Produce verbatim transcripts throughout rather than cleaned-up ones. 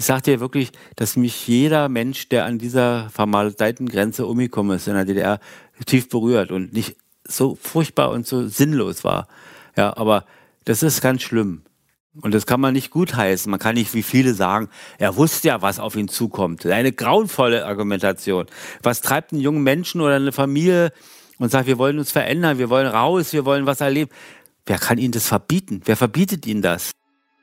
ich sag dir wirklich, dass mich jeder Mensch, der an dieser vermaledeiten Grenze umgekommen ist in der D D R, tief berührt und nicht so furchtbar und so sinnlos war. Ja, aber das ist ganz schlimm. Und das kann man nicht gutheißen. Man kann nicht wie viele sagen, er wusste ja, was auf ihn zukommt. Eine grauenvolle Argumentation. Was treibt einen jungen Menschen oder eine Familie und sagt, wir wollen uns verändern, wir wollen raus, wir wollen was erleben. Wer kann ihnen das verbieten? Wer verbietet ihnen das?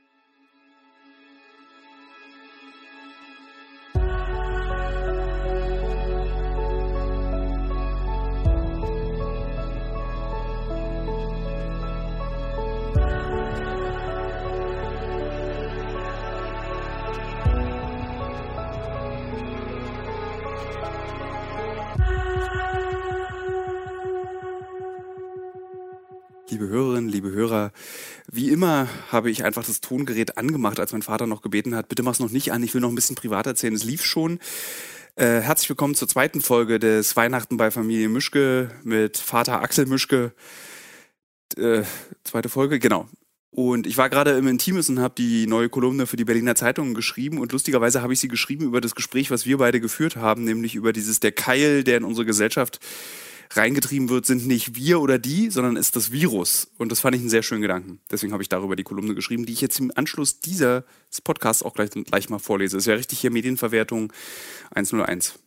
Liebe Hörerinnen, liebe Hörer, wie immer habe ich einfach das Tongerät angemacht, als mein Vater noch gebeten hat, bitte mach's noch nicht an, ich will noch ein bisschen privat erzählen. Es lief schon. Äh, herzlich willkommen zur zweiten Folge des Weihnachten bei Familie Mischke mit Vater Axel Mischke. Äh, zweite Folge, genau. Und ich war gerade im Intimes und habe die neue Kolumne für die Berliner Zeitung geschrieben und lustigerweise habe ich sie geschrieben über das Gespräch, was wir beide geführt haben, nämlich über dieses, der Keil, der in unsere Gesellschaft reingetrieben wird, sind nicht wir oder die, sondern ist das Virus. Und das fand ich einen sehr schönen Gedanken. Deswegen habe ich darüber die Kolumne geschrieben, die ich jetzt im Anschluss dieses Podcasts auch gleich, gleich mal vorlese. Das ist ja richtig hier Medienverwertung hunderteins.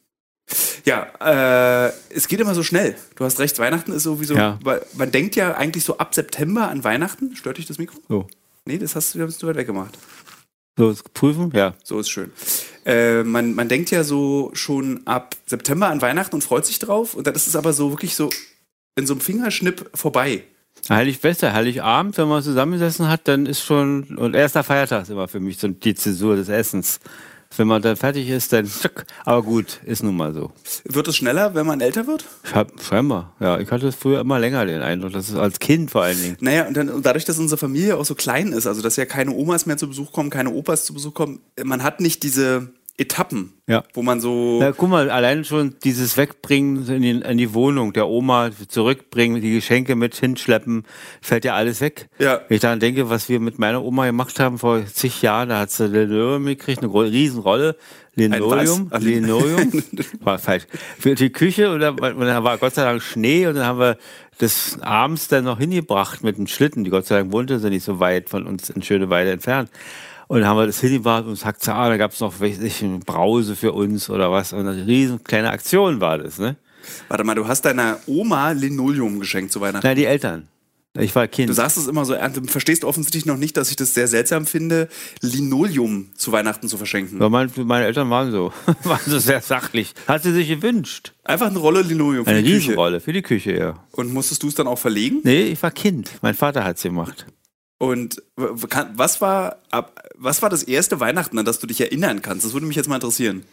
Ja, äh, es geht immer so schnell. Du hast recht, Weihnachten ist sowieso, Ja. weil man denkt ja eigentlich so ab September an Weihnachten. Stört dich das Mikro? So. Nee, das hast du, das hast du weit weggemacht. So, prüfen? Ja. So ist schön. Äh, man, man denkt ja so schon ab September an Weihnachten und freut sich drauf. Und dann ist es aber so wirklich so in so einem Fingerschnipp vorbei. Heiligwester, Heiligabend, wenn man zusammengesessen hat, dann ist schon, und erster Feiertag ist immer für mich so die Zäsur des Essens. Wenn man dann fertig ist, dann tschick. Aber gut, ist nun mal so. Wird es schneller, wenn man älter wird? Ich hab, scheinbar, ja. Ich hatte früher immer länger den Eindruck, das ist als Kind vor allen Dingen. Naja, und, dann, und dadurch, dass unsere Familie auch so klein ist, also dass ja keine Omas mehr zu Besuch kommen, keine Opas zu Besuch kommen, man hat nicht diese Etappen, Ja. wo man so... Na, guck mal, allein schon dieses Wegbringen in die, in die Wohnung der Oma, zurückbringen, die Geschenke mit hinschleppen, fällt ja alles weg. Ja. Wenn ich daran denke, was wir mit meiner Oma gemacht haben vor zig Jahren, da hat sie Linoleum gekriegt, eine Riesenrolle. Linoleum, Ein was? Linoleum, war falsch. Für die Küche und dann, und dann war Gott sei Dank Schnee und dann haben wir das abends dann noch hingebracht mit dem Schlitten. Die Gott sei Dank wohnte sie nicht so weit von uns in Schöneweide entfernt. Und dann haben wir das hingebracht und sagt, ah, da gab es noch weiß ich, eine Brause für uns oder was. Und eine riesen kleine Aktion war das, ne? Warte mal, du hast deiner Oma Linoleum geschenkt zu Weihnachten. Nein, die Eltern. Ich war Kind. Du sagst es immer so ernst, du verstehst offensichtlich noch nicht, dass ich das sehr seltsam finde, Linoleum zu Weihnachten zu verschenken. Ja, mein, meine Eltern waren so, waren so sehr sachlich. Hat sie sich gewünscht. Einfach eine Rolle Linoleum für Eine die Küche. Riesenrolle für die Küche, ja. Und musstest du es dann auch verlegen? Nee, ich war Kind. Mein Vater hat's gemacht. Und w- kann- was war, ab, was war das erste Weihnachten, an das du dich erinnern kannst? Das würde mich jetzt mal interessieren.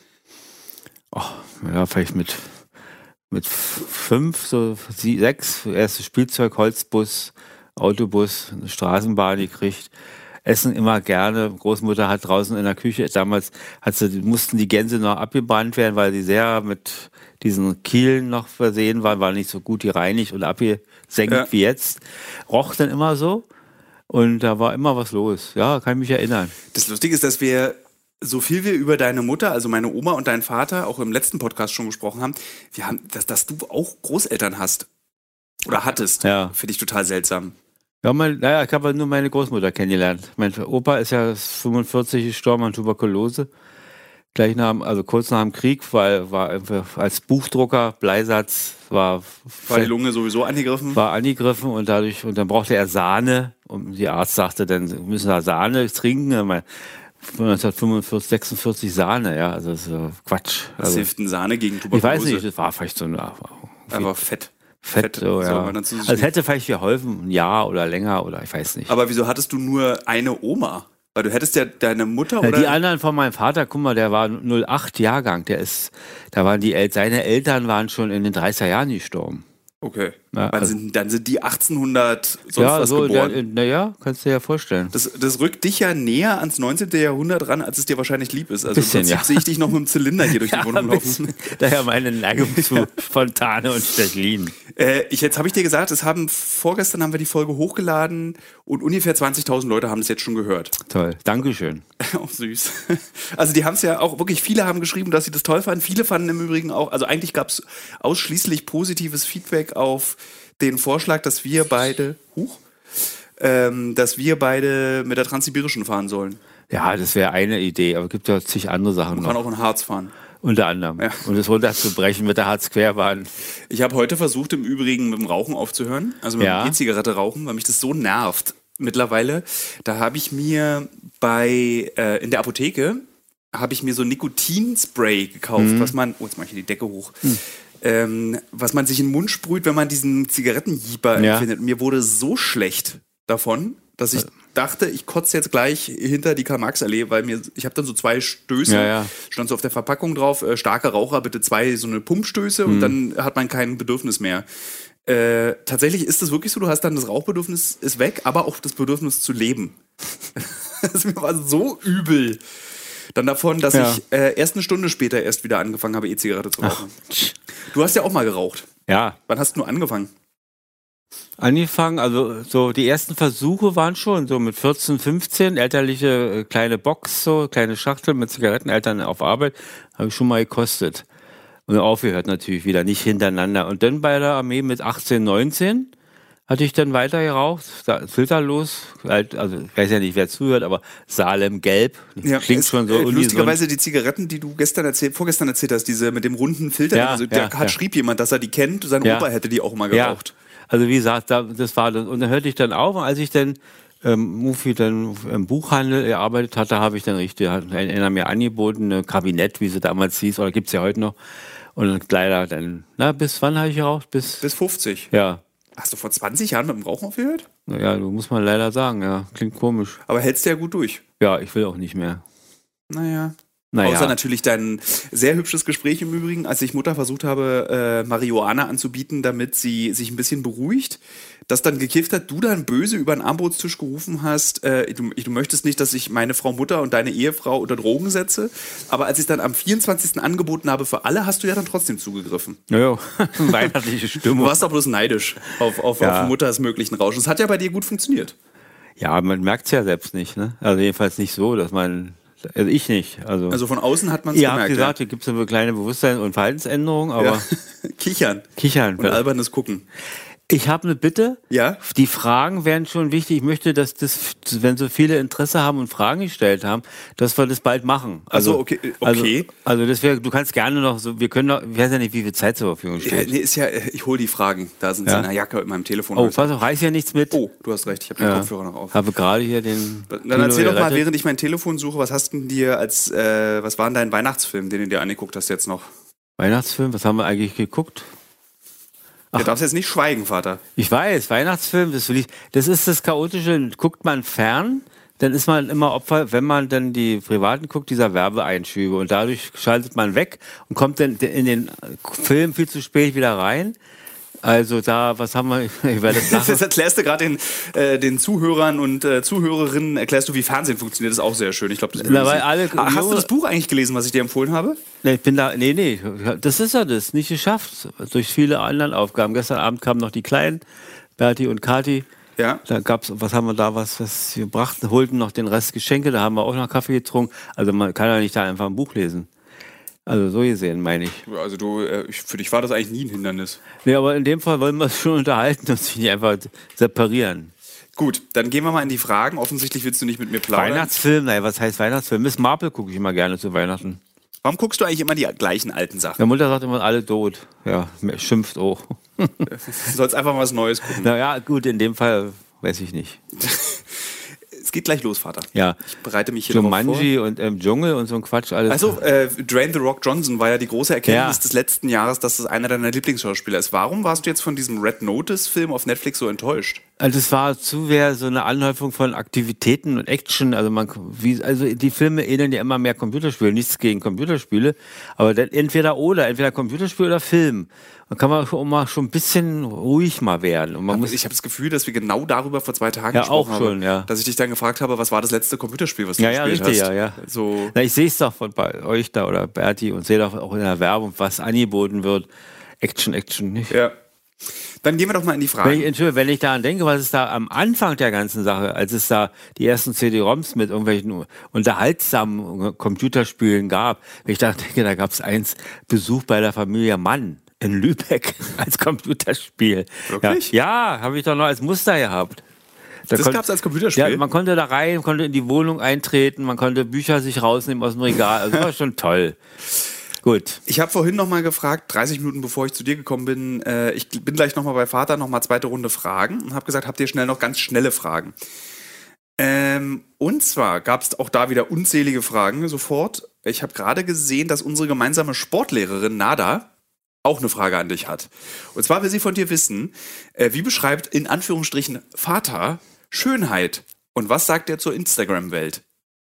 Oh, ja, vielleicht mit, mit fünf, so sie, sechs, erstes Spielzeug, Holzbus, Autobus, eine Straßenbahn gekriegt. Essen immer gerne. Großmutter hat draußen in der Küche, damals hat sie, mussten die Gänse noch abgebrannt werden, weil sie sehr mit diesen Kielen noch versehen waren, war nicht so gut gereinigt und abgesenkt Ja. wie jetzt. Roch dann immer so und da war immer was los. Ja, kann ich mich erinnern. Das Lustige ist, dass wir, so viel wir über deine Mutter, also meine Oma und deinen Vater, auch im letzten Podcast schon gesprochen haben, wir haben, dass, dass du auch Großeltern hast. Oder hattest. Ja. Finde ich total seltsam. Ja, mein, naja, ich habe nur meine Großmutter kennengelernt. Mein Opa ist ja fünfundvierzig gestorben an Tuberkulose. Gleich nach, dem- also kurz nach dem Krieg, weil war einfach als Buchdrucker, Bleisatz, war, War die Lunge sowieso angegriffen? war angegriffen und dadurch, und dann brauchte er Sahne. Und die Arzt sagte, dann müssen wir Sahne trinken. Und mein- neunzehnhundertfünfundvierzig, sechsundvierzig Sahne, ja, also das ist so Quatsch. Was Also, hilft denn Sahne gegen ich Tuberkulose? weiß nicht, das war vielleicht so eine Aber Fett. Fett, so, soll ja. man dazu Also es hätte vielleicht geholfen, ein Jahr oder länger oder ich weiß nicht. Aber wieso hattest du nur eine Oma? Weil du hättest ja deine Mutter Ja, oder... die anderen von meinem Vater, guck mal, der war null acht Jahrgang, der ist, da waren die El seine Eltern waren schon in den dreißiger Jahren gestorben. Okay. Ja, Wann also, sind, dann sind die achtzehnhundert sonst ja, was so, geboren. naja, kannst du dir ja vorstellen. Das, das rückt dich ja näher ans neunzehnten Jahrhundert ran, als es dir wahrscheinlich lieb ist. Also Bisschen, im Prinzip ja. sehe ich dich noch mit dem Zylinder hier durch die Ja, Wohnung laufen. daher meine Neigung zu Fontane und Stechlin. Äh, ich, jetzt habe ich dir gesagt, es haben vorgestern haben wir die Folge hochgeladen und ungefähr zwanzigtausend Leute haben es jetzt schon gehört. Toll, Dankeschön. Auch süß. Also die haben es ja auch wirklich, viele haben geschrieben, dass sie das toll fanden. Viele fanden im Übrigen auch, also eigentlich gab es ausschließlich positives Feedback auf den Vorschlag, dass wir beide, huch, ähm, dass wir beide mit der Transsibirischen fahren sollen. Ja, das wäre eine Idee, aber es gibt ja zig andere Sachen Man noch. kann auch in Harz fahren. Unter anderem. Ja. Und es runterzubrechen mit der Harz-Querbahn. Ich habe heute versucht, im Übrigen mit dem Rauchen aufzuhören, also mit Ja. dem E-Zigarette rauchen, weil mich das so nervt mittlerweile. Da habe ich mir bei, äh, in der Apotheke, habe ich mir so Nikotinspray gekauft, Mhm. was man, oh, jetzt mache ich hier die Decke hoch, mhm. ähm, was man sich in den Mund sprüht, wenn man diesen Zigarettenjieper Ja. empfindet. Und mir wurde so schlecht davon, dass ich dachte, ich kotze jetzt gleich hinter die Karl-Marx-Allee, weil mir, ich habe dann so zwei Stöße, Ja, ja. stand so auf der Verpackung drauf, äh, starke Raucher, bitte zwei so eine Pumpstöße Mhm. und dann hat man kein Bedürfnis mehr. Äh, tatsächlich ist es wirklich so, du hast dann das Rauchbedürfnis ist weg, aber auch das Bedürfnis zu leben. Das mir war so übel. Dann davon, dass Ja. ich äh, erst eine Stunde später erst wieder angefangen habe, E-Zigarette zu rauchen. Ach, Du hast ja auch mal geraucht. ja, Wann hast du nur angefangen? angefangen, also so die ersten Versuche waren schon so mit vierzehn, fünfzehn, elterliche äh, kleine Box, so kleine Schachtel mit Zigaretten, Eltern auf Arbeit, habe ich schon mal gekostet. Und dann aufgehört natürlich wieder, nicht hintereinander. Und dann bei der Armee mit achtzehn, neunzehn hatte ich dann weiter geraucht, da, filterlos, halt, also ich weiß ja nicht, wer zuhört, aber Salem Gelb, klingt es, schon so äh, ungesund. lustigerweise die Zigaretten, die du gestern erzählt, vorgestern erzählt hast, diese mit dem runden Filter, Ja, also der ja, hat ja. schrieb jemand, dass er die kennt, sein Ja. Opa hätte die auch mal Ja, geraucht. also wie gesagt, da, das war das. Und dann hörte ich dann auf, und als ich dann ähm, Mufi dann im Buchhandel gearbeitet hatte, habe ich dann richtig, hat einer mir angeboten, ein Kabinett, wie sie damals hieß, oder gibt's ja heute noch. Und dann leider dann, na, bis wann habe ich geraucht? Bis, Bis fünfzig. ja. Hast du vor zwanzig Jahren mit dem Rauchen aufgehört? Naja, du muss man leider sagen, ja. Klingt komisch. Aber hältst du ja gut durch. Ja, ich will auch nicht mehr. Naja. Naja. Außer natürlich dein sehr hübsches Gespräch im Übrigen, als ich Mutter versucht habe, äh, Marihuana anzubieten, damit sie sich ein bisschen beruhigt, das dann gekifft hat, du dann böse über den Armbrotstisch gerufen hast, äh, du, du möchtest nicht, dass ich meine Frau Mutter und deine Ehefrau unter Drogen setze, aber als ich es dann am vierundzwanzigsten angeboten habe für alle, hast du ja dann trotzdem zugegriffen. Naja, weihnachtliche Du Stimmung. warst doch bloß neidisch auf, auf, Ja. auf Mutters möglichen Rausch. Es hat ja bei dir gut funktioniert. Ja, man merkt's ja selbst nicht, ne? Also jedenfalls nicht so, dass man, also ich nicht. Also, Also von außen hat man es ihr habt gemerkt. gesagt, hier gibt's eine kleine Bewusstsein- und Verhaltensänderung, aber ja. Kichern kichern. und albernes Gucken. Ich habe eine Bitte. Ja? Die Fragen wären schon wichtig. Ich möchte, dass das, wenn so viele Interesse haben und Fragen gestellt haben, dass wir das bald machen. Also, okay, okay. Also, also das wäre, du kannst gerne noch so, wir können noch, ich weiß ja nicht, wie viel Zeit zur Verfügung Ja, steht. nee, ist ja, ich hole die Fragen. Da sind sie Ja. in der Jacke in meinem Telefon. Oh, pass auf, reiß ja nichts mit. Oh, du hast recht, ich habe den Ja. Kopfhörer noch auf. Habe gerade hier den. Dann erzähl Kilo doch mal, gerettet. während ich mein Telefon suche, was hast denn dir als, äh, was war denn dein Weihnachtsfilm, den du dir angeguckt hast jetzt noch? Weihnachtsfilm, was haben wir eigentlich geguckt? Du darfst jetzt nicht schweigen, Vater. Ich weiß, Weihnachtsfilm, das, will ich, das ist das Chaotische. Guckt man fern, dann ist man immer Opfer, wenn man dann die Privaten guckt, dieser Werbeeinschübe. Und dadurch schaltet man weg und kommt dann in den Film viel zu spät wieder rein. Also da, was haben wir, ich werde das Jetzt nachher. erklärst du gerade den, äh, den Zuhörern und äh, Zuhörerinnen, erklärst du, wie Fernsehen funktioniert. Das ist auch sehr schön. Ich glaube, das mögen Na, weil sie. alle- Ah, Hast du das Buch eigentlich gelesen, was ich dir empfohlen habe? Nee, ich bin da, nee, nee, das ist ja das, nicht geschafft. Durch viele andere Aufgaben. Gestern Abend kamen noch die Kleinen, Berti und Kati. Ja. Da gab's, was haben wir da, was, was wir brachten, holten noch den Rest Geschenke, da haben wir auch noch Kaffee getrunken. Also man kann ja nicht da einfach ein Buch lesen. Also so gesehen, meine ich. Also du, äh, ich- für dich war das eigentlich nie ein Hindernis. Nee, aber in dem Fall wollen wir es schon unterhalten und sich nicht einfach separieren. Gut, dann gehen wir mal in die Fragen. Offensichtlich willst du nicht mit mir plaudern. Weihnachtsfilm, naja, was heißt Weihnachtsfilm? Miss Marple gucke ich immer gerne zu Weihnachten. Warum guckst du eigentlich immer die gleichen alten Sachen? Meine Mutter sagt immer, alle tot. Ja, schimpft auch. Du sollst einfach mal was Neues gucken. Naja, gut, in dem Fall weiß ich nicht. Es geht gleich los, Vater. Ja, Ich bereite mich hier drauf vor. Jumanji und ähm, Dschungel und so ein Quatsch, alles. Also, äh, Dwayne The Rock Johnson war ja die große Erkenntnis Ja. des letzten Jahres, dass das einer deiner Lieblingsschauspieler ist. Warum warst du jetzt von diesem Red Notice-Film auf Netflix so enttäuscht? Also es war zu sehr so eine Anhäufung von Aktivitäten und Action. Also man, wie, also die Filme ähneln ja immer mehr Computerspiele. Nichts gegen Computerspiele, aber dann entweder oder, entweder Computerspiel oder Film. dann kann man schon mal schon ein bisschen ruhig mal werden. Und man Aber muss ich habe das Gefühl, dass wir genau darüber vor zwei Tagen Ja, gesprochen auch schon, haben. ja. Dass ich dich dann gefragt habe, was war das letzte Computerspiel, was du ja, ja, gespielt richtig, hast? ja, ja. So, Na, ich sehe es doch von bei euch da oder Berti und sehe doch auch in der Werbung, was angeboten wird. Action, Action, nicht? ja. Dann gehen wir doch mal in die Wenn Fragen. ich, Entschuldigung, wenn ich daran denke, was es da am Anfang der ganzen Sache, als es da die ersten C D-ROMs mit irgendwelchen unterhaltsamen Computerspielen gab, wenn ich da denke, da gab es eins, Besuch bei der Familie Mann in Lübeck als Computerspiel. Wirklich? Ja, ja habe ich doch noch als Muster gehabt. Da Das konnt- gab es als Computerspiel? Ja, man konnte da rein, konnte in die Wohnung eintreten, man konnte Bücher sich rausnehmen aus dem Regal. Also das war schon toll. Gut. Ich habe vorhin noch mal gefragt, dreißig Minuten bevor ich zu dir gekommen bin, äh, ich bin gleich noch mal bei Vater, noch mal zweite Runde Fragen und habe gesagt, habt ihr schnell noch ganz schnelle Fragen? Ähm, und zwar gab es auch da wieder unzählige Fragen sofort. Ich habe gerade gesehen, dass unsere gemeinsame Sportlehrerin Nada auch eine Frage an dich hat. Und zwar will sie von dir wissen, äh, wie beschreibt in Anführungsstrichen Vater Schönheit? Und was sagt er zur Instagram-Welt?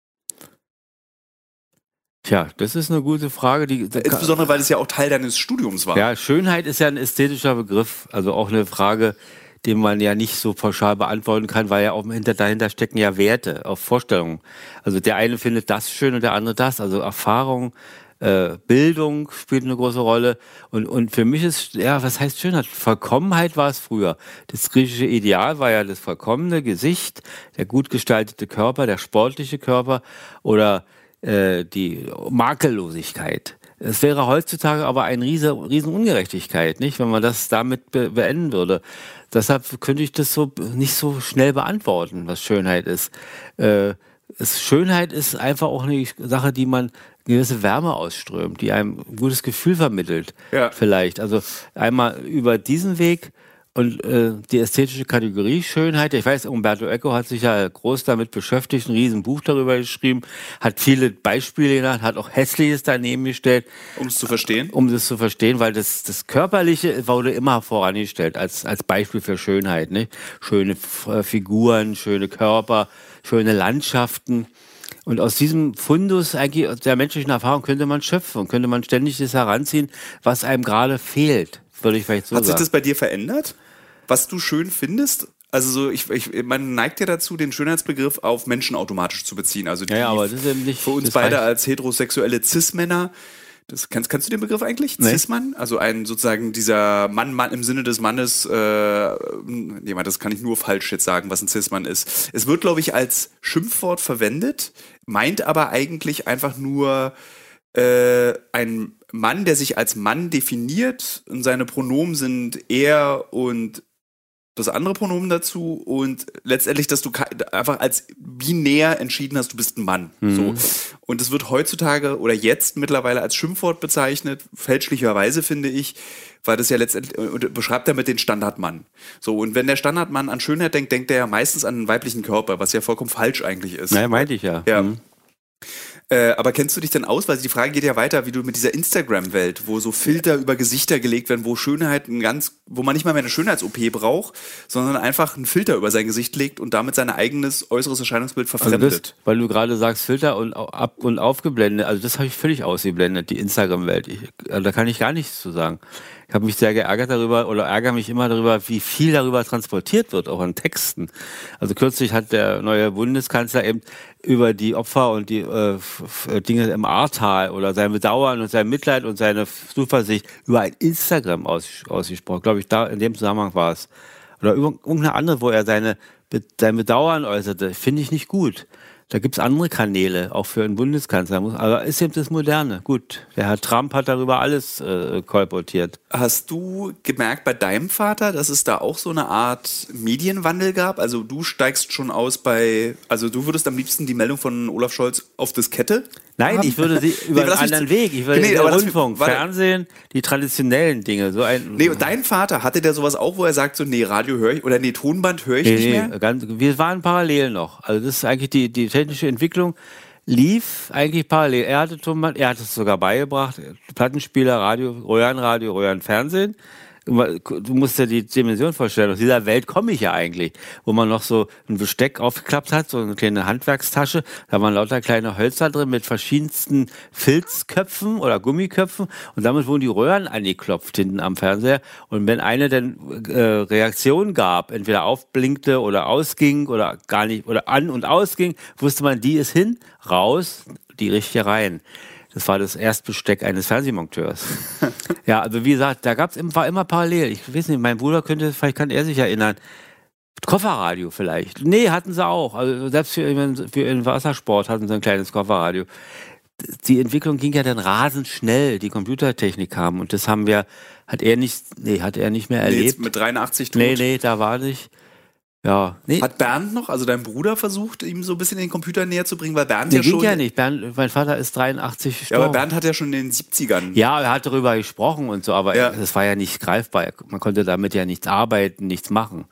Tja, das ist eine gute Frage. Die, die Insbesondere, weil es ja auch Teil deines Studiums war. Ja, Schönheit ist ja ein ästhetischer Begriff, also auch eine Frage, die man ja nicht so pauschal beantworten kann, weil ja auch hinter, dahinter stecken ja Werte, auch Vorstellungen. Also der eine findet das schön und der andere das, also Erfahrung, äh, Bildung spielt eine große Rolle und, und für mich ist, ja, was heißt Schönheit? Vollkommenheit war es früher. Das griechische Ideal war ja das vollkommene Gesicht, der gut gestaltete Körper, der sportliche Körper oder äh, die Makellosigkeit. Es wäre heutzutage aber eine riese, riesen Ungerechtigkeit, nicht, wenn man das damit be- beenden würde. Deshalb könnte ich das so nicht so schnell beantworten, was Schönheit ist. Äh, es, Schönheit ist einfach auch eine Sache, die man eine gewisse Wärme ausströmt, die einem ein gutes Gefühl vermittelt, Ja. vielleicht. Also einmal über diesen Weg und äh, die ästhetische Kategorie Schönheit. Ich weiß, Umberto Eco hat sich ja groß damit beschäftigt, ein riesen Buch darüber geschrieben, hat viele Beispiele genannt, hat auch Hässliches daneben gestellt. Um es zu verstehen? Um das zu verstehen, weil das, das Körperliche wurde immer vorangestellt als, als Beispiel für Schönheit. Ne? Schöne F- Figuren, schöne Körper, schöne Landschaften. Und aus diesem Fundus eigentlich aus der menschlichen Erfahrung könnte man schöpfen und könnte man ständig das heranziehen, was einem gerade fehlt, würde ich vielleicht so Hat sich sagen. das bei dir verändert? Was du schön findest? Also so, ich, ich, man neigt ja dazu, den Schönheitsbegriff auf Menschen automatisch zu beziehen. Also die, Ja, ja, aber das ist eben nicht. für uns das beide reicht. als heterosexuelle Cis-Männer, das, kannst, kannst du den Begriff eigentlich? Nee. Cis-Mann? Also ein sozusagen dieser Mann, Mann im Sinne des Mannes, äh, nee, das kann ich nur falsch jetzt sagen, was ein Cis-Mann ist. Es wird, glaube ich, als Schimpfwort verwendet, meint aber eigentlich einfach nur äh, ein Mann, der sich als Mann definiert und seine Pronomen sind er und das andere Pronomen dazu und letztendlich, dass du einfach als binär entschieden hast, du bist ein Mann. Mhm. So. Und es wird heutzutage oder jetzt mittlerweile als Schimpfwort bezeichnet, fälschlicherweise finde ich, weil das ja letztendlich, und beschreibt damit den Standardmann. So, und wenn der Standardmann an Schönheit denkt, denkt er ja meistens an einen weiblichen Körper, was ja vollkommen falsch eigentlich ist. Naja, meinte ich ja. Ja. Mhm. Äh, aber kennst du dich denn aus? Weil die Frage geht ja weiter, wie du mit dieser Instagram-Welt, wo so Filter über Gesichter gelegt werden, wo Schönheit ein ganz, wo man nicht mal mehr eine Schönheits-O P braucht, sondern einfach einen Filter über sein Gesicht legt und damit sein eigenes äußeres Erscheinungsbild Also verfremdet. das, weil du gerade sagst, Filter und au- ab und aufgeblendet, also das habe ich völlig ausgeblendet, die Instagram-Welt. Ich, also da kann ich gar nichts zu sagen. Ich habe mich sehr geärgert darüber oder ärgere mich immer darüber, wie viel darüber transportiert wird, auch an Texten. Also kürzlich hat der neue Bundeskanzler eben über die Opfer und die äh, f- f- Dinge im Ahrtal oder sein Bedauern und sein Mitleid und seine Zuversicht über ein Instagram aus, ausgesprochen. Glaube ich, da in dem Zusammenhang war es. Oder über irgendeine andere, wo er seine, Be- sein Bedauern äußerte. Finde ich nicht gut. Da gibt es andere Kanäle, auch für einen Bundeskanzler. Muss- Aber ist eben das Moderne. Gut, der Herr Trump hat darüber alles äh, kolportiert. Hast du gemerkt bei deinem Vater, dass es da auch so eine Art Medienwandel gab? Also du steigst schon aus bei, also du würdest am liebsten die Meldung von Olaf Scholz auf Diskette Nein, haben? ich würde sie über Nee, lass einen mich anderen zu- Weg. Ich würde Nee, den aber lass mich- Rundfunk, warte. Fernsehen, die traditionellen Dinge. So ein, Nee, und dein Vater, hatte der sowas auch, wo er sagt so, nee, Radio höre ich, oder nee, Tonband höre ich Nee, nicht nee, mehr? ganz, wir waren parallel noch. Also das ist eigentlich die, die technische Entwicklung lief eigentlich parallel. Er hatte Tonband, er hat es sogar beigebracht. Plattenspieler, Radio, Röhrenradio, Röhrenfernsehen. Du musst dir die Dimension vorstellen, aus dieser Welt komme ich ja eigentlich, wo man noch so ein Besteck aufgeklappt hat, so eine kleine Handwerkstasche, da waren lauter kleine Hölzer drin mit verschiedensten Filzköpfen oder Gummiköpfen und damit wurden die Röhren angeklopft hinten am Fernseher und wenn eine dann äh, Reaktion gab, entweder aufblinkte oder ausging oder gar nicht, oder an- und ausging, wusste man, die ist hin, raus, die richtige rein. Das war das Erstbesteck eines Fernsehmonteurs. Ja, also wie gesagt, da gab's war immer parallel. Ich weiß nicht, mein Bruder könnte, vielleicht kann er sich erinnern. Kofferradio vielleicht. Nee, hatten sie auch. Also selbst für, für den Wassersport hatten sie ein kleines Kofferradio. Die Entwicklung ging ja dann rasend schnell, die Computertechnik kam. Und das haben wir, hat er nicht, nee, hat er nicht mehr erlebt. Nee, jetzt mit dreiundachtzig tot. Nee, nee, da war nicht. Ja, nee. Hat Bernd noch, also dein Bruder, versucht, ihm so ein bisschen den Computer näher zu bringen? Weil Bernd nee, ja ging schon... ja nicht. Bernd, mein Vater ist dreiundachtzig gestorben. Ja, aber Bernd hat ja schon in den siebzigern... Ja, er hat darüber gesprochen und so, aber ja. das war ja nicht greifbar. Man konnte damit ja nichts arbeiten, nichts machen.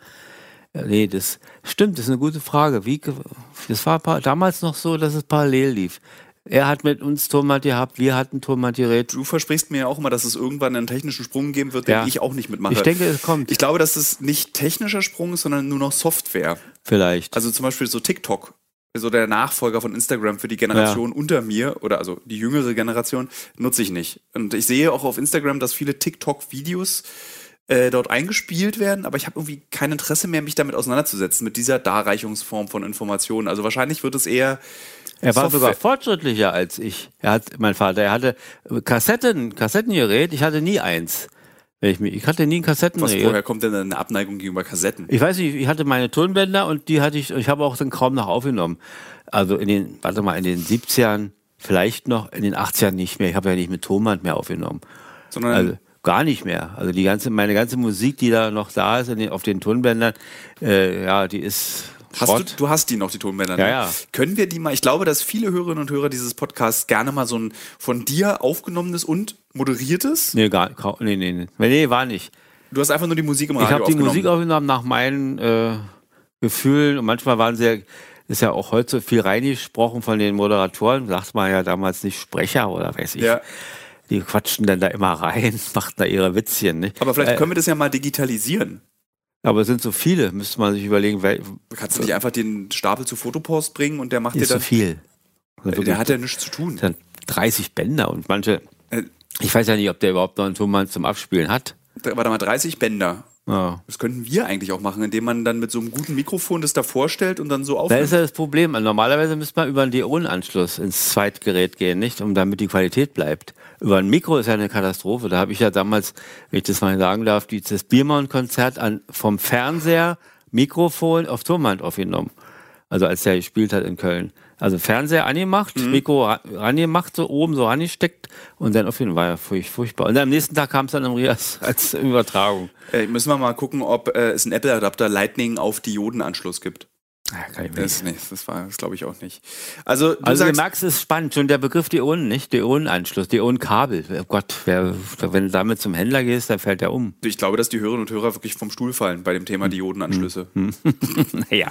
Nee, das stimmt, das ist eine gute Frage. Wie, das war damals noch so, dass es parallel lief. Er hat mit uns Tonband gehabt, wir hatten Tonbandgerät. Du versprichst mir ja auch immer, dass es irgendwann einen technischen Sprung geben wird, den ja. ich auch nicht mitmache. Ich denke, es kommt. Ich glaube, dass es nicht technischer Sprung ist, sondern nur noch Software. Vielleicht. Also zum Beispiel so TikTok, so der Nachfolger von Instagram für die Generation ja. unter mir, oder also die jüngere Generation, nutze ich nicht. Und ich sehe auch auf Instagram, dass viele TikTok-Videos äh, dort eingespielt werden, aber ich habe irgendwie kein Interesse mehr, mich damit auseinanderzusetzen, mit dieser Darreichungsform von Informationen. Also wahrscheinlich wird es eher... Er war Software. Sogar fortschrittlicher als ich. Er hat, mein Vater, er hatte Kassetten, Kassettengerät, ich hatte nie eins. Ich, ich hatte nie ein Kassettengerät. Was, woher kommt denn eine Abneigung gegenüber Kassetten? Ich weiß nicht, ich hatte meine Tonbänder und die hatte ich, ich habe auch dann kaum noch aufgenommen. Also in den, warte mal, in den siebzigern, vielleicht noch, in den achtzigern nicht mehr. Ich habe ja nicht mit Tonband mehr aufgenommen. Sondern also, gar nicht mehr. Also die ganze, meine ganze Musik, die da noch da ist in den, auf den Tonbändern, äh, ja, die ist... Hast du, du hast die noch, die Tonbänder. Ne? Ja, ja. Können wir die mal, ich glaube, dass viele Hörerinnen und Hörer dieses Podcasts gerne mal so ein von dir aufgenommenes und moderiertes? Nee, gar, nee, nee, nee. Nee, war nicht. Du hast einfach nur die Musik im Radio aufgenommen? Ich habe die Musik aufgenommen nach meinen äh, Gefühlen und manchmal waren sie ja, ist ja auch heute so viel reingesprochen von den Moderatoren, sagt man ja damals nicht Sprecher oder weiß ich. Ja. Die quatschen dann da immer rein, machten da ihre Witzchen. Nicht? Aber vielleicht äh, können wir das ja mal digitalisieren. Aber es sind so viele, müsste man sich überlegen. Weil, Kannst du nicht einfach den Stapel zu Fotopost bringen und der macht dir dann... Ist so viel. Also der hat ja nichts zu tun. Dann dreißig Bänder und manche... Äh, ich weiß ja nicht, ob der überhaupt noch einen Tonband zum Abspielen hat. Warte mal, dreißig Bänder. Ja. Das könnten wir eigentlich auch machen, indem man dann mit so einem guten Mikrofon das da vorstellt und dann so aufnimmt. Da ist ja das Problem. Normalerweise müsste man über einen Diode-Anschluss ins Zweitgerät gehen, nicht? Um damit die Qualität bleibt. Über ein Mikro ist ja eine Katastrophe. Da habe ich ja damals, wenn ich das mal sagen darf, das Biermann-Konzert an, vom Fernseher, Mikrofon auf Tonband aufgenommen. Also als der gespielt hat in Köln. Also Fernseher angemacht, mhm. Mikro angemacht, so oben so angesteckt und dann auf jeden Fall war ja furch, furchtbar. Und am nächsten Tag kam es dann im Rias als Übertragung. Äh, müssen wir mal gucken, ob äh, es einen Apple-Adapter Lightning auf Diodenanschluss gibt. Ja, kann ich das, nicht. Das, war, das glaube ich auch nicht. Also, du also sagst, Max ist spannend, schon der Begriff Dioden, nicht? Diodenanschluss, Diodenkabel. Oh Gott, wer, wenn du damit zum Händler gehst, dann fällt der um. Ich glaube, dass die Hörerinnen und Hörer wirklich vom Stuhl fallen bei dem Thema Diodenanschlüsse. Hm. Ja.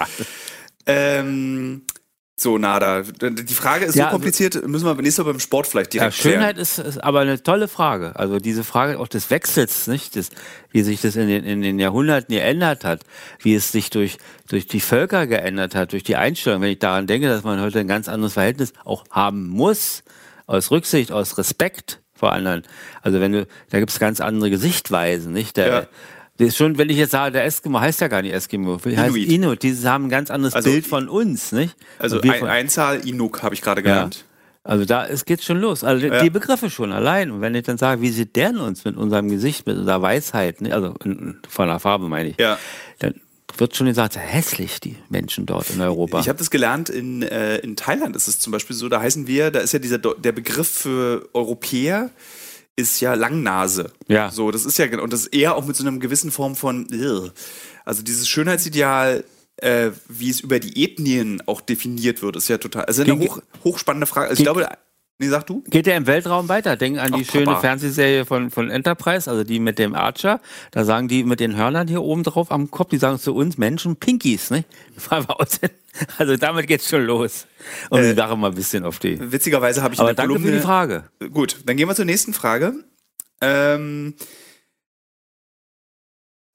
Ähm, so, Nada. Die Frage ist ja, so kompliziert, müssen wir nächstes Mal beim Sport vielleicht direkt ja, Schönheit ist, ist aber eine tolle Frage. Also diese Frage auch des Wechsels, nicht? Das, wie sich das in den, in den Jahrhunderten geändert hat, wie es sich durch, durch die Völker geändert hat, durch die Einstellung. Wenn ich daran denke, dass man heute ein ganz anderes Verhältnis auch haben muss, aus Rücksicht, aus Respekt vor anderen. Also wenn du, da gibt es ganz andere Sichtweisen, nicht? Der, ja. Das ist schon, wenn ich jetzt sage, der Eskimo heißt ja gar nicht Eskimo, heißt Inuit. Inuit. Die haben ein ganz anderes also, Bild von uns, nicht? Also ein, Einzahl Inuk habe ich gerade gelernt. Ja. Also da es geht schon los. Also ja. die Begriffe schon allein. Und wenn ich dann sage, wie sieht der denn uns mit unserem Gesicht, mit unserer Weisheit, ne? Also von der Farbe meine ich, ja. dann wird schon gesagt, hässlich die Menschen dort in Europa. Ich habe das gelernt, in, äh, in Thailand ist es zum Beispiel so, da heißen wir, da ist ja dieser der Begriff für Europäer, ist ja Langnase. Ja. So, das ist ja, und das ist eher auch mit so einer gewissen Form von, also dieses Schönheitsideal, äh, wie es über die Ethnien auch definiert wird, ist ja total, also eine hoch, hochspannende Frage. Also ich glaube, nee, sag du? Geht der im Weltraum weiter? Denk an die Ach, schöne Papa. Fernsehserie von, von Enterprise, also die mit dem Archer. Da sagen die mit den Hörnern hier oben drauf am Kopf, die sagen zu uns Menschen Pinkies, ne? Also damit geht's schon los. Und äh, ich dachte mal ein bisschen auf die. Witzigerweise habe ich Aber eine danke Kolumne, für die Frage. Gut, dann gehen wir zur nächsten Frage. Ähm,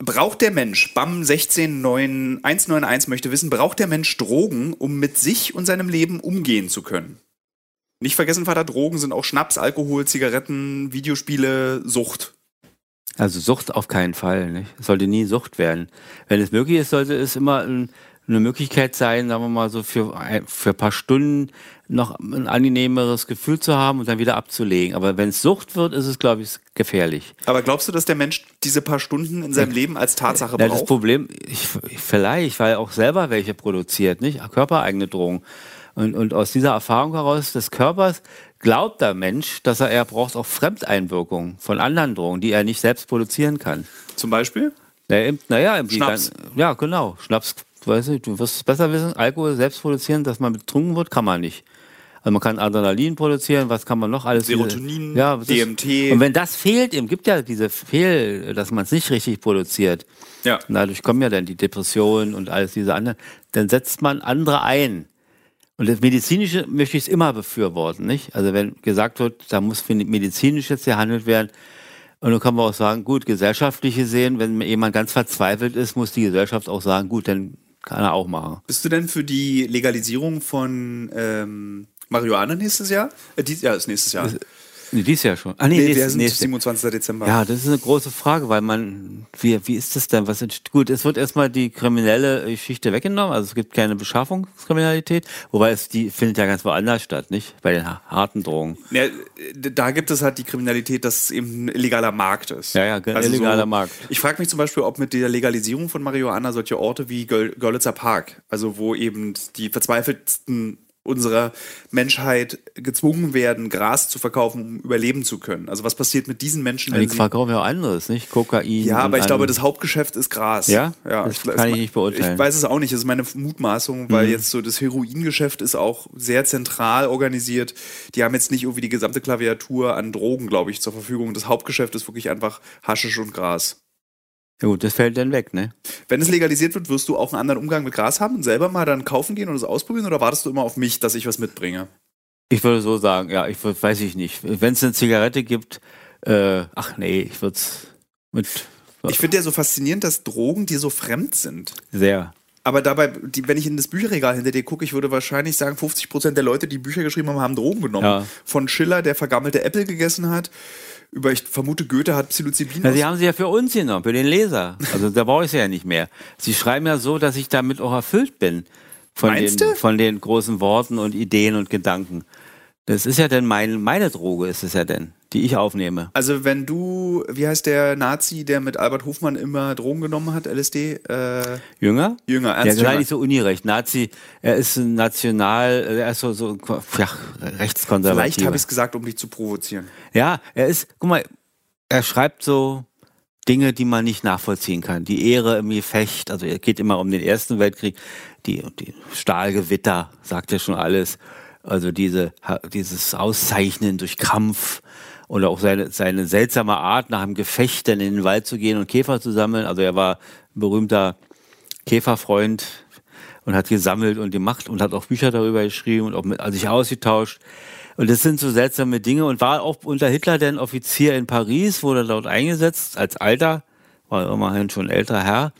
Braucht der Mensch, B A M eins sechs neun eins neun eins möchte wissen, braucht der Mensch Drogen, um mit sich und seinem Leben umgehen zu können? Nicht vergessen, Vater, Drogen sind auch Schnaps, Alkohol, Zigaretten, Videospiele, Sucht. Also Sucht auf keinen Fall. Nicht? Es sollte nie Sucht werden. Wenn es möglich ist, sollte es immer ein, eine Möglichkeit sein, sagen wir mal so für, ein, für ein paar Stunden noch ein angenehmeres Gefühl zu haben und dann wieder abzulegen. Aber wenn es Sucht wird, ist es, glaube ich, gefährlich. Aber glaubst du, dass der Mensch diese paar Stunden in seinem ja. Leben als Tatsache ja, braucht? Das Problem, ich, vielleicht, weil er auch selber welche produziert, nicht? Körpereigene Drogen. Und, und aus dieser Erfahrung heraus des Körpers glaubt der Mensch, dass er, er braucht auch Fremdeinwirkungen von anderen Drogen, die er nicht selbst produzieren kann. Zum Beispiel? Naja, naja Schnaps. Kann, ja, genau. Schnaps, weiß ich, du wirst es besser wissen. Alkohol selbst produzieren, dass man betrunken wird, kann man nicht. Also man kann Adrenalin produzieren, was kann man noch alles? Serotonin, diese, ja, D M T. Ist, und wenn das fehlt, eben gibt ja diese Fehl, dass man es nicht richtig produziert. Ja. Und dadurch kommen ja dann die Depressionen und alles diese anderen. Dann setzt man andere ein. Und das Medizinische möchte ich es immer befürworten, nicht? Also wenn gesagt wird, da muss medizinisch jetzt gehandelt werden, und dann kann man auch sagen, gut, gesellschaftlich gesehen, wenn jemand ganz verzweifelt ist, muss die Gesellschaft auch sagen, gut, dann kann er auch machen. Bist du denn für die Legalisierung von ähm, Marihuana nächstes Jahr? Äh, dies, ja, ist nächstes Jahr. Das, nee, dieses Jahr schon. Ah, nee, nee, nächstes, wir sind nächstes siebenundzwanzigsten Dezember. Ja, das ist eine große Frage, weil man, wie, wie ist das denn? Was ist, gut, es wird erstmal die kriminelle Geschichte weggenommen, also es gibt keine Beschaffungskriminalität, wobei es die findet ja ganz woanders statt, nicht? Bei den harten Drogen. Ja, da gibt es halt die Kriminalität, dass es eben ein illegaler Markt ist. Ja, ja, ein also illegaler so, Markt. Ich frage mich zum Beispiel, ob mit der Legalisierung von Marihuana solche Orte wie Göl- Görlitzer Park, also wo eben die verzweifeltsten unserer Menschheit gezwungen werden, Gras zu verkaufen, um überleben zu können. Also was passiert mit diesen Menschen, wenn wenn die verkaufen ja auch anderes, nicht? Kokain. Ja, aber ich glaube, anderes. Das Hauptgeschäft ist Gras. Ja? Ja, das ich, kann ich nicht beurteilen. Ich weiß es auch nicht, das ist meine Mutmaßung, weil mhm. jetzt so das Heroingeschäft ist auch sehr zentral organisiert. Die haben jetzt nicht irgendwie die gesamte Klaviatur an Drogen, glaube ich, zur Verfügung. Das Hauptgeschäft ist wirklich einfach Haschisch und Gras. Ja gut, das fällt dann weg, ne? Wenn es legalisiert wird, wirst du auch einen anderen Umgang mit Gras haben und selber mal dann kaufen gehen und es ausprobieren, oder wartest du immer auf mich, dass ich was mitbringe? Ich würde so sagen, ja, ich würd, weiß ich nicht. Wenn es eine Zigarette gibt, äh, ach nee, ich würde es mit... Ich finde ja so faszinierend, dass Drogen dir so fremd sind. Sehr. Aber dabei, die, wenn ich in das Bücherregal hinter dir gucke, ich würde wahrscheinlich sagen, fünfzig Prozent der Leute, die Bücher geschrieben haben, haben Drogen genommen. Ja. Von Schiller, der vergammelte Äpfel gegessen hat, über, ich vermute, Goethe hat Psilocybin. Na, sie haben sie ja für uns genommen, für den Leser. Also da brauche ich sie ja nicht mehr. Sie schreiben ja so, dass ich damit auch erfüllt bin. Von Meinst den, du? Von den großen Worten und Ideen und Gedanken. Das ist ja dann mein, meine Droge, ist es ja denn, die ich aufnehme. Also wenn du, wie heißt der Nazi, der mit Albert Hofmann immer Drogen genommen hat, L S D? Äh, Jünger? Jünger, Ernst Ernst Jünger. Jünger. Nicht so unirecht. Nazi, er ist ein national, er ist so, so ja, rechtskonservativ. Vielleicht habe ich es gesagt, um dich zu provozieren. Ja, er ist, guck mal, er schreibt so Dinge, die man nicht nachvollziehen kann. Die Ehre im Gefecht, also er geht immer um den Ersten Weltkrieg, die, die Stahlgewitter, sagt ja schon alles. Also diese, dieses Auszeichnen durch Kampf oder auch seine, seine seltsame Art, nach einem Gefecht dann in den Wald zu gehen und Käfer zu sammeln. Also er war ein berühmter Käferfreund und hat gesammelt und gemacht und hat auch Bücher darüber geschrieben und auch mit, also sich ausgetauscht. Und das sind so seltsame Dinge und war auch unter Hitler dann Offizier in Paris, wurde dort eingesetzt als Alter, war immerhin schon ein älterer Herr.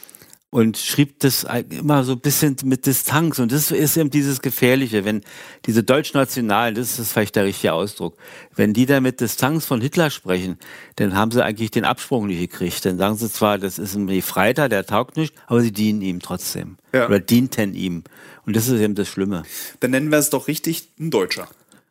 Und schrieb das immer so ein bisschen mit Distanz. Und das ist eben dieses Gefährliche, wenn diese Deutschnationalen, das ist vielleicht der richtige Ausdruck, wenn die dann mit Distanz von Hitler sprechen, dann haben sie eigentlich den Absprung nicht gekriegt. Dann sagen sie zwar, das ist ein Gefreiter, der taugt nicht, aber sie dienen ihm trotzdem. Ja. Oder dienten ihm. Und das ist eben das Schlimme. Dann nennen wir es doch richtig ein Deutscher.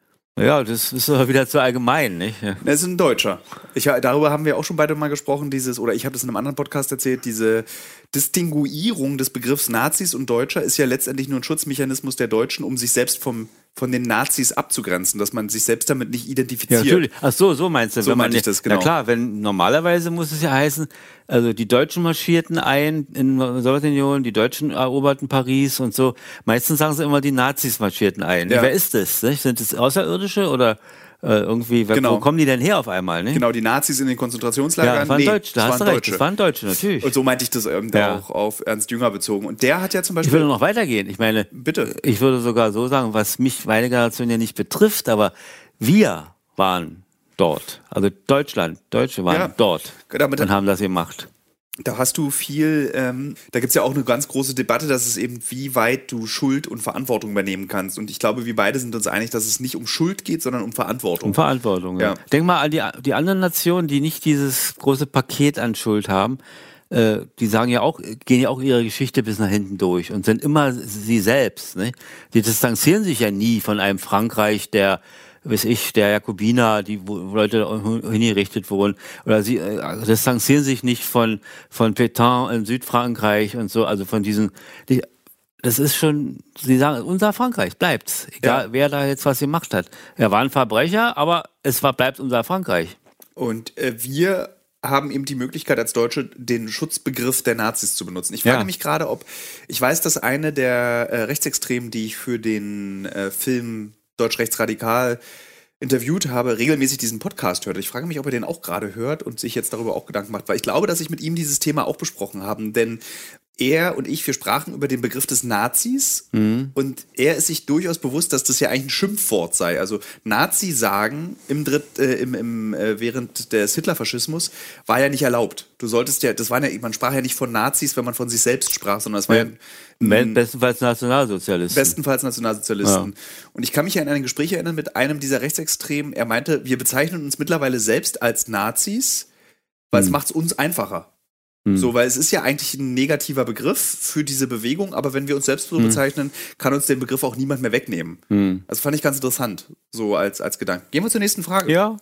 Ja, das ist aber wieder zu allgemein, nicht? Ja. Er ist ein Deutscher. Ich, darüber haben wir auch schon beide mal gesprochen, dieses, oder ich habe das in einem anderen Podcast erzählt, diese Distinguierung des Begriffs Nazis und Deutscher ist ja letztendlich nur ein Schutzmechanismus der Deutschen, um sich selbst vom, von den Nazis abzugrenzen, dass man sich selbst damit nicht identifiziert. Ja, natürlich. Ach so, so meinst du. So meinte ich das, genau. Na klar, wenn normalerweise muss es ja heißen, also die Deutschen marschierten ein in der Sowjetunion, die Deutschen eroberten Paris und so. Meistens sagen sie immer, die Nazis marschierten ein. Ja. Wer ist das? Nicht? Sind das Außerirdische oder äh, irgendwie, genau. Wo kommen die denn her auf einmal? Nicht? Genau, die Nazis in den Konzentrationslagern. Ja, das waren nee, Deutsche, da das hast du recht, das waren Deutsche, natürlich. Und so meinte ich das ähm, ja. auch auf Ernst Jünger bezogen. Und der hat ja zum Beispiel... Ich würde noch weitergehen. Ich meine, bitte. Ich würde sogar so sagen, was mich, meine Generation ja nicht betrifft, aber wir waren dort. Also Deutschland, Deutsche waren ja. dort Damit und haben das gemacht. Da hast du viel, ähm, da gibt es ja auch eine ganz große Debatte, dass es eben, wie weit du Schuld und Verantwortung übernehmen kannst. Und ich glaube, wir beide sind uns einig, dass es nicht um Schuld geht, sondern um Verantwortung. Um Verantwortung, ja. Ja. Denk mal an die, die anderen Nationen, die nicht dieses große Paket an Schuld haben. Äh, die sagen ja auch, gehen ja auch ihre Geschichte bis nach hinten durch und sind immer sie selbst. Ne? Die distanzieren sich ja nie von einem Frankreich, der weiß ich, der Jakobiner, die wo Leute hingerichtet wurden, oder sie äh, distanzieren sich nicht von von Pétain in Südfrankreich und so, also von diesen, die, das ist schon, sie sagen, unser Frankreich bleibt's, egal ja. wer da jetzt was gemacht hat. Er war ein Verbrecher, aber es war, bleibt unser Frankreich. Und äh, wir haben eben die Möglichkeit als Deutsche, den Schutzbegriff der Nazis zu benutzen. Ich frage ja. mich gerade, ob, ich weiß, dass eine der äh, Rechtsextremen, die ich für den äh, Film Deutsch rechtsradikal interviewt habe, regelmäßig diesen Podcast hört. Ich frage mich, ob er den auch gerade hört und sich jetzt darüber auch Gedanken macht, weil ich glaube, dass ich mit ihm dieses Thema auch besprochen habe, denn er und ich, wir sprachen über den Begriff des Nazis mhm. und er ist sich durchaus bewusst, dass das ja eigentlich ein Schimpfwort sei. Also Nazi sagen im Dritt, äh, im, im, äh, während des Hitlerfaschismus war ja nicht erlaubt. Du solltest ja, das waren ja, man sprach ja nicht von Nazis, wenn man von sich selbst sprach, sondern es war ja, ja bestenfalls Nationalsozialisten. Bestenfalls Nationalsozialisten. Ja. Und ich kann mich ja an ein Gespräch erinnern mit einem dieser Rechtsextremen. Er meinte, wir bezeichnen uns mittlerweile selbst als Nazis, weil mhm. es macht es uns einfacher. So, weil es ist ja eigentlich ein negativer Begriff für diese Bewegung, aber wenn wir uns selbst so hm. bezeichnen, kann uns den Begriff auch niemand mehr wegnehmen. Hm. Also fand ich ganz interessant, so als, als Gedanke. Gehen wir zur nächsten Frage. Ja.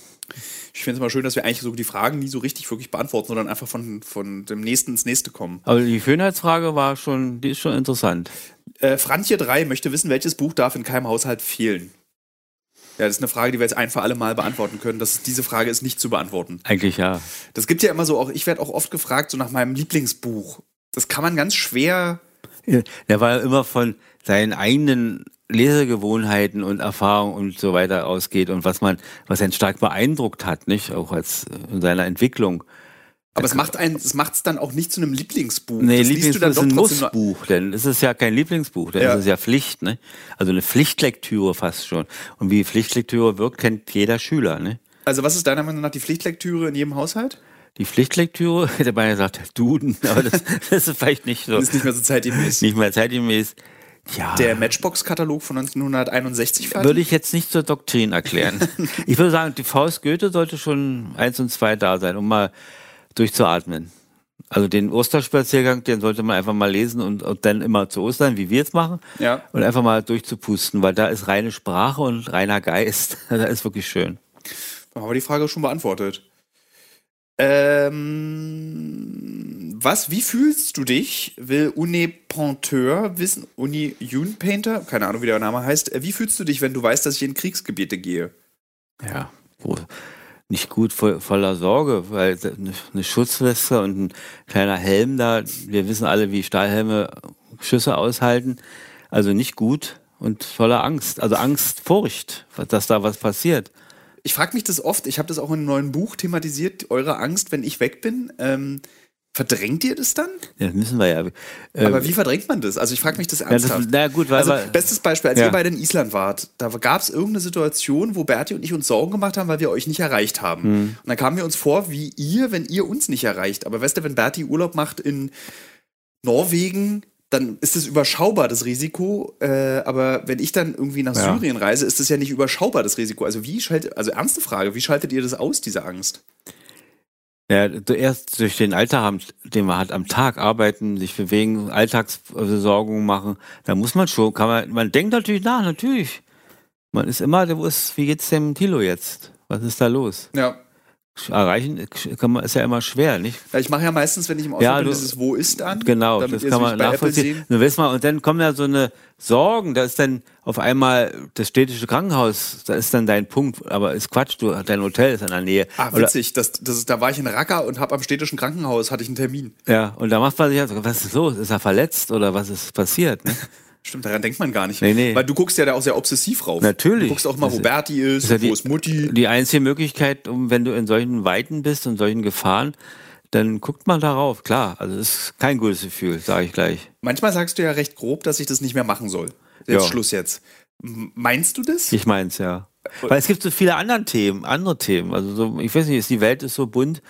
Ich finde es immer schön, dass wir eigentlich so die Fragen nie so richtig wirklich beantworten, sondern einfach von, von dem nächsten ins nächste kommen. Aber die Schönheitsfrage war schon, die ist schon interessant. Äh, Frantje drei möchte wissen, welches Buch darf in keinem Haushalt fehlen? Ja, das ist eine Frage, die wir jetzt ein für alle Mal beantworten können. Das, diese Frage ist nicht zu beantworten. Eigentlich ja. Das gibt ja immer so, auch ich werde auch oft gefragt, so nach meinem Lieblingsbuch. Das kann man ganz schwer... Ja, der war ja immer von seinen eigenen Lesegewohnheiten und Erfahrungen und so weiter ausgeht und was man, was einen stark beeindruckt hat, nicht? Auch als in seiner Entwicklung. Aber es macht einen, es macht es dann auch nicht zu einem Lieblingsbuch. Nee, das Lieblingsbuch ist ein Mussbuch, denn es ist ja kein Lieblingsbuch, denn ja. es ist ja Pflicht, ne? Also eine Pflichtlektüre fast schon. Und wie Pflichtlektüre wirkt, kennt jeder Schüler, ne? Also was ist deiner Meinung nach die Pflichtlektüre in jedem Haushalt? Die Pflichtlektüre, hätte man ja gesagt, der Duden, aber das, das ist vielleicht nicht so. Das ist nicht mehr so zeitgemäß. Nicht mehr zeitgemäß. Ja. Der Matchbox-Katalog von neunzehnhunderteinundsechzig fertig? Würde ich jetzt nicht zur Doktrin erklären. Ich würde sagen, die Faust Goethe sollte schon eins und zwei da sein, um mal durchzuatmen. Also den Osterspaziergang, den sollte man einfach mal lesen und, und dann immer zu Ostern, wie wir es machen, ja. und einfach mal durchzupusten, weil da ist reine Sprache und reiner Geist. Da ist wirklich schön. Dann haben wir die Frage schon beantwortet. Ähm, was, wie fühlst du dich, will Uni Ponteur wissen, Uni June Painter, keine Ahnung, wie der Name heißt, wie fühlst du dich, wenn du weißt, dass ich in Kriegsgebiete gehe? Ja, wo... nicht gut, voll, voller Sorge, weil eine Schutzweste und ein kleiner Helm da, wir wissen alle, wie Stahlhelme Schüsse aushalten, also nicht gut und voller Angst, also Angst, Furcht, dass da was passiert. Ich frage mich das oft, ich habe das auch in einem neuen Buch thematisiert, eure Angst, wenn ich weg bin, ähm, verdrängt ihr das dann? Ja, das müssen wir ja. Äh, Aber wie verdrängt man das? Also ich frage mich das ernsthaft. Na ja, gut, weil also wir, bestes Beispiel, als ja. ihr beide in Island wart, da gab es irgendeine Situation, wo Berti und ich uns Sorgen gemacht haben, weil wir euch nicht erreicht haben. Mhm. Und dann kamen wir uns vor, wie ihr, wenn ihr uns nicht erreicht. Aber weißt du, wenn Berti Urlaub macht in Norwegen, dann ist es überschaubar, das Risiko. Äh, aber wenn ich dann irgendwie nach ja. Syrien reise, ist es ja nicht überschaubar, das Risiko. Also wie schaltet, also ernste Frage, wie schaltet ihr das aus, diese Angst? Ja, erst durch den Alltag, den man hat, am Tag arbeiten, sich bewegen, Alltagsversorgung machen, da muss man schon, kann man, man denkt natürlich nach, natürlich. Man ist immer, wo ist, wie geht's dem Thilo jetzt? Was ist da los? Ja. Erreichen kann man, ist ja immer schwer, nicht? Ja, ich mache ja meistens, wenn ich im Ausland ja, bin, dieses Wo ist an. Genau, das kann man nachvollziehen. Du weißt mal, und dann kommen ja so eine Sorgen, da ist dann auf einmal das städtische Krankenhaus, da ist dann dein Punkt, aber ist Quatsch, du, dein Hotel ist in der Nähe. Ah, witzig, das, das ist, da war ich in Raqqa und habe am städtischen Krankenhaus, hatte ich einen Termin. Ja, und da macht man sich also, was ist los? Ist er verletzt oder was ist passiert? Ne? Stimmt, daran denkt man gar nicht. Nee, nee. Weil du guckst ja da auch sehr obsessiv rauf. Natürlich. Du guckst auch mal, wo Berti ist, ist ja wo die, ist Mutti. Die einzige Möglichkeit, um, wenn du in solchen Weiten bist und solchen Gefahren, dann guckt man darauf. Klar, also das ist kein gutes Gefühl, sage ich gleich. Manchmal sagst du ja recht grob, dass ich das nicht mehr machen soll. Jetzt ja. Schluss jetzt. Meinst du das? Ich mein's, ja. Weil es gibt so viele andere Themen, andere Themen. Also so, ich weiß nicht, die Welt ist so bunt.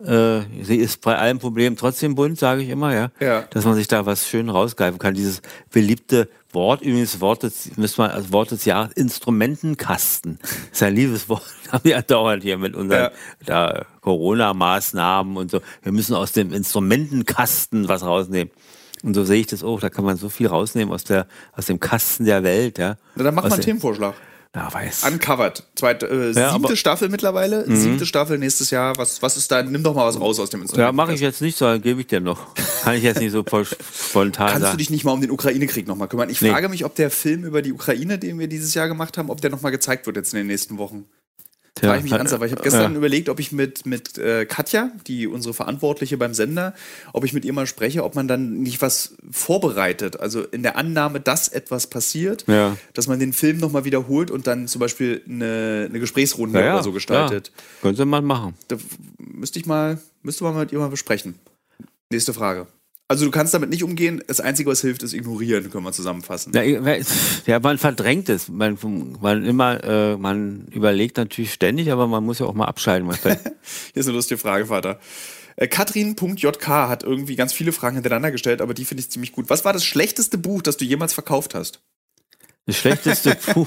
Äh, sie ist bei allen Problemen trotzdem bunt, sage ich immer, ja? Ja. Dass man sich da was schön rausgreifen kann. Dieses beliebte Wort, übrigens Wort des, müssen wir als Wort des Jahres, Instrumentenkasten. Das ist ein liebes Wort, haben wir andauernd hier mit unseren Ja. da Corona-Maßnahmen und so. Wir müssen aus dem Instrumentenkasten was rausnehmen. Und so sehe ich das auch. Da kann man so viel rausnehmen aus der, aus dem Kasten der Welt, ja. Na, dann mach Aus mal einen der- Themenvorschlag. Ja, weiß. Uncovered. Zweite, äh, Ja, siebte aber- Staffel mittlerweile. Siebte Staffel nächstes Jahr. Was, was ist da? Nimm doch mal was raus aus dem Instrument. Ja, mache ich jetzt nicht, sondern gebe ich dir noch. Kann ich jetzt nicht so voll spontan Kannst sagen. du dich nicht mal um den Ukraine-Krieg nochmal kümmern? Ich Nee. frage mich, ob der Film über die Ukraine, den wir dieses Jahr gemacht haben, ob der nochmal gezeigt wird jetzt in den nächsten Wochen. Tja, Frage ich mich hat- ernsthaft, weil ich habe gestern ja. überlegt, ob ich mit, mit äh, Katja, die unsere Verantwortliche beim Sender, ob ich mit ihr mal spreche, ob man dann nicht was vorbereitet. Also in der Annahme, dass etwas passiert, Ja. dass man den Film nochmal wiederholt und dann zum Beispiel eine, eine Gesprächsrunde Ja, ja, oder so gestaltet. Ja. Könnte man machen. Da müsste ich mal, müsste man mit ihr mal besprechen. Nächste Frage. Also du kannst damit nicht umgehen, das Einzige, was hilft, ist ignorieren, können wir zusammenfassen. Ja, ja, man verdrängt es. Man, man, immer, äh, man überlegt natürlich ständig, aber man muss ja auch mal abschalten. Hier ist eine lustige Frage, Vater. Äh, Katrin.jk hat irgendwie ganz viele Fragen hintereinander gestellt, aber die finde ich ziemlich gut. Was war das schlechteste Buch, das du jemals verkauft hast? Das schlechteste Buch.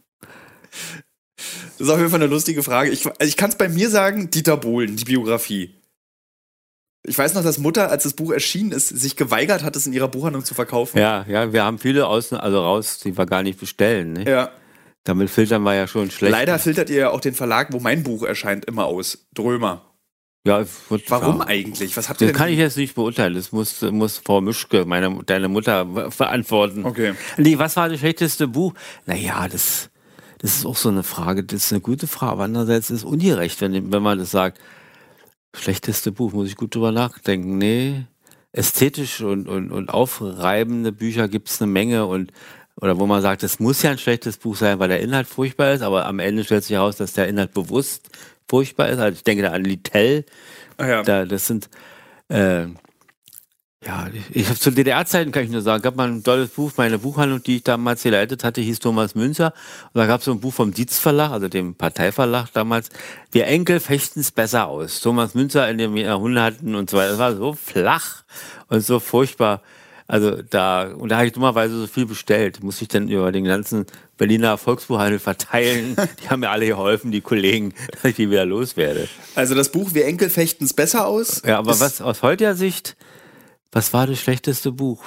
Das ist auf jeden Fall eine lustige Frage. Ich, also ich kann es bei mir sagen, Dieter Bohlen, die Biografie. Ich weiß noch, dass Mutter, als das Buch erschienen ist, sich geweigert hat, es in ihrer Buchhandlung zu verkaufen. Ja, ja, wir haben viele außen, also raus, die wir gar nicht bestellen. Ne? Ja. Damit filtern wir ja schon schlecht. Leider filtert ihr ja auch den Verlag, wo mein Buch erscheint, immer aus. Drömer. Ja, wird, Warum ja. eigentlich? Was habt ihr Das denn? kann ich jetzt nicht beurteilen. Das muss, muss Frau Mischke, meine, deine Mutter, verantworten. Okay. Nee, was war das schlechteste Buch? Naja, das, das ist auch so eine Frage. Das ist eine gute Frage. Aber andererseits ist es ungerecht, wenn, wenn man das sagt. Schlechteste Buch, muss ich gut drüber nachdenken. Nee, ästhetisch und, und, und aufreibende Bücher gibt es eine Menge. Und, oder wo man sagt, es muss ja ein schlechtes Buch sein, weil der Inhalt furchtbar ist. Aber am Ende stellt sich heraus, dass der Inhalt bewusst furchtbar ist. Also ich denke da an Littell. Ah, ja. Da, das sind, äh, ja, ich habe zu D D R-Zeiten, kann ich nur sagen, gab mal ein tolles Buch, meine Buchhandlung, die ich damals geleitet hatte, hieß Thomas Münzer. Und da gab es so ein Buch vom Dietz Verlag, also dem Parteiverlag damals. Wir Enkel fechten es besser aus. Thomas Münzer in den Jahrhunderten und so weiter. Das war so flach und so furchtbar. Also da, und da habe ich dummerweise so viel bestellt. Muss ich dann über den ganzen Berliner Volksbuchhandel verteilen. Die haben mir alle geholfen, die Kollegen, dass ich die wieder loswerde. Also das Buch Wir Enkel fechten es besser aus. Ja, aber ist, was aus heutiger Sicht, was war das schlechteste Buch?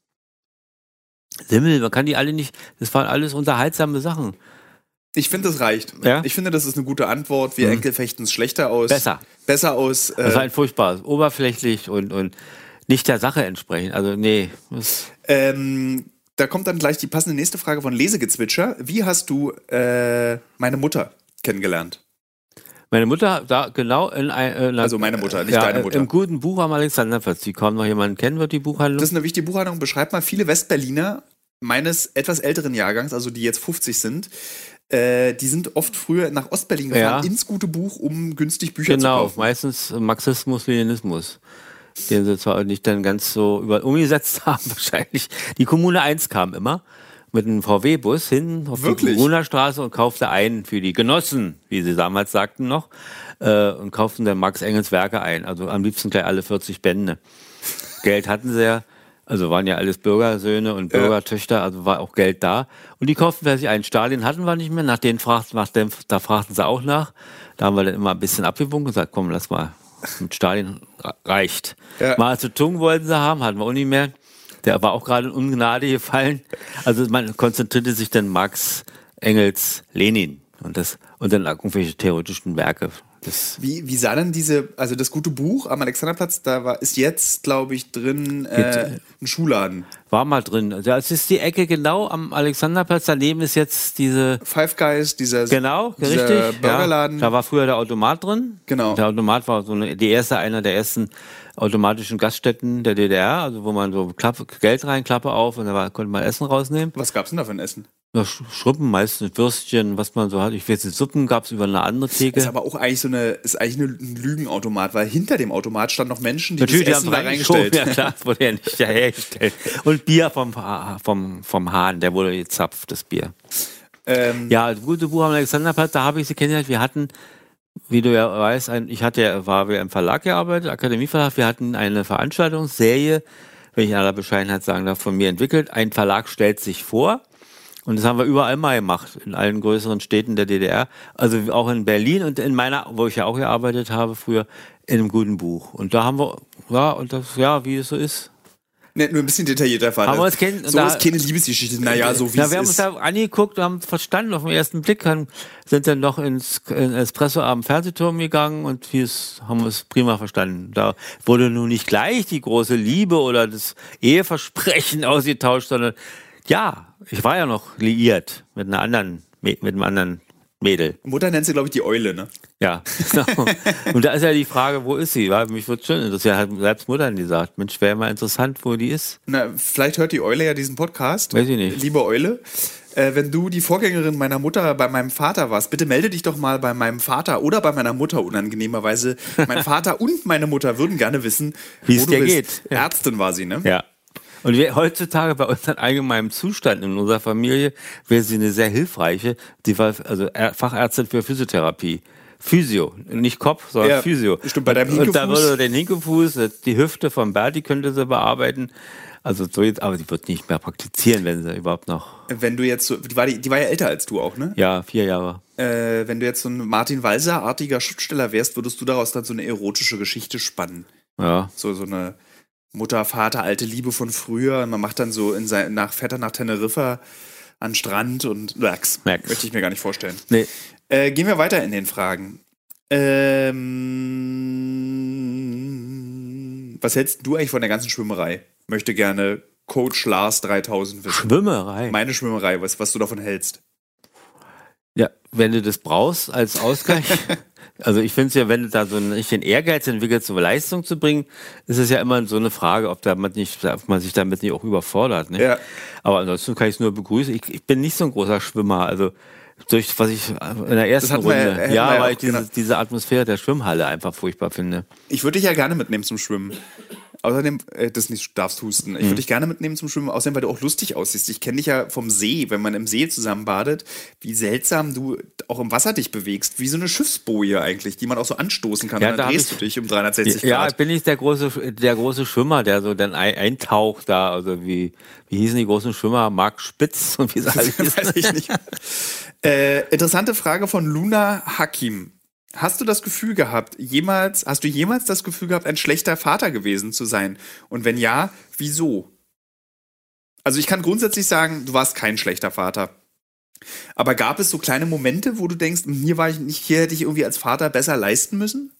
Simmel, man kann die alle nicht, das waren alles unterhaltsame Sachen. Ich finde, das reicht. Ja? Ich finde, das ist eine gute Antwort. Wir Mhm. Enkel fechten es schlechter aus. Besser. Besser aus. Das war Äh, ein furchtbares, oberflächlich und, und nicht der Sache entsprechend. Also nee. das- ähm, da kommt dann gleich die passende nächste Frage von Lesegezwitscher. Wie hast du äh, meine Mutter kennengelernt? Meine Mutter, da genau in ein, Also meine Mutter, nicht ja, deine Mutter. im guten Buch am Alexanderplatz. Die kaum noch jemanden kennen wird, die Buchhandlung. Das ist eine wichtige Buchhandlung. Beschreib mal viele Westberliner meines etwas älteren Jahrgangs, also die jetzt fünfzig sind, äh, die sind oft früher nach Ostberlin gefahren, Ja. ins gute Buch, um günstig Bücher zu Genau, kaufen. meistens Marxismus, Leninismus. Den sie zwar nicht dann ganz so über umgesetzt haben, wahrscheinlich. Die Kommune eins kam immer mit einem V W-Bus hin auf Wirklich? die Grunerstraße und kaufte ein für die Genossen, wie sie damals sagten noch, äh, und kauften dann Max Engels Werke ein. Also am liebsten gleich alle vierzig Bände. Geld hatten sie ja, also waren ja alles Bürgersöhne und Bürgertöchter, also war auch Geld da. Und die kauften für sich ein. Stalin hatten wir nicht mehr, nach denen fragten, nach dem, da fragten sie auch nach. Da haben wir dann immer ein bisschen abgewunken und gesagt, komm, lass mal, mit Stalin reicht. Ja. Mao Zedong wollten sie haben, hatten wir auch nicht mehr. Der war auch gerade in Ungnade gefallen. Also man konzentrierte sich dann Marx, Engels, Lenin und das und dann irgendwelche theoretischen Werke. Das Wie, wie sah denn diese, also das gute Buch am Alexanderplatz, da war, ist jetzt, glaube ich, drin äh, ein Schuhladen. war mal drin. Also das ist die Ecke genau am Alexanderplatz. Daneben ist jetzt diese Five Guys, dieser, genau dieser richtig. Burgerladen. Ja, da war früher der Automat drin. Genau. Der Automat war so eine, die erste, einer der ersten automatischen Gaststätten der D D R, also wo man so Klappe, Geld rein, Klappe auf und da war, konnte man Essen rausnehmen. Was gab's denn da für ein Essen? Ja, Sch- Schruppen, meistens Würstchen, was man so hat. Ich weiß nicht, Suppen gab's über eine andere Theke. Ist aber auch eigentlich so eine, ist eigentlich eine, ein Lügenautomat, weil hinter dem Automat standen noch Menschen, die Natürlich, die das haben Essen da reingeschoben. reingestellt. Ja klar, das wurde ja nicht hergestellt. Und Bier vom, Ha- vom, vom Hahn, der wurde gezapft, das Bier. Ähm, Ja, das gute Buch am Alexanderplatz, da habe ich sie kennengelernt. Wir hatten wie du ja weißt, ein, ich hatte ja, war wir im Verlag gearbeitet, Akademieverlag. Wir hatten eine Veranstaltungsserie, wenn ich in aller Bescheidenheit sagen darf, von mir entwickelt. Ein Verlag stellt sich vor. Und das haben wir überall mal gemacht, in allen größeren Städten der D D R. Also auch in Berlin und in meiner, wo ich ja auch gearbeitet habe früher, in einem guten Buch. Und da haben wir, ja, und das, ja, wie es so ist. Ne, nur ein bisschen detaillierter erfahren. Haben wir uns kenn- so da- ist keine Liebesgeschichte. Naja, so wie Ja, es wir haben ist. uns da angeguckt, haben verstanden auf den ersten Blick, haben, sind dann noch ins, in Espresso am Fernsehturm gegangen und wir es- haben es prima verstanden. Da wurde nun nicht gleich die große Liebe oder das Eheversprechen ausgetauscht, sondern ja, ich war ja noch liiert mit einer anderen, mit einem anderen Mädel. Mutter nennt sie, glaube ich, die Eule, ne? Ja, genau. Und da ist ja die Frage, wo ist sie? Weil mich würde schon interessieren, hat selbst Mutter die sagt, Mensch, wäre mal interessant, wo die ist. Na, vielleicht hört die Eule ja diesen Podcast. Weiß ich nicht. Liebe Eule, äh, wenn du die Vorgängerin meiner Mutter bei meinem Vater warst, bitte melde dich doch mal bei meinem Vater oder bei meiner Mutter unangenehmerweise. Mein Vater und meine Mutter würden gerne wissen, Wie wo es du dir bist. geht. Ja. Ärztin war sie, ne? Ja. Und wir, heutzutage bei unseren allgemeinen Zustand in unserer Familie wäre sie eine sehr hilfreiche. Sie war also Ä- Fachärztin für Physiotherapie. Physio, nicht Kopf, sondern Ja, Physio. stimmt, bei deinem Und da Hinkefuß. würde den Hinkefuß, die Hüfte von Berti könnte sie bearbeiten. Also so jetzt, aber sie wird nicht mehr praktizieren, wenn sie überhaupt noch. Wenn du jetzt so, die war, die, die war ja älter als du auch, ne? Ja, vier Jahre. Äh, wenn du jetzt so ein Martin Walser-artiger Schriftsteller wärst, würdest du daraus dann so eine erotische Geschichte spannen. Ja. So, so eine Mutter, Vater, alte Liebe von früher. Und man macht dann so in sein, nach, fährt dann nach Teneriffa an den Strand und Max. Max. Möchte ich mir gar nicht vorstellen. Nee. Äh, gehen wir weiter in den Fragen. Ähm, was hältst du eigentlich von der ganzen Schwimmerei? Möchte gerne Coach Lars dreitausend wissen. Schwimmerei. Meine Schwimmerei, was, was du davon hältst. Ja, wenn du das brauchst als Ausgleich. Also ich finde es ja, wenn du da so einen richtigen Ehrgeiz entwickelst, um Leistung zu bringen, ist es ja immer so eine Frage, ob, da man, nicht, ob man sich damit nicht auch überfordert. Ne? Ja. Aber ansonsten kann ich es nur begrüßen. Ich, ich bin nicht so ein großer Schwimmer. Also durch was ich in der ersten hatten wir- Runde, hätten ja, wir ja weil auch, ich diese, genau. diese Atmosphäre der Schwimmhalle einfach furchtbar finde. Ich würde dich ja gerne mitnehmen zum Schwimmen. Außerdem, äh, das nicht, du darfst husten. Ich würde dich gerne mitnehmen zum Schwimmen, außerdem, weil du auch lustig aussiehst. Ich kenne dich ja vom See, wenn man im See zusammen badet, wie seltsam du auch im Wasser dich bewegst. Wie so eine Schiffsboje eigentlich, die man auch so anstoßen kann. Ja, und da dann hab drehst ich- du dich um dreihundertsechzig Ja, Grad. bin ich der große, der große Schwimmer, der so dann ein, eintaucht da, also wie, wie hießen die großen Schwimmer? Marc Spitz und wie sie alle hießen. Weiß ich nicht. äh, interessante Frage von Luna Hakim. Hast du das Gefühl gehabt, jemals, hast du jemals das Gefühl gehabt, ein schlechter Vater gewesen zu sein? Und wenn ja, wieso? Also ich kann grundsätzlich sagen, du warst kein schlechter Vater. Aber gab es so kleine Momente, wo du denkst, hm, hier war ich nicht, hier hätte ich irgendwie als Vater besser leisten müssen?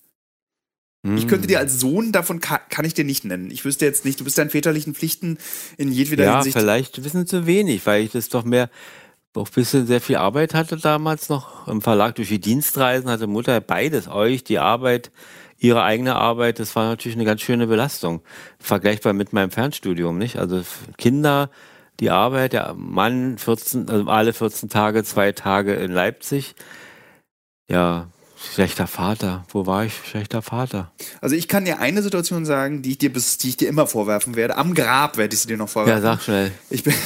Ich könnte dir als Sohn, davon kann, kann ich dir nicht nennen. Ich wüsste jetzt nicht, du bist deinen väterlichen Pflichten in jedweder Ja, Hinsicht. vielleicht wissen zu wenig, weil ich das doch mehr, auch ein bisschen sehr viel Arbeit hatte damals noch im Verlag. Durch die Dienstreisen hatte Mutter beides, euch, die Arbeit, ihre eigene Arbeit. Das war natürlich eine ganz schöne Belastung. Vergleichbar mit meinem Fernstudium, nicht? Also Kinder, die Arbeit, der Mann vierzehn, also alle vierzehn Tage, zwei Tage in Leipzig. Ja, schlechter Vater. Wo war ich? Schlechter Vater. Also ich kann dir eine Situation sagen, die ich dir bis, die ich dir immer vorwerfen werde. Am Grab werde ich sie dir noch Ja, vorwerfen. sag schnell. Ich bin,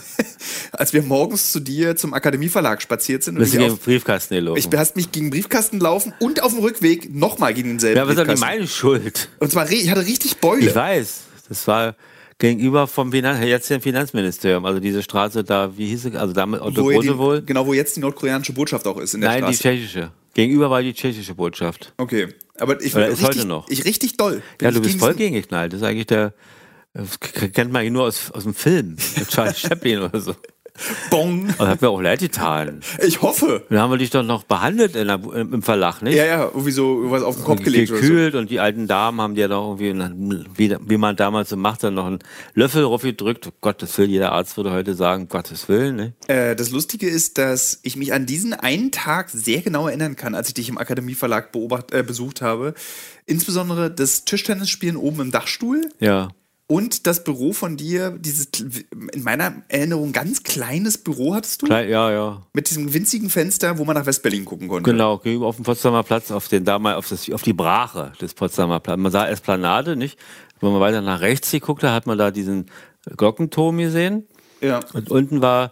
als wir morgens zu dir zum Akademieverlag spaziert sind und Bist du ich, gegen den auf, Briefkasten gelaufen? ich hast mich gegen den Briefkasten laufen und auf dem Rückweg nochmal gegen denselben Ja, aber das ist doch nicht Briefkasten. meine Schuld. Und zwar, re- ich hatte richtig Ich Beule. weiß. Das war gegenüber vom Finan jetzt dem Finanzministerium. Also diese Straße da, wie hieß sie? Also damit Otto Wo ihr die, Grote wohl. genau, wo jetzt die nordkoreanische Botschaft auch ist in der Nein, die Straße. tschechische. Gegenüber war die tschechische Botschaft. Okay, aber ich Oder war ist richtig, heute noch. Ich richtig doll. Ja, ich du bist gegen voll diesen- gegengeknallt. Das ist eigentlich der, das k- kennt man ihn nur aus, aus dem Film. Mit Charles Chaplin oder so. Bong. Aber hat mir auch leid getan. Ich hoffe. Dann haben wir dich doch noch behandelt in der, im Verlag, nicht? Ja, ja, irgendwie so irgendwas auf den Kopf gelegt oder so. Gekühlt und die alten Damen haben dir doch irgendwie, wie, wie man damals so macht, dann noch einen Löffel raufgedrückt. Oh Gottes Willen, jeder Arzt würde heute sagen, Gottes Willen, ne? Äh, das Lustige ist, dass ich mich an diesen einen Tag sehr genau erinnern kann, als ich dich im Akademieverlag beobacht, äh, besucht habe. Insbesondere das Tischtennisspielen oben im Dachstuhl Ja. und das Büro von dir, dieses in meiner Erinnerung ganz kleines Büro hattest du, Klein, ja, ja. mit diesem winzigen Fenster, wo man nach Westberlin gucken konnte. Genau, gegenüber auf dem Potsdamer Platz, auf den damals, auf, das, auf die Brache des Potsdamer Platz. Man sah Esplanade, nicht? Wenn man weiter nach rechts geguckt hat, hat man da diesen Glockenturm gesehen. Ja. Und unten war,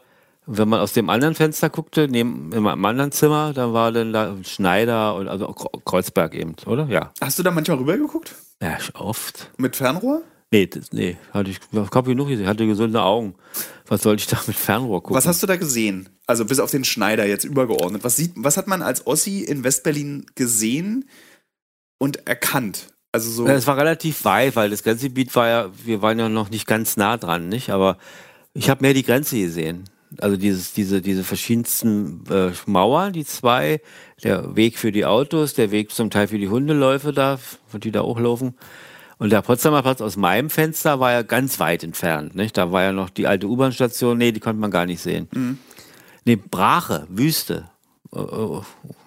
wenn man aus dem anderen Fenster guckte, neben im anderen Zimmer, dann war dann da Schneider und also Kreuzberg eben, oder? Ja. Hast du da manchmal rübergeguckt? Ja, oft. Mit Fernrohr? Nee, das, nee, hatte ich, ich hab genug gesehen, hatte gesunde Augen. Was sollte ich da mit Fernrohr gucken? Was hast du da gesehen? Also bis auf den Schneider jetzt übergeordnet. Was sieht, was hat man als Ossi in Westberlin gesehen und erkannt? Also so. Ja, es war relativ weit, weil das ganze Gebiet war ja, wir waren ja noch nicht ganz nah dran, nicht? Aber ich habe mehr die Grenze gesehen. Also dieses, diese, diese verschiedensten äh, Mauern, die zwei, der Weg für die Autos, der Weg zum Teil für die Hundeläufe da, die da hochlaufen. Und der Potsdamer Platz aus meinem Fenster war ja ganz weit entfernt, nicht? Da war ja noch die alte U-Bahn-Station, nee, die konnte man gar nicht sehen. Mhm. Nee, Brache, Wüste. Oh, oh.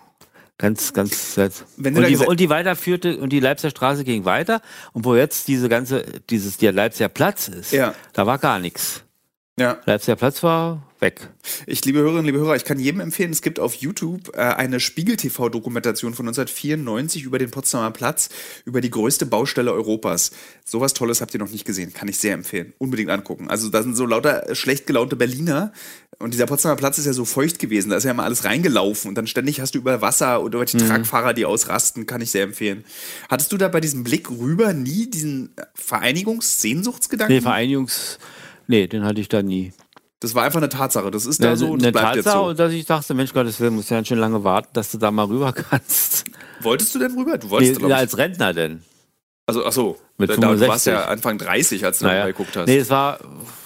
Ganz, ganz seltsam. Und die, und die weiterführte, und die Leipziger Straße ging weiter. Und wo jetzt diese ganze, dieses, der Leipziger Platz ist, ja. Da war gar nichts. Ja. Leipziger Platz war weg. Ich, liebe Hörerinnen, liebe Hörer, ich kann jedem empfehlen, es gibt auf YouTube äh, eine Spiegel-T V-Dokumentation von neunzehnhundertvierundneunzig über den Potsdamer Platz, über die größte Baustelle Europas. Sowas Tolles habt ihr noch nicht gesehen, kann ich sehr empfehlen. Unbedingt angucken. Also da sind so lauter schlecht gelaunte Berliner und dieser Potsdamer Platz ist ja so feucht gewesen, da ist ja immer alles reingelaufen und dann ständig hast du über Wasser oder über die mhm. Truckfahrer, die ausrasten, kann ich sehr empfehlen. Hattest du da bei diesem Blick rüber nie diesen Vereinigungs-Sehnsuchtsgedanken? Nee, Vereinigungs... Nee, den hatte ich da nie. Das war einfach eine Tatsache. Das ist da ja, so und das eine bleibt Tatsache, jetzt so. Und dass ich dachte, Mensch Gottes Willen, musst ja ganz schön lange warten, dass du da mal rüber kannst. Wolltest du denn rüber? Du wolltest, nee, ja, als Rentner denn. Also, ach so. Mit da, fünfundsechzig. Du warst ja Anfang dreißig, als du naja. da geguckt hast. Nee, es war...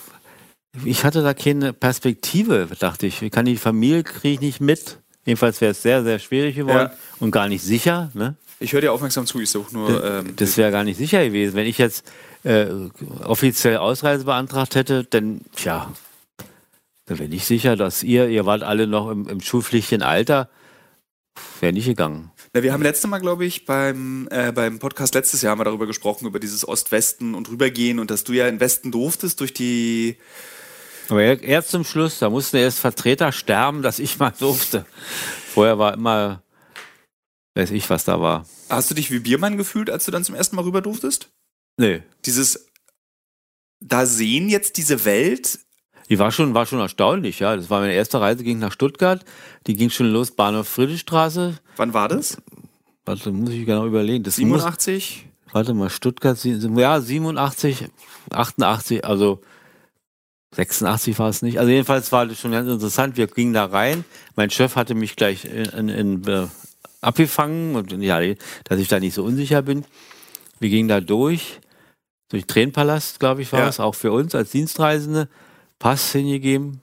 Ich hatte da keine Perspektive, dachte ich. Ich kann die Familie, kriege ich nicht mit. Jedenfalls wäre es sehr, sehr schwierig geworden. Ja. Und gar nicht sicher, ne? Ich höre dir aufmerksam zu, ich suche nur... Ähm, das wäre gar nicht sicher gewesen. Wenn ich jetzt äh, offiziell Ausreise beantragt hätte, dann, tja, dann wäre nicht sicher, dass ihr, ihr wart alle noch im, im schulpflichtigen Alter, wäre nicht gegangen. Na, wir haben letztes Mal, glaube ich, beim, äh, beim Podcast letztes Jahr haben wir darüber gesprochen, über dieses Ost-Westen und rübergehen und dass du ja in Westen durftest durch die... Aber erst zum Schluss, da mussten erst Vertreter sterben, dass ich mal durfte. Vorher war immer... Weiß ich, was da war. Hast du dich wie Biermann gefühlt, als du dann zum ersten Mal rüber durftest? Nee. Dieses, da sehen jetzt diese Welt. Die war schon, war schon erstaunlich, ja. Das war meine erste Reise, ging nach Stuttgart. Die ging schon los, Bahnhof Friedrichstraße. Wann war das? Warte, muss ich genau überlegen. Das siebenundachtzig? Muss, warte mal, Stuttgart, ja, siebenundachtzig, achtundachtzig, also sechsundachtzig war es nicht. Also jedenfalls war das schon ganz interessant. Wir gingen da rein. Mein Chef hatte mich gleich in, in, in abgefangen und ja, dass ich da nicht so unsicher bin. Wir gingen da durch, durch den Tränenpalast, glaube ich, war ja. es, auch für uns als Dienstreisende. Pass hingegeben,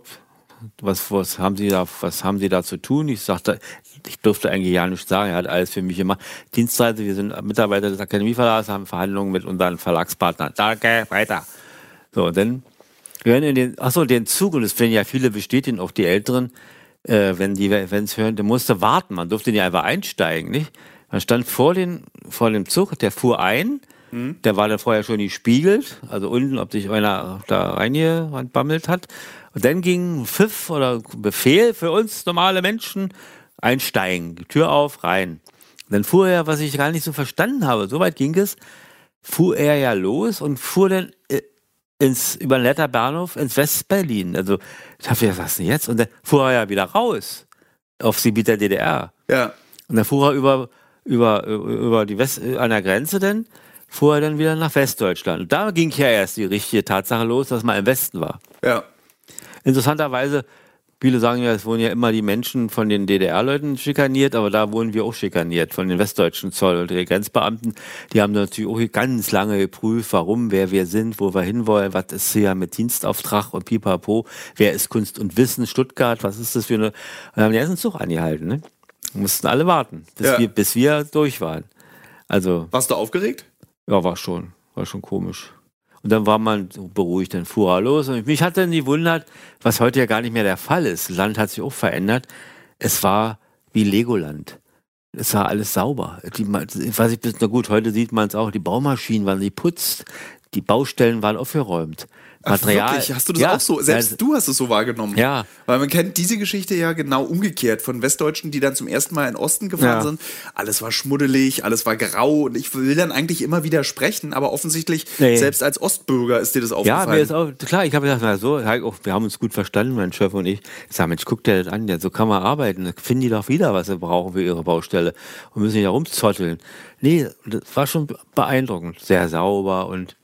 was, was, haben Sie da, was haben Sie da zu tun? Ich sagte, ich durfte eigentlich ja nichts sagen, er hat alles für mich gemacht. Dienstreise, wir sind Mitarbeiter des Akademieverlags, haben Verhandlungen mit unseren Verlagspartnern. Danke, weiter. So, und dann gehören in den, achso, den Zug, und das werden ja viele bestätigen, auch die Älteren, Äh, wenn die, wenn es hören, der musste warten, man durfte nicht einfach einsteigen, nicht? Man stand vor, den, vor dem Zug, der fuhr ein, mhm. der war dann vorher schon gespiegelt, also unten, ob sich einer da reingebammelt hat. Und dann ging ein Pfiff oder Befehl für uns normale Menschen, einsteigen, Tür auf, rein. Und dann fuhr er, was ich gar nicht so verstanden habe, so weit ging es, fuhr er ja los und fuhr dann äh, ins, über den Letter Bahnhof ins West-Berlin. Also, ich dachte, was ist denn jetzt? Und dann fuhr er ja wieder raus aufs Gebiet der D D R. Ja. Und dann fuhr er über, über, über die West, an der Grenze dann, fuhr er dann wieder nach Westdeutschland. Und da ging ja erst die richtige Tatsache los, dass man im Westen war. Ja. Interessanterweise, viele sagen ja, es wurden ja immer die Menschen von den D D R-Leuten schikaniert, aber da wurden wir auch schikaniert von den westdeutschen Zoll- und die Grenzbeamten. Die haben natürlich auch ganz lange geprüft, warum, wer wir sind, wo wir hinwollen, was ist hier mit Dienstauftrag und pipapo, wer ist Kunst und Wissen, Stuttgart, was ist das für eine... Und dann haben die ersten Zug angehalten, ne? Mussten alle warten, bis, ja. wir, bis wir durch waren. Also... Warst du aufgeregt? Ja, war schon. War schon komisch. Und dann war man so beruhigt, dann fuhr er los. Und mich hat dann gewundert, was heute ja gar nicht mehr der Fall ist. Das Land hat sich auch verändert. Es war wie Legoland. Es war alles sauber. Die, weiß ich, na gut, heute sieht man es auch, die Baumaschinen waren geputzt, die Baustellen waren aufgeräumt. Material. Ach, wirklich? Hast du das ja, auch so? Selbst ja, du hast es so wahrgenommen. Ja. Weil man kennt diese Geschichte ja genau umgekehrt von Westdeutschen, die dann zum ersten Mal in den Osten gefahren Ja. sind. Alles war schmuddelig, alles war grau und ich will dann eigentlich immer widersprechen, aber offensichtlich, Nee. selbst als Ostbürger ist dir das Ja, aufgefallen. mir ist auch, klar, ich habe gesagt, na so, halt auch, wir haben uns gut verstanden, mein Chef und ich. Ich sage, Mensch, guck dir das an, ja, so kann man arbeiten. Da finden die doch wieder, was sie brauchen für ihre Baustelle und müssen nicht da rumzotteln. Nee, das war schon beeindruckend. Sehr sauber und,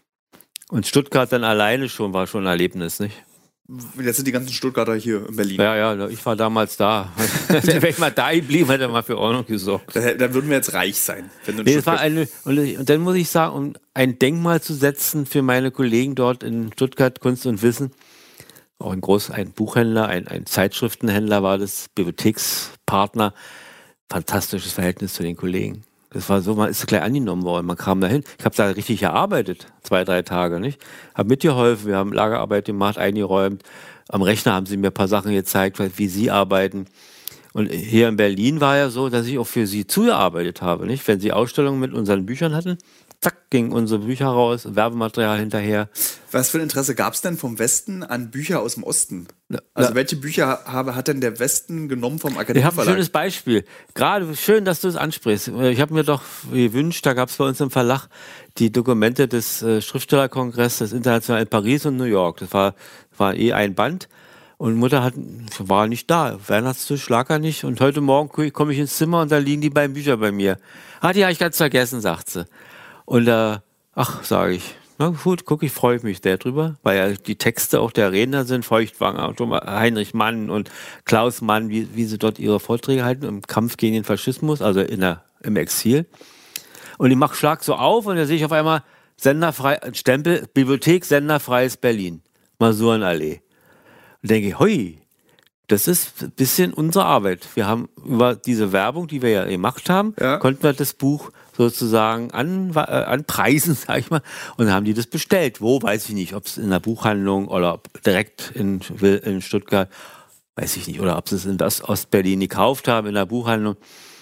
und Stuttgart dann alleine schon, war schon ein Erlebnis, nicht? Jetzt sind die ganzen Stuttgarter hier in Berlin. Ja, ja, ich war damals da. Wäre ich mal da geblieben, hätte er mal für Ordnung gesorgt. Da, da würden wir jetzt reich sein. Wenn du in Nee, das war Stuttgart- eine, und, und dann muss ich sagen, um ein Denkmal zu setzen für meine Kollegen dort in Stuttgart, Kunst und Wissen, auch ein groß, ein Buchhändler, ein, ein Zeitschriftenhändler war das, Bibliothekspartner, fantastisches Verhältnis zu den Kollegen. Das war so, man ist gleich angenommen worden, man kam dahin. Ich habe da richtig gearbeitet, zwei, drei Tage, nicht? Habe mitgeholfen, wir haben Lagerarbeit gemacht, eingeräumt. Am Rechner haben sie mir ein paar Sachen gezeigt, wie sie arbeiten. Und hier in Berlin war ja so, dass ich auch für sie zugearbeitet habe, nicht? Wenn sie Ausstellungen mit unseren Büchern hatten, zack, gingen unsere Bücher raus, Werbematerial hinterher. Was für ein Interesse gab es denn vom Westen an Bücher aus dem Osten? Na, Also na, welche Bücher habe, hat denn der Westen genommen vom Ich habe ein Akademieverlag? schönes Beispiel. Gerade schön, dass du es ansprichst. Ich habe mir doch gewünscht, da gab es bei uns im Verlag die Dokumente des äh, Schriftstellerkongresses des Internationalen in Paris und New York. Das war, war eh ein Band. Und Mutter hat, war nicht da. Weihnachtstisch lag er nicht. Und heute Morgen komme ich ins Zimmer und da liegen die beiden Bücher bei mir. Ah, die habe ich ganz vergessen, sagt sie. Und äh, ach, sage ich, na gut, guck, ich freue mich sehr drüber, weil ja die Texte auch der Redner sind, Feuchtwanger, Thomas- Heinrich Mann und Klaus Mann, wie, wie sie dort ihre Vorträge halten im Kampf gegen den Faschismus, also in der, im Exil. Und ich mache Schlag so auf und da sehe ich auf einmal senderfrei, Stempel, Bibliothek Senderfreies Berlin, Masurenallee. Und denke ich, hui, das ist ein bisschen unsere Arbeit. Wir haben über diese Werbung, die wir ja gemacht haben, Ja. konnten wir das Buch sozusagen an, äh, anpreisen, sag ich mal, und dann haben die das bestellt. Wo, weiß ich nicht, ob es in der Buchhandlung oder ob direkt in, in Stuttgart, weiß ich nicht, oder ob sie es in das Ostberlin gekauft haben, in der Buchhandlung.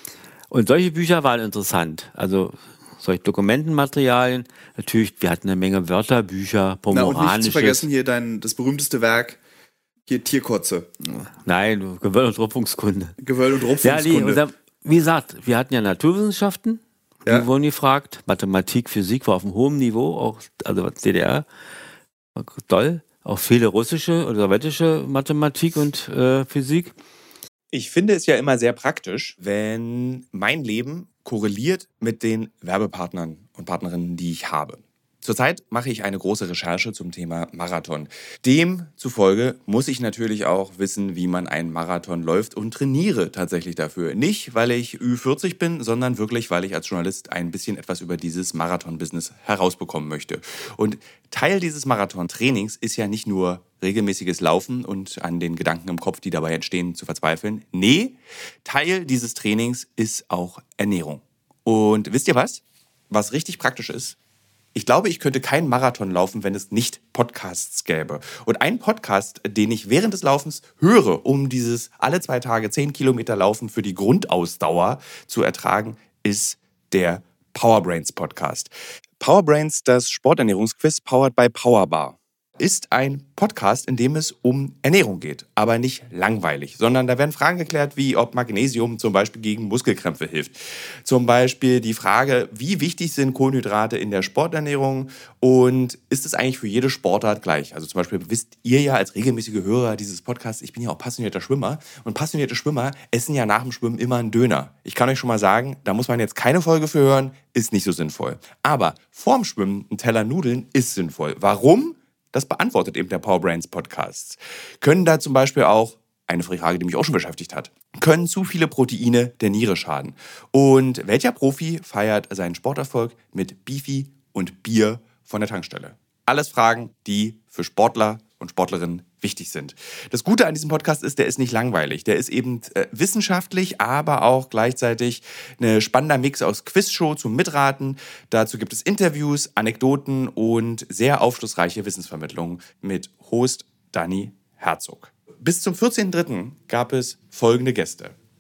Und solche Bücher waren interessant. Also solche Dokumentenmaterialien. Natürlich, wir hatten eine Menge Wörterbücher, Na, und nicht zu pomoranisches. vergessen hier dein, das berühmteste Werk, hier Tierkotze. Nein, Gewöll- und Rupfungskunde. Gewöll- und Ja, die, Rupfungskunde. unser, wie gesagt, wir hatten ja Naturwissenschaften, die Ja. wurden gefragt. Mathematik, Physik war auf einem hohen Niveau, auch, also D D R, war toll. Auch viele russische oder sowjetische Mathematik und äh, Physik. Ich finde es ja immer sehr praktisch, wenn mein Leben korreliert mit den Werbepartnern und Partnerinnen, die ich habe. Zurzeit mache ich eine große Recherche zum Thema Marathon. Demzufolge muss ich natürlich auch wissen, wie man einen Marathon läuft und trainiere tatsächlich dafür. Nicht, weil ich Ü vierzig bin, sondern wirklich, weil ich als Journalist ein bisschen etwas über dieses Marathon-Business herausbekommen möchte. Und Teil dieses Marathon-Trainings ist ja nicht nur regelmäßiges Laufen und an den Gedanken im Kopf, die dabei entstehen, zu verzweifeln. Nee, Teil dieses Trainings ist auch Ernährung. Und wisst ihr was? Was richtig praktisch ist? Ich glaube, ich könnte keinen Marathon laufen, wenn es nicht Podcasts gäbe. Und ein Podcast, den ich während des Laufens höre, um dieses alle zwei Tage zehn Kilometer Laufen für die Grundausdauer zu ertragen, ist der Powerbrains Podcast. Powerbrains, das Sporternährungsquiz powered by Powerbar, ist ein Podcast, in dem es um Ernährung geht, aber nicht langweilig, sondern da werden Fragen geklärt, wie ob Magnesium zum Beispiel gegen Muskelkrämpfe hilft. Zum Beispiel die Frage, wie wichtig sind Kohlenhydrate in der Sporternährung und ist es eigentlich für jede Sportart gleich? Also zum Beispiel wisst ihr ja als regelmäßige Hörer dieses Podcasts, ich bin ja auch passionierter Schwimmer und passionierte Schwimmer essen ja nach dem Schwimmen immer einen Döner. Ich kann euch schon mal sagen, da muss man jetzt keine Folge für hören, ist nicht so sinnvoll. Aber vorm Schwimmen ein Teller Nudeln ist sinnvoll. Warum? Das beantwortet eben der Powerbrains Podcast. Können da zum Beispiel auch, eine Frage, die mich auch schon beschäftigt hat, können zu viele Proteine der Niere schaden? Und welcher Profi feiert seinen Sporterfolg mit Beefy und Bier von der Tankstelle? Alles Fragen, die für Sportler und Sportlerinnen wichtig sind. Das Gute an diesem Podcast ist, der ist nicht langweilig. Der ist eben äh, wissenschaftlich, aber auch gleichzeitig ein spannender Mix aus Quizshow zum Mitraten. Dazu gibt es Interviews, Anekdoten und sehr aufschlussreiche Wissensvermittlung mit Host Dani Herzog. Bis zum vierzehnten dritten gab es folgende Gäste.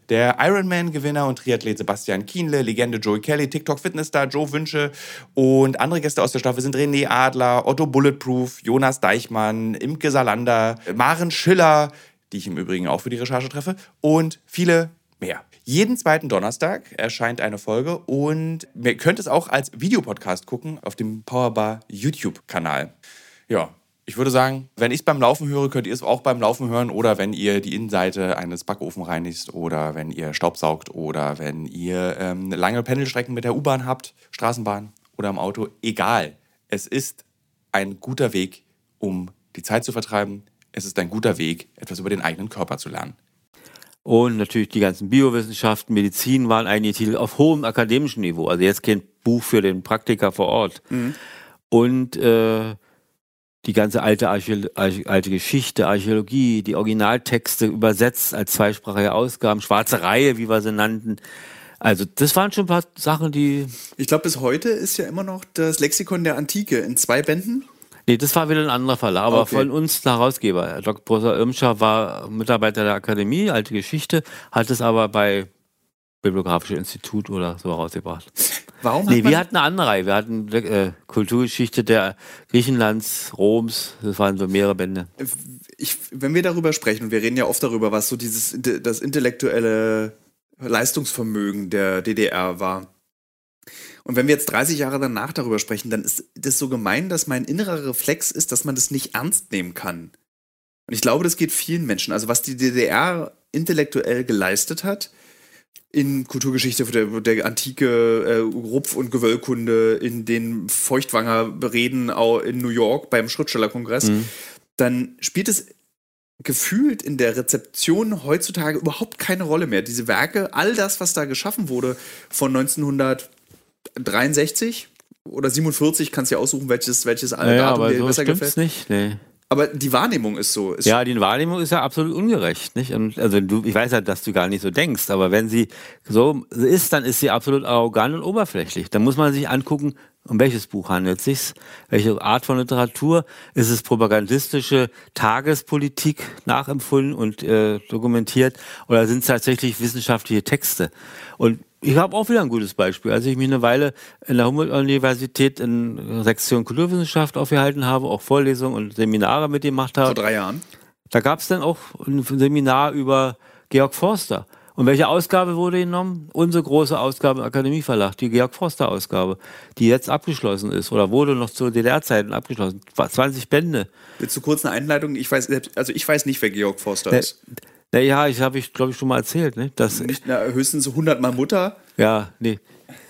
der Ironman-Gewinner und Triathlet Sebastian Kienle, Legende Joey Kelly, TikTok-Fitnessstar Joe Wünsche und andere Gäste aus der Staffel sind René Adler, Otto Bulletproof, Jonas Deichmann, Imke Salander, Maren Schiller, die ich im Übrigen auch für die Recherche treffe, und viele mehr. Jeden zweiten Donnerstag erscheint eine Folge und ihr könnt es auch als Videopodcast gucken auf dem Powerbar YouTube-Kanal. Ja, ich würde sagen, wenn ich es beim Laufen höre, könnt ihr es auch beim Laufen hören oder wenn ihr die Innenseite eines Backofens reinigt oder wenn ihr Staubsaugt oder wenn ihr ähm, lange Pendelstrecken mit der U-Bahn habt, Straßenbahn oder im Auto. Egal, es ist ein guter Weg, um die Zeit zu vertreiben. Es ist ein guter Weg, etwas über den eigenen Körper zu lernen. Und natürlich die ganzen Biowissenschaften, Medizin waren einige Titel auf hohem akademischen Niveau. Also jetzt kein Buch für den Praktiker vor Ort. Mhm. Und äh, die ganze alte, Archä alte Geschichte, Archäologie, die Originaltexte übersetzt als zweisprachige Ausgaben, schwarze Reihe, wie wir sie nannten. Also das waren schon ein paar Sachen, die... Ich glaube, bis heute ist ja immer noch das Lexikon der Antike in zwei Bänden. Nee, das war wieder ein anderer Verlag, aber okay. Von uns der Herausgeber. Doktor Professor Irmscher war Mitarbeiter der Akademie, alte Geschichte, hat es aber bei Bibliografisches Institut oder so herausgebracht. Warum? Nee, wir hatten eine andere Reihe. Wir hatten äh, Kulturgeschichte der Griechenlands, Roms, das waren so mehrere Bände. Ich, wenn wir darüber sprechen, und wir reden ja oft darüber, was so dieses das intellektuelle Leistungsvermögen der D D R war. Und wenn wir jetzt dreißig Jahre danach darüber sprechen, dann ist das so gemein, dass mein innerer Reflex ist, dass man das nicht ernst nehmen kann. Und ich glaube, das geht vielen Menschen. Also was die D D R intellektuell geleistet hat, in Kulturgeschichte der, der Antike, äh, Rupf- und Gewölkunde, in den Feuchtwanger-Reden in New York beim Schriftstellerkongress, mhm. dann spielt es gefühlt in der Rezeption heutzutage überhaupt keine Rolle mehr. Diese Werke, all das, was da geschaffen wurde von neunzehnhundertdreiundsechzig oder siebenundvierzig, kannst du ja aussuchen, welches, welches Datum ja, aber dir so besser gefällt. Nicht, nee. Aber die Wahrnehmung ist so. Ist ja, die Wahrnehmung ist ja absolut ungerecht. Nicht? Und also du, ich weiß ja, dass du gar nicht so denkst, aber wenn sie so ist, dann ist sie absolut arrogant und oberflächlich. Dann muss man sich angucken, um welches Buch handelt es sich, welche Art von Literatur, ist es propagandistische Tagespolitik nachempfunden und äh, dokumentiert oder sind es tatsächlich wissenschaftliche Texte? Und ich habe auch wieder ein gutes Beispiel. Als ich mich eine Weile in der Humboldt-Universität in der Sektion Kulturwissenschaft aufgehalten habe, auch Vorlesungen und Seminare mit ihm gemacht habe. Vor drei Jahren? Da gab es dann auch ein Seminar über Georg Forster. Und welche Ausgabe wurde genommen? Unsere große Ausgabe im Akademieverlag, die Georg Forster-Ausgabe, die jetzt abgeschlossen ist oder wurde noch zu D D R-Zeiten abgeschlossen. zwanzig Bände. Willst du kurz eine Einleitung? Ich weiß, also ich weiß nicht, wer Georg Forster ist. Naja, ich habe ich, glaube ich, schon mal erzählt. Ne? Dass, nicht, na, höchstens hundert Mal Mutter? Ja, nee.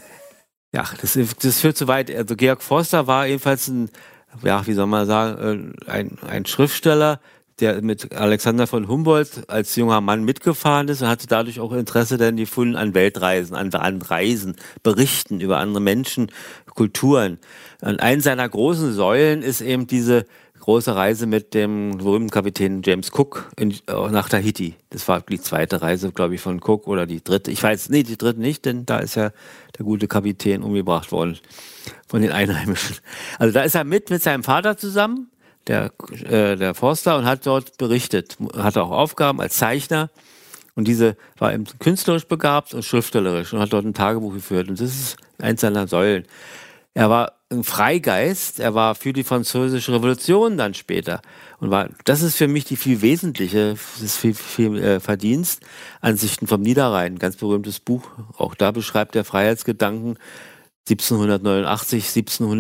Ja, das, das führt zu weit. Also Georg Forster war jedenfalls ein, ja, wie soll man sagen, ein, ein Schriftsteller, der mit Alexander von Humboldt als junger Mann mitgefahren ist und hatte dadurch auch Interesse dann gefunden an Weltreisen, an, an Reisen, Berichten über andere Menschen, Kulturen. Und eine seiner großen Säulen ist eben diese große Reise mit dem berühmten Kapitän James Cook in, nach Tahiti. Das war die zweite Reise, glaube ich, von Cook oder die dritte. Ich weiß, nee, die dritte nicht, denn da ist ja der gute Kapitän umgebracht worden von den Einheimischen. Also da ist er mit mit seinem Vater zusammen, der, äh, der Forster, und hat dort berichtet. Hatte auch Aufgaben als Zeichner. Und diese war eben künstlerisch begabt und schriftstellerisch und hat dort ein Tagebuch geführt. Und das ist eins seiner Säulen. Er war ein Freigeist, er war für die Französische Revolution dann später. Und war, das ist für mich die viel wesentliche, das ist viel, viel äh, Verdienst, Ansichten vom Niederrhein, ganz berühmtes Buch. Auch da beschreibt er Freiheitsgedanken siebzehnhundertneunundachtzig,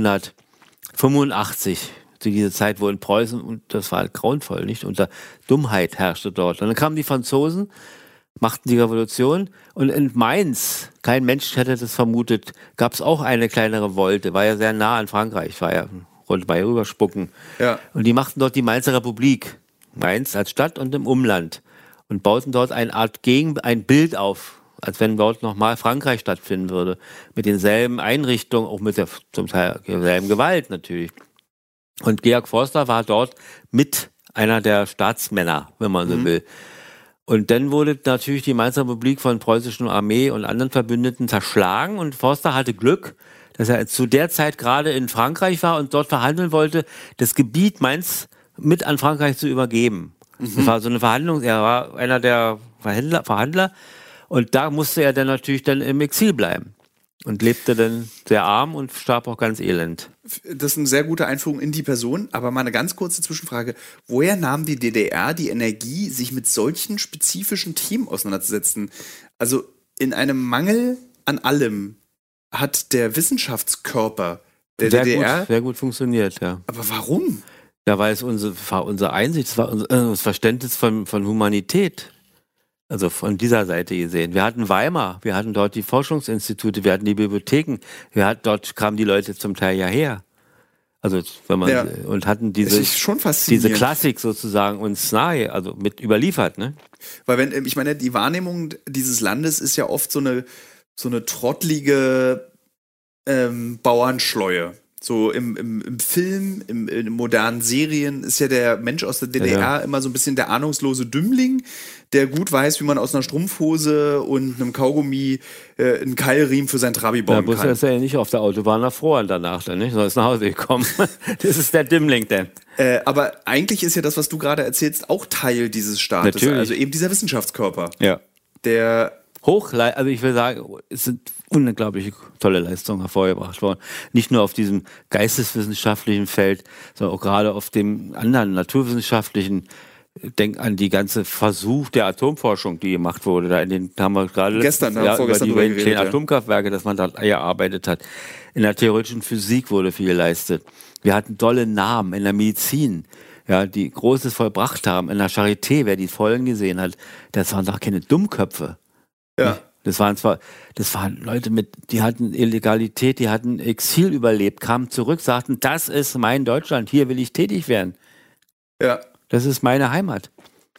siebzehnhundertfünfundachtzig. Zu dieser Zeit, wo in Preußen, und das war halt grauenvoll, nicht? Unter Dummheit herrschte dort. Und dann kamen die Franzosen, machten die Revolution, und in Mainz, kein Mensch hätte das vermutet, gab es auch eine kleine Revolte, war ja sehr nah an Frankreich, war ja rund bei rüberspucken. Ja. Und die machten dort die Mainzer Republik, Mainz als Stadt und im Umland, und bauten dort eine Art Gegen, ein Bild auf, als wenn dort nochmal Frankreich stattfinden würde, mit denselben Einrichtungen, auch mit der zum Teil derselben Gewalt natürlich. Und Georg Forster war dort mit einer der Staatsmänner, wenn man so mhm. will. Und dann wurde natürlich die Mainzer Republik von preußischen Armee und anderen Verbündeten zerschlagen. Und Forster hatte Glück, dass er zu der Zeit gerade in Frankreich war und dort verhandeln wollte, das Gebiet Mainz mit an Frankreich zu übergeben. Mhm. Das war so eine Verhandlung. Er war einer der Verhandler, Verhandler. Und da musste er dann natürlich dann im Exil bleiben. Und lebte dann sehr arm und starb auch ganz elend. Das ist eine sehr gute Einführung in die Person, aber mal eine ganz kurze Zwischenfrage. Woher nahm die D D R die Energie, sich mit solchen spezifischen Themen auseinanderzusetzen? Also in einem Mangel an allem hat der Wissenschaftskörper der sehr D D R... Gut, sehr gut funktioniert, ja. Aber warum? Ja, weil es unsere, war unsere Einsicht, es war unser, äh, das Verständnis von, von Humanität. Also von dieser Seite gesehen. Wir hatten Weimar, wir hatten dort die Forschungsinstitute, wir hatten die Bibliotheken, wir hatten, dort kamen die Leute zum Teil ja her. Also wenn man Ja. und hatten diese, Das ist schon faszinierend. diese Klassik sozusagen uns nahe, also mit überliefert, ne? Weil wenn, ich meine, die Wahrnehmung dieses Landes ist ja oft so eine, so eine trottlige ähm, Bauernschleue. So im, im, im Film, im, in modernen Serien ist ja der Mensch aus der D D R Ja. immer so ein bisschen der ahnungslose Dümmling, der gut weiß, wie man aus einer Strumpfhose und einem Kaugummi äh, einen Keilriemen für sein Trabi Ja, bauen bloß kann. ist er ja nicht auf der Autobahn erfroren danach, dann, nicht? Sondern ist nach Hause gekommen. Das ist der Dimmling denn. Äh, aber eigentlich ist ja das, was du gerade erzählst, auch Teil dieses Staates. Natürlich. Also eben dieser Wissenschaftskörper, Ja. der Hochlei also ich will sagen, es sind unglaublich tolle Leistungen hervorgebracht worden. Nicht nur auf diesem geisteswissenschaftlichen Feld, sondern auch gerade auf dem anderen naturwissenschaftlichen. Denk an die ganze Versuch der Atomforschung, die gemacht wurde. Da in den da haben wir gerade Gestern, da ja, haben wir über vorgestern die drüber kleinen geredet, ja. Atomkraftwerke, dass man da gearbeitet hat. In der theoretischen Physik wurde viel geleistet. Wir hatten tolle Namen in der Medizin, ja, die Großes vollbracht haben. In der Charité, wer die Vollen gesehen hat, das waren doch keine Dummköpfe. ja. Das waren zwar, das waren Leute mit, die hatten Illegalität, die hatten Exil überlebt, kamen zurück, sagten, das ist mein Deutschland, hier will ich tätig werden. ja. Das ist meine Heimat.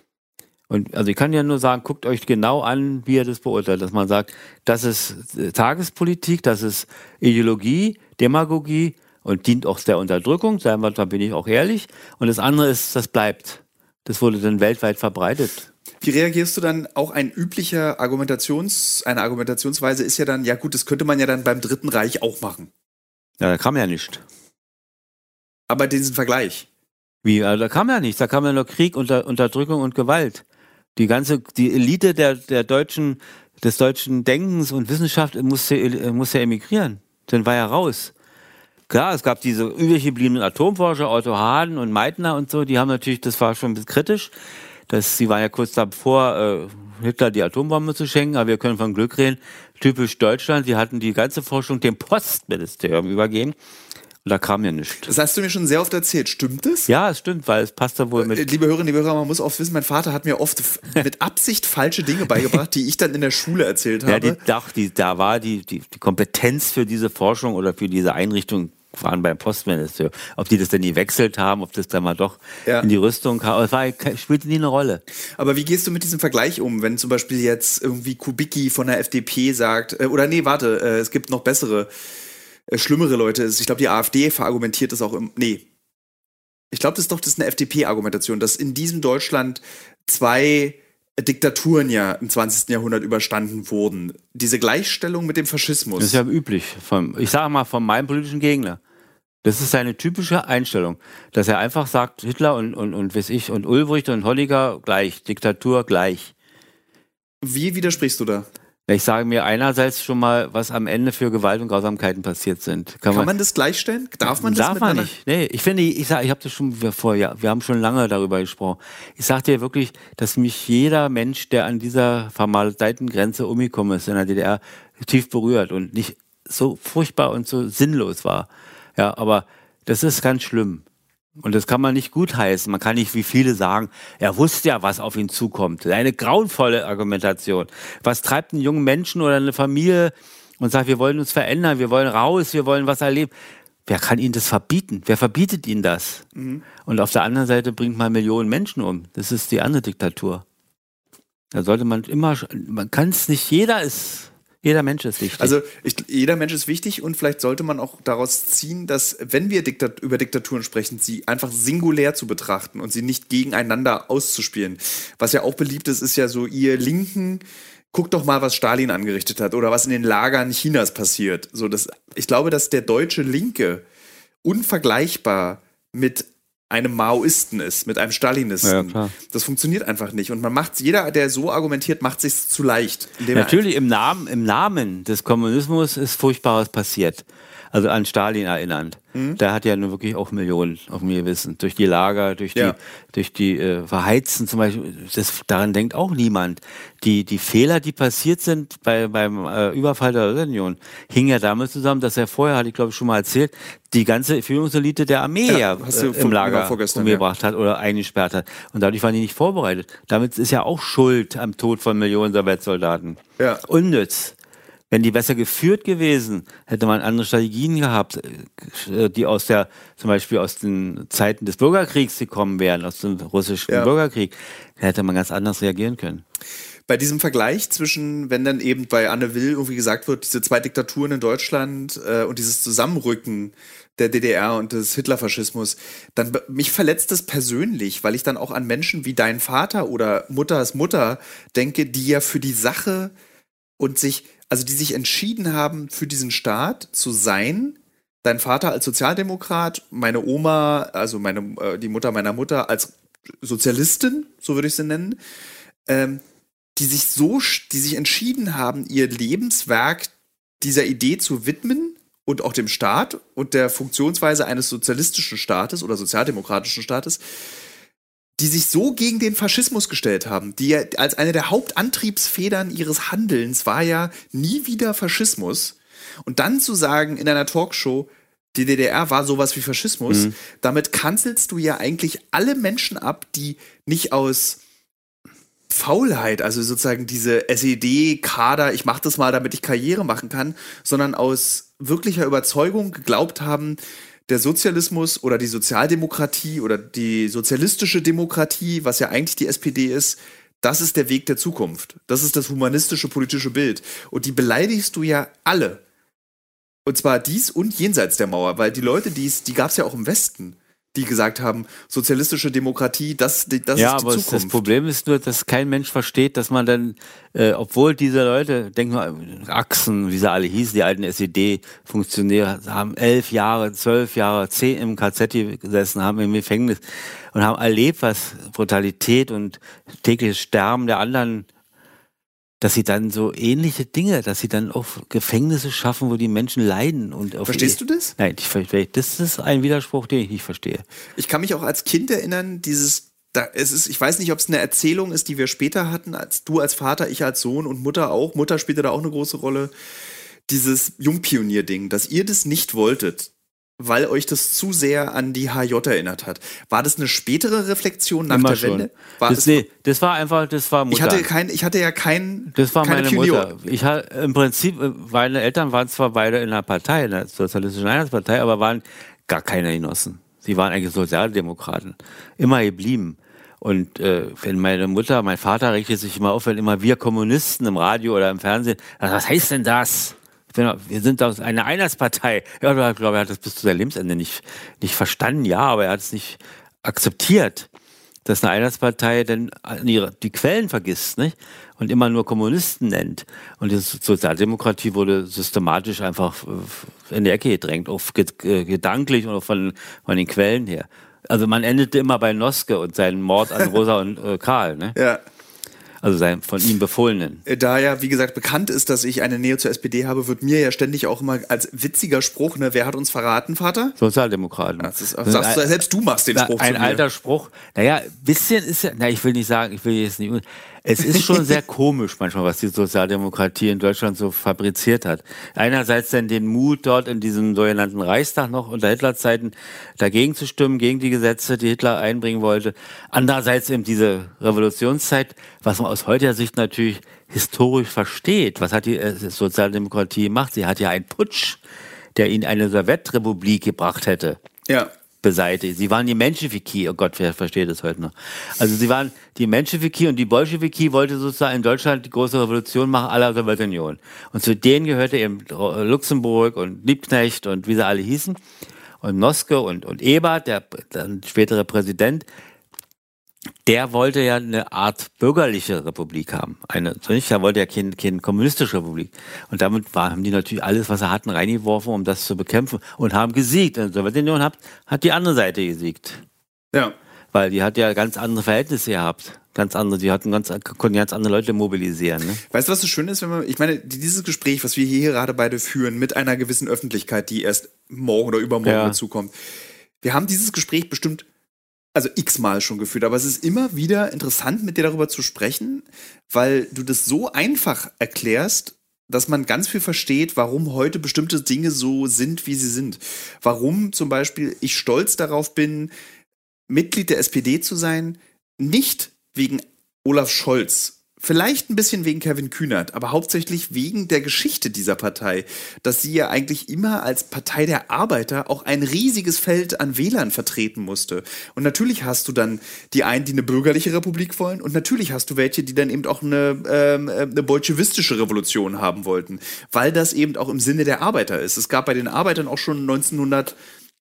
Und also ich kann ja nur sagen, guckt euch genau an, wie ihr das beurteilt, dass man sagt, das ist Tagespolitik, das ist Ideologie, Demagogie und dient auch der Unterdrückung, sagen wir, da bin ich auch ehrlich. Und das andere ist, das bleibt. Das wurde dann weltweit verbreitet. Wie reagierst du dann? Auch ein üblicher Argumentations, eine Argumentationsweise ist ja dann, ja gut, das könnte man ja dann beim Dritten Reich auch machen. Ja, da kam ja nichts. Aber diesen Vergleich. Wie, also da kam ja nichts, da kam ja nur Krieg, Unter, Unterdrückung und Gewalt. Die ganze, die Elite der, der deutschen, des deutschen Denkens und Wissenschaft musste, musste emigrieren. Dann war er raus. Klar, es gab diese übrig gebliebenen Atomforscher, Otto Hahn und Meitner und so, die haben natürlich, das war schon ein bisschen kritisch. Das, sie waren ja kurz davor, äh, Hitler die Atombombe zu schenken, aber wir können von Glück reden. Typisch Deutschland, die hatten die ganze Forschung dem Postministerium übergeben. Und da kam ja nichts. Das hast du mir schon sehr oft erzählt. Stimmt das? Ja, es stimmt, weil es passt da wohl mit. Äh, Liebe Hörerinnen, liebe Hörer, man muss oft wissen, mein Vater hat mir oft f- mit Absicht falsche Dinge beigebracht, die ich dann in der Schule erzählt habe. Ja, die, doch, die, da war die, die, die Kompetenz für diese Forschung oder für diese Einrichtung waren beim Postministerium. Ob die das denn nie wechselt haben, ob das dann mal doch Ja. in die Rüstung kam, aber es war, spielte nie eine Rolle. Aber wie gehst du mit diesem Vergleich um, wenn zum Beispiel jetzt irgendwie Kubicki von der F D P sagt, äh, oder nee, warte, äh, es gibt noch bessere, äh, schlimmere Leute. Ich glaube, die AfD verargumentiert das auch im, nee. Ich glaube, das ist doch das ist eine F D P-Argumentation, dass in diesem Deutschland zwei Diktaturen ja im zwanzigsten Jahrhundert überstanden wurden. Diese Gleichstellung mit dem Faschismus. Das ist ja üblich. Vom, ich sage mal, von meinem politischen Gegner. Das ist seine typische Einstellung, dass er einfach sagt, Hitler und, und, und weiß ich, und Ulbricht und Honecker gleich, Diktatur gleich. Wie widersprichst du da? Ich sage mir einerseits schon mal, was am Ende für Gewalt und Grausamkeiten passiert sind. Kann man das gleichstellen? Darf man das Darf man miteinander? nicht. Nee, ich finde, ich sag, ich habe das schon vor, ja, wir haben schon lange darüber gesprochen. Ich sage dir wirklich, dass mich jeder Mensch, der an dieser vermaledeiten Grenze umgekommen ist in der D D R, tief berührt und nicht so furchtbar und so sinnlos war. Ja, aber das ist ganz schlimm. Und das kann man nicht gutheißen. Man kann nicht, wie viele sagen, er wusste ja, was auf ihn zukommt. Eine grauenvolle Argumentation. Was treibt einen jungen Menschen oder eine Familie und sagt, wir wollen uns verändern, wir wollen raus, wir wollen was erleben. Wer kann ihnen das verbieten? Wer verbietet ihnen das? Mhm. Und auf der anderen Seite bringt man Millionen Menschen um. Das ist die andere Diktatur. Da sollte man immer, man kann es nicht, jeder ist... Jeder Mensch ist wichtig. Also ich, jeder Mensch ist wichtig und vielleicht sollte man auch daraus ziehen, dass wenn wir Diktat- über Diktaturen sprechen, sie einfach singulär zu betrachten und sie nicht gegeneinander auszuspielen. Was ja auch beliebt ist, ist ja so, ihr Linken, guckt doch mal, was Stalin angerichtet hat oder was in den Lagern Chinas passiert. So, das, ich glaube, dass der deutsche Linke unvergleichbar mit einem Maoisten ist, mit einem Stalinisten. Ja, klar. Das funktioniert einfach nicht. Und man macht, jeder, der so argumentiert, macht sich zu leicht. Natürlich, im Namen, im Namen des Kommunismus ist Furchtbares passiert. Also an Stalin erinnernd. Mhm. Der hat ja nur wirklich auch Millionen auf mir Gewissen. Durch die Lager, durch die, ja. durch die äh, Verheizen zum Beispiel. Das, daran denkt auch niemand. Die, die Fehler, die passiert sind bei, beim äh, Überfall der Sowjetunion, hingen ja damit zusammen, dass er vorher, hatte ich glaube ich schon mal erzählt, die ganze Führungselite der Armee ja, ja äh, im Lager umgebracht ja. hat oder eingesperrt hat. Und dadurch waren die nicht vorbereitet. Damit ist ja auch Schuld am Tod von Millionen Sowjetsoldaten. Ja. Unnütz. Wenn die besser geführt gewesen, hätte man andere Strategien gehabt, die aus der, zum Beispiel aus den Zeiten des Bürgerkriegs gekommen wären, aus dem russischen ja. Bürgerkrieg, da hätte man ganz anders reagieren können. Bei diesem Vergleich zwischen, wenn dann eben bei Anne Will irgendwie gesagt wird, diese zwei Diktaturen in Deutschland äh, und dieses Zusammenrücken der D D R und des Hitlerfaschismus, dann mich verletzt das persönlich, weil ich dann auch an Menschen wie deinen Vater oder Mutters Mutter denke, die ja für die Sache und sich Also die sich entschieden haben, für diesen Staat zu sein. Dein Vater als Sozialdemokrat, meine Oma, also meine, äh, die Mutter meiner Mutter als Sozialistin, so würde ich sie nennen, ähm, die sich so, die sich entschieden haben, ihr Lebenswerk dieser Idee zu widmen und auch dem Staat und der Funktionsweise eines sozialistischen Staates oder sozialdemokratischen Staates, die sich so gegen den Faschismus gestellt haben, die ja als eine der Hauptantriebsfedern ihres Handelns war ja nie wieder Faschismus. Und dann zu sagen in einer Talkshow, die D D R war sowas wie Faschismus, mhm. damit kanzelst du ja eigentlich alle Menschen ab, die nicht aus Faulheit, also sozusagen diese S E D-Kader, ich mach das mal, damit ich Karriere machen kann, sondern aus wirklicher Überzeugung geglaubt haben, der Sozialismus oder die Sozialdemokratie oder die sozialistische Demokratie, was ja eigentlich die S P D ist, das ist der Weg der Zukunft. Das ist das humanistische politische Bild. Und die beleidigst du ja alle. Und zwar dies und jenseits der Mauer, weil die Leute, die's, die gab es ja auch im Westen, die gesagt haben, sozialistische Demokratie, das, das ja, ist die aber Zukunft. Das Problem ist nur, dass kein Mensch versteht, dass man dann, äh, obwohl diese Leute, denken wir, Achsen, wie sie alle hießen, die alten S E D-Funktionäre, haben elf Jahre, zwölf Jahre, zehn im K Z gesessen, haben im Gefängnis und haben erlebt, was Brutalität und tägliches Sterben der anderen, dass sie dann so ähnliche Dinge, dass sie dann auf Gefängnisse schaffen, wo die Menschen leiden. Und auf Verstehst du das? Nein, ich verstehe. Das ist ein Widerspruch, den ich nicht verstehe. Ich kann mich auch als Kind erinnern, dieses, da, es ist, ich weiß nicht, ob es eine Erzählung ist, die wir später hatten, als du als Vater, ich als Sohn und Mutter auch. Mutter spielte da auch eine große Rolle. Dieses Jungpionier-Ding, dass ihr das nicht wolltet, weil euch das zu sehr an die H J erinnert hat. War das eine spätere Reflexion nach Immer der schon. Wende? War das, es, nee, das war einfach, das war Mutter. Ich hatte, kein, ich hatte ja kein Das war keine meine Pionier. Mutter. Ich hatte, im Prinzip, meine Eltern waren zwar beide in der Partei, in der Sozialistischen Einheitspartei, aber waren gar keine Genossen. Sie waren eigentlich Sozialdemokraten. Immer geblieben. Und äh, wenn meine Mutter, mein Vater regte sich immer auf, wenn immer wir Kommunisten im Radio oder im Fernsehen, was heißt denn das? Wir sind aus einer Einheitspartei. Ja, ich glaube, er hat das bis zu seinem Lebensende nicht, nicht verstanden. Ja, aber er hat es nicht akzeptiert, dass eine Einheitspartei denn die Quellen vergisst, nicht? Und immer nur Kommunisten nennt. Und die Sozialdemokratie wurde systematisch einfach in die Ecke gedrängt, auch gedanklich und auch von, von den Quellen her. Also man endete immer bei Noske und seinen Mord an Rosa und äh, Karl, ne? Ja. Also sein von ihm Befohlenen. Da ja, wie gesagt, bekannt ist, dass ich eine Nähe zur S P D habe, wird mir ja ständig auch immer als witziger Spruch, ne, wer hat uns verraten, Vater? Sozialdemokraten. Das ist, sagst du, selbst du machst den Spruch ein zu mir. Ein alter Spruch. Naja, ein bisschen ist ja, na, ich will nicht sagen, ich will jetzt nicht, es ist schon sehr komisch manchmal, was die Sozialdemokratie in Deutschland so fabriziert hat. Einerseits dann den Mut, dort in diesem sogenannten Reichstag noch unter Hitlerzeiten dagegen zu stimmen, gegen die Gesetze, die Hitler einbringen wollte. Andererseits eben diese Revolutionszeit, was man aus heutiger Sicht natürlich historisch versteht. Was hat die Sozialdemokratie gemacht? Sie hat ja einen Putsch, der ihnen eine Sowjetrepublik gebracht hätte. Ja. Beseitigt. Sie waren die Menschewiki, oh Gott, wer versteht das heute noch? Also sie waren die Menschewiki und die Bolschewiki wollte sozusagen in Deutschland die große Revolution machen aller Sowjetunion. Und zu denen gehörte eben Luxemburg und Liebknecht und wie sie alle hießen. Und Noske und, und Ebert, der dann spätere Präsident, der wollte ja eine Art bürgerliche Republik haben. Eine, er wollte ja keine, keine kommunistische Republik. Und damit war, haben die natürlich alles, was sie hatten, reingeworfen, um das zu bekämpfen und haben gesiegt. Und die Sowjetunion hat, hat die andere Seite gesiegt. Ja. Weil die hat ja ganz andere Verhältnisse gehabt. Ganz andere, die hatten ganz, konnten ganz andere Leute mobilisieren. Ne? Weißt du, was so schön ist, wenn man, ich meine, dieses Gespräch, was wir hier gerade beide führen, mit einer gewissen Öffentlichkeit, die erst morgen oder übermorgen Ja. dazukommt. Wir haben dieses Gespräch bestimmt, also x-mal schon geführt, aber es ist immer wieder interessant, mit dir darüber zu sprechen, weil du das so einfach erklärst, dass man ganz viel versteht, warum heute bestimmte Dinge so sind, wie sie sind. Warum zum Beispiel ich stolz darauf bin, Mitglied der S P D zu sein, nicht wegen Olaf Scholz, vielleicht ein bisschen wegen Kevin Kühnert, aber hauptsächlich wegen der Geschichte dieser Partei, dass sie ja eigentlich immer als Partei der Arbeiter auch ein riesiges Feld an Wählern vertreten musste. Und natürlich hast du dann die einen, die eine bürgerliche Republik wollen, und natürlich hast du welche, die dann eben auch eine, ähm, eine bolschewistische Revolution haben wollten, weil das eben auch im Sinne der Arbeiter ist. Es gab bei den Arbeitern auch schon neunzehnhundert,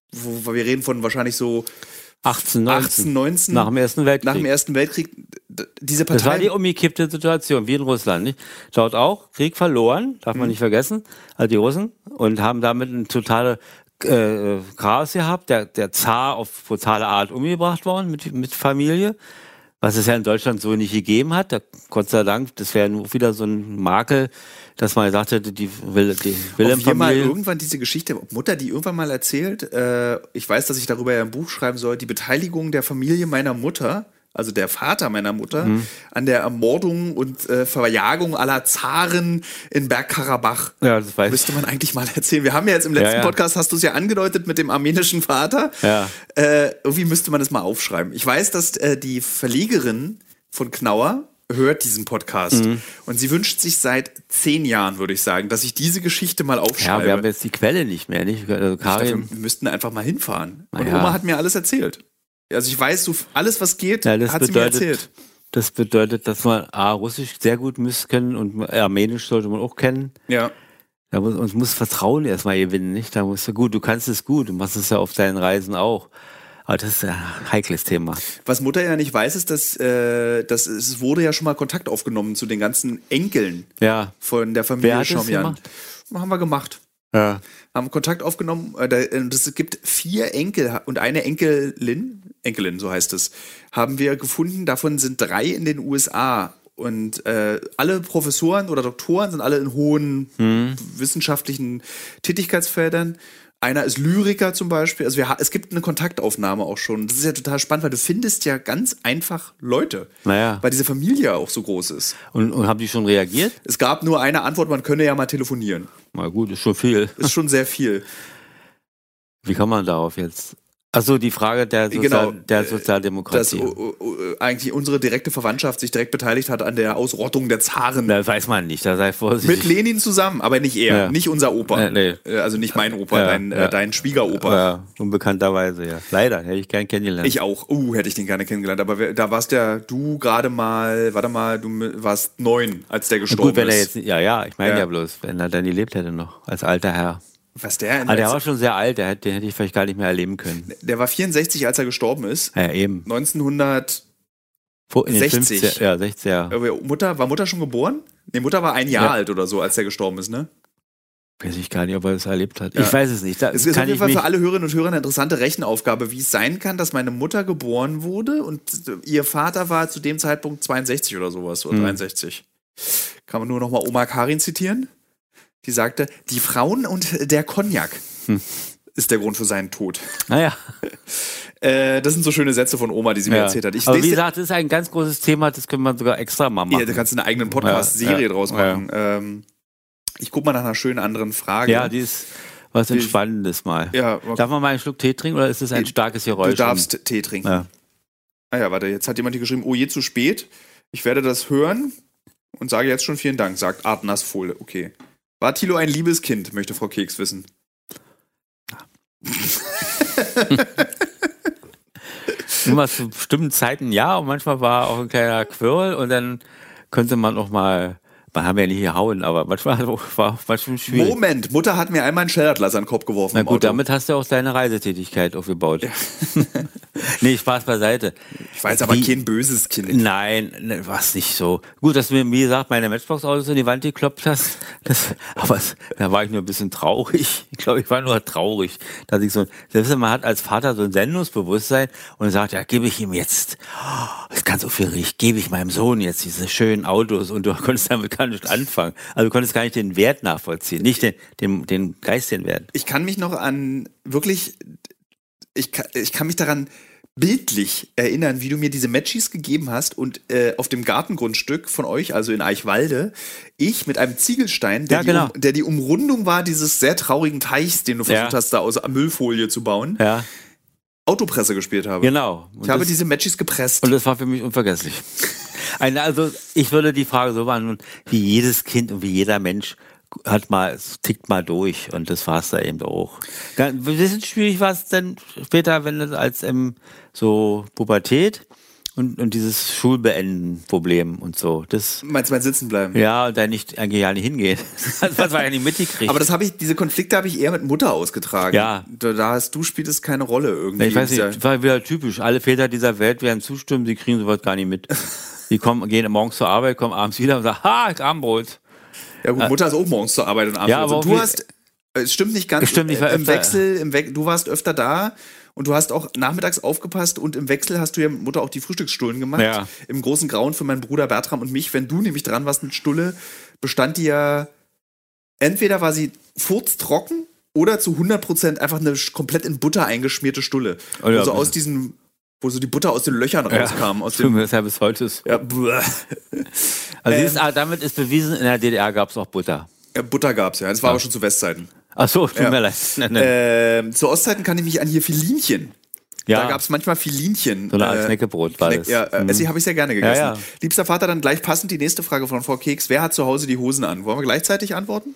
wo wir reden von wahrscheinlich so achtzehn, neunzehn. achtzehn, neunzehn, Nach dem Ersten Weltkrieg. nach dem Ersten Weltkrieg, d- diese Das war Partei. die umgekippte Situation, wie in Russland. Nicht? Dort auch Krieg verloren, darf man nicht vergessen, also die Russen, und haben damit ein totale äh, Chaos gehabt. Der, der Zar auf brutale Art umgebracht worden mit, mit Familie, was es ja in Deutschland so nicht gegeben hat. Da, Gott sei Dank, das wäre nur wieder so ein Makel, dass man gesagt hätte, die, Will, die Ob wir mal Wilhelm-Familie. irgendwann diese Geschichte, ob Mutter die irgendwann mal erzählt, äh, ich weiß, dass ich darüber ja ein Buch schreiben soll, die Beteiligung der Familie meiner Mutter, also der Vater meiner Mutter, Mhm. an der Ermordung und äh, Verjagung aller Zaren in Bergkarabach. Ja, das weiß Müsste man eigentlich mal erzählen. Wir haben ja jetzt im letzten Ja, ja. Podcast, hast du es ja angedeutet, mit dem armenischen Vater. Ja. Äh, irgendwie müsste man das mal aufschreiben. Ich weiß, dass äh, die Verlegerin von Knauer hört diesen Podcast. Mhm. Und sie wünscht sich seit zehn Jahren, würde ich sagen, dass ich diese Geschichte mal Ja, aufschreibe. wir haben jetzt die Quelle nicht mehr, nicht? Also Dafür, Karin, wir müssten einfach mal hinfahren. Und Na ja. Oma hat mir alles erzählt. Also ich weiß, so alles, was geht, ja, das hat sie mir bedeutet, erzählt. das bedeutet, dass man A, Russisch sehr gut müssen können und Armenisch sollte man auch kennen. Ja. Da muss, uns muss Vertrauen erstmal gewinnen, nicht? Da musst du gut, du kannst es gut, du machst es ja auf deinen Reisen auch. Aber das ist ja ein heikles Thema. Was Mutter ja nicht weiß, ist, dass, äh, dass es wurde ja schon mal Kontakt aufgenommen zu den ganzen Enkeln Ja. von der Wer Familie hat das Schomjan. gemacht? Haben wir gemacht. Ja. Haben Kontakt aufgenommen. Äh, da- äh, Es gibt vier Enkel und eine Enkelin, Enkelin, so heißt es, haben wir gefunden. Davon sind drei in den U S A. Und äh, alle Professoren oder Doktoren sind alle in hohen wissenschaftlichen Tätigkeitsfeldern. Einer ist Lyriker zum Beispiel. Also wir, ha- es gibt eine Kontaktaufnahme auch schon. Das ist ja total spannend, weil du findest ja ganz einfach Leute, Naja. weil diese Familie auch so groß ist. Und, und haben die schon reagiert? Es gab nur eine Antwort, man könne ja mal telefonieren. Na gut, ist schon viel. Ist schon sehr viel. Wie kann man darauf jetzt? Achso, die Frage der, Sozial Genau. der Dass Sozialdemokratie. uh, uh, eigentlich unsere direkte Verwandtschaft sich direkt beteiligt hat an der Ausrottung der Zaren. Na, weiß man nicht, da sei vorsichtig. Mit Lenin zusammen, aber nicht er, Ja. nicht unser Opa. Äh, nee. Äh, Also nicht mein Opa, Ja, dein, ja. Äh, dein Schwiegeropa. Ja, unbekannterweise, ja. Leider, hätte ich gern kennengelernt. Ich auch. Uh, hätte ich den gerne kennengelernt. Aber wer- da warst ja du gerade mal, warte mal, du mi- warst neun, als der Na gestorben gut, wenn er ist. jetzt, ja, ja, ich meine Ja. ja. bloß, wenn er dann gelebt hätte noch, als alter Herr. Was der? Aber der war schon sehr alt, der hätte, den hätte ich vielleicht gar nicht mehr erleben können. der war vierundsechzig, als er gestorben ist. Ja, eben. neunzehnhundert. Vor- in den sechzig. fünfziger Ja, sechziger Äh, Mutter, war Mutter schon geboren? Nee, Mutter war ein Jahr Ja. alt oder so, als er gestorben ist, ne? Weiß ich gar nicht, ob er das erlebt hat. Ja. Ich weiß es nicht. Da Es ist kann auf jeden ich Fall mich, für alle Hörerinnen und Hörer eine interessante Rechenaufgabe, wie es sein kann, dass meine Mutter geboren wurde und ihr Vater war zu dem Zeitpunkt zweiundsechzig oder sowas, oder Hm. dreiundsechzig. Kann man nur noch mal Oma Karin zitieren? Die sagte, die Frauen und der Cognac Hm. ist der Grund für seinen Tod. naja. Äh, das sind so schöne Sätze von Oma, die sie mir Ja. erzählt hat. Ich Aber wie lese- gesagt, das ist ein ganz großes Thema, das können wir sogar extra mal machen. Ja, da kannst du eine eigene Podcast-Serie Ja, ja, draus machen. Ähm, ich guck mal nach einer schönen anderen Frage. Ja, die ist was Die- Entspannendes mal. Ja, Darf man mal einen Schluck Tee trinken oder ist das ein starkes Geräusch? du darfst Tee trinken. Ja. Ah ja, warte, jetzt hat jemand hier geschrieben, oh je, zu spät. Ich werde das hören und sage jetzt schon vielen Dank, sagt Artnas Fohle. Okay. War Thilo ein liebes Kind, möchte Frau Keks wissen. Immer zu bestimmten Zeiten ja und manchmal war auch ein kleiner Quirl und dann könnte man auch mal, man haben ja nicht gehauen, aber manchmal war es manchmal schwierig. Moment, Mutter hat mir einmal einen Schellatlas an den Kopf geworfen. Na im gut, Auto. damit hast du auch deine Reisetätigkeit aufgebaut. Nee, Spaß beiseite. Ich war jetzt aber Wie- kein böses Kind. Nein, ne, war's nicht so. Gut, dass du mir, wie gesagt, meine Matchbox-Autos in die Wand gekloppt hast. Das, aber es, da war ich nur ein bisschen traurig. Ich glaube, ich war nur traurig, dass ich so, selbst wenn man hat als Vater so ein Sendungsbewusstsein und sagt, ja, gebe ich ihm jetzt, oh, das ist ganz aufgeregt, gebe ich meinem Sohn jetzt diese schönen Autos und du konntest damit gar nicht anfangen. Also du konntest gar nicht den Wert nachvollziehen, nicht den, den, den geistigen Wert. Ich kann mich noch an wirklich, ich kann, ich kann mich daran bildlich erinnern, wie du mir diese Matchies gegeben hast und äh, auf dem Gartengrundstück von euch, also in Eichwalde, ich mit einem Ziegelstein, der, Ja, genau. die, um, der die Umrundung war dieses sehr traurigen Teichs, den du versucht Ja. hast, da aus Müllfolie zu bauen, Ja, Autopresse gespielt habe. genau. Und Ich habe das- diese Matchies gepresst. Und das war für mich unvergesslich. Ein, also ich würde die Frage so behandeln, wie jedes Kind und wie jeder Mensch hat mal, es tickt mal durch und das war es da eben auch. Ein bisschen schwierig war es dann später, wenn es als ähm, so Pubertät und, und dieses Schulbeenden-Problem und so. Das, Meinst du, mein Sitzen bleiben? ja, und dann nicht, eigentlich ja nicht hingehen. Das was war ja nicht mitgekriegt. Aber das habe ich, diese Konflikte habe ich eher mit Mutter ausgetragen. Ja. Da, da hast du, spielt es keine Rolle irgendwie. Ich weiß Dieser- nicht, das war wieder typisch. Alle Väter dieser Welt werden zustimmen, sie kriegen sowas gar nicht mit. Die kommen, gehen morgens zur Arbeit, kommen abends wieder und sagen, ha, Abendbrot. Ja gut, Mutter ist auch morgens zur Arbeit und abends. Ja, wieder. aber Und auch du wie- hast, äh, es stimmt nicht ganz. Es stimmt nicht, äh, war im öfter- Wechsel, im We du warst öfter da und du hast auch nachmittags aufgepasst und im Wechsel hast du ja mit Mutter auch die Frühstücksstullen gemacht. Ja. Im großen Grauen für meinen Bruder Bertram und mich. Wenn du nämlich dran warst mit Stulle, bestand die ja, entweder war sie furztrocken oder zu hundert Prozent einfach eine sch- komplett in Butter eingeschmierte Stulle. Oh ja, also bitte. aus diesen, wo so die Butter aus den Löchern rauskam. Aus Stimmt, dem, das ist ja bis heute. Ist. ja, buh. Also Ähm. dieses, ah, damit ist bewiesen, in der D D R gab es auch Butter. Ja, Butter gab's ja. Das war aber schon zu Westzeiten. Ach so, tut Ja. mir leid. Nein, nein. Ähm, zu Ostzeiten kann ich mich an hier Filinchen. ja, Da gab es manchmal Filinchen. so eine Art Äh, Knäckebrot war Kneck- das. Ja, äh, Mhm. Essi habe ich sehr gerne gegessen. Ja, ja. Liebster Vater, dann gleich passend die nächste Frage von Frau Keks. Wer hat zu Hause die Hosen an? Wollen wir gleichzeitig antworten?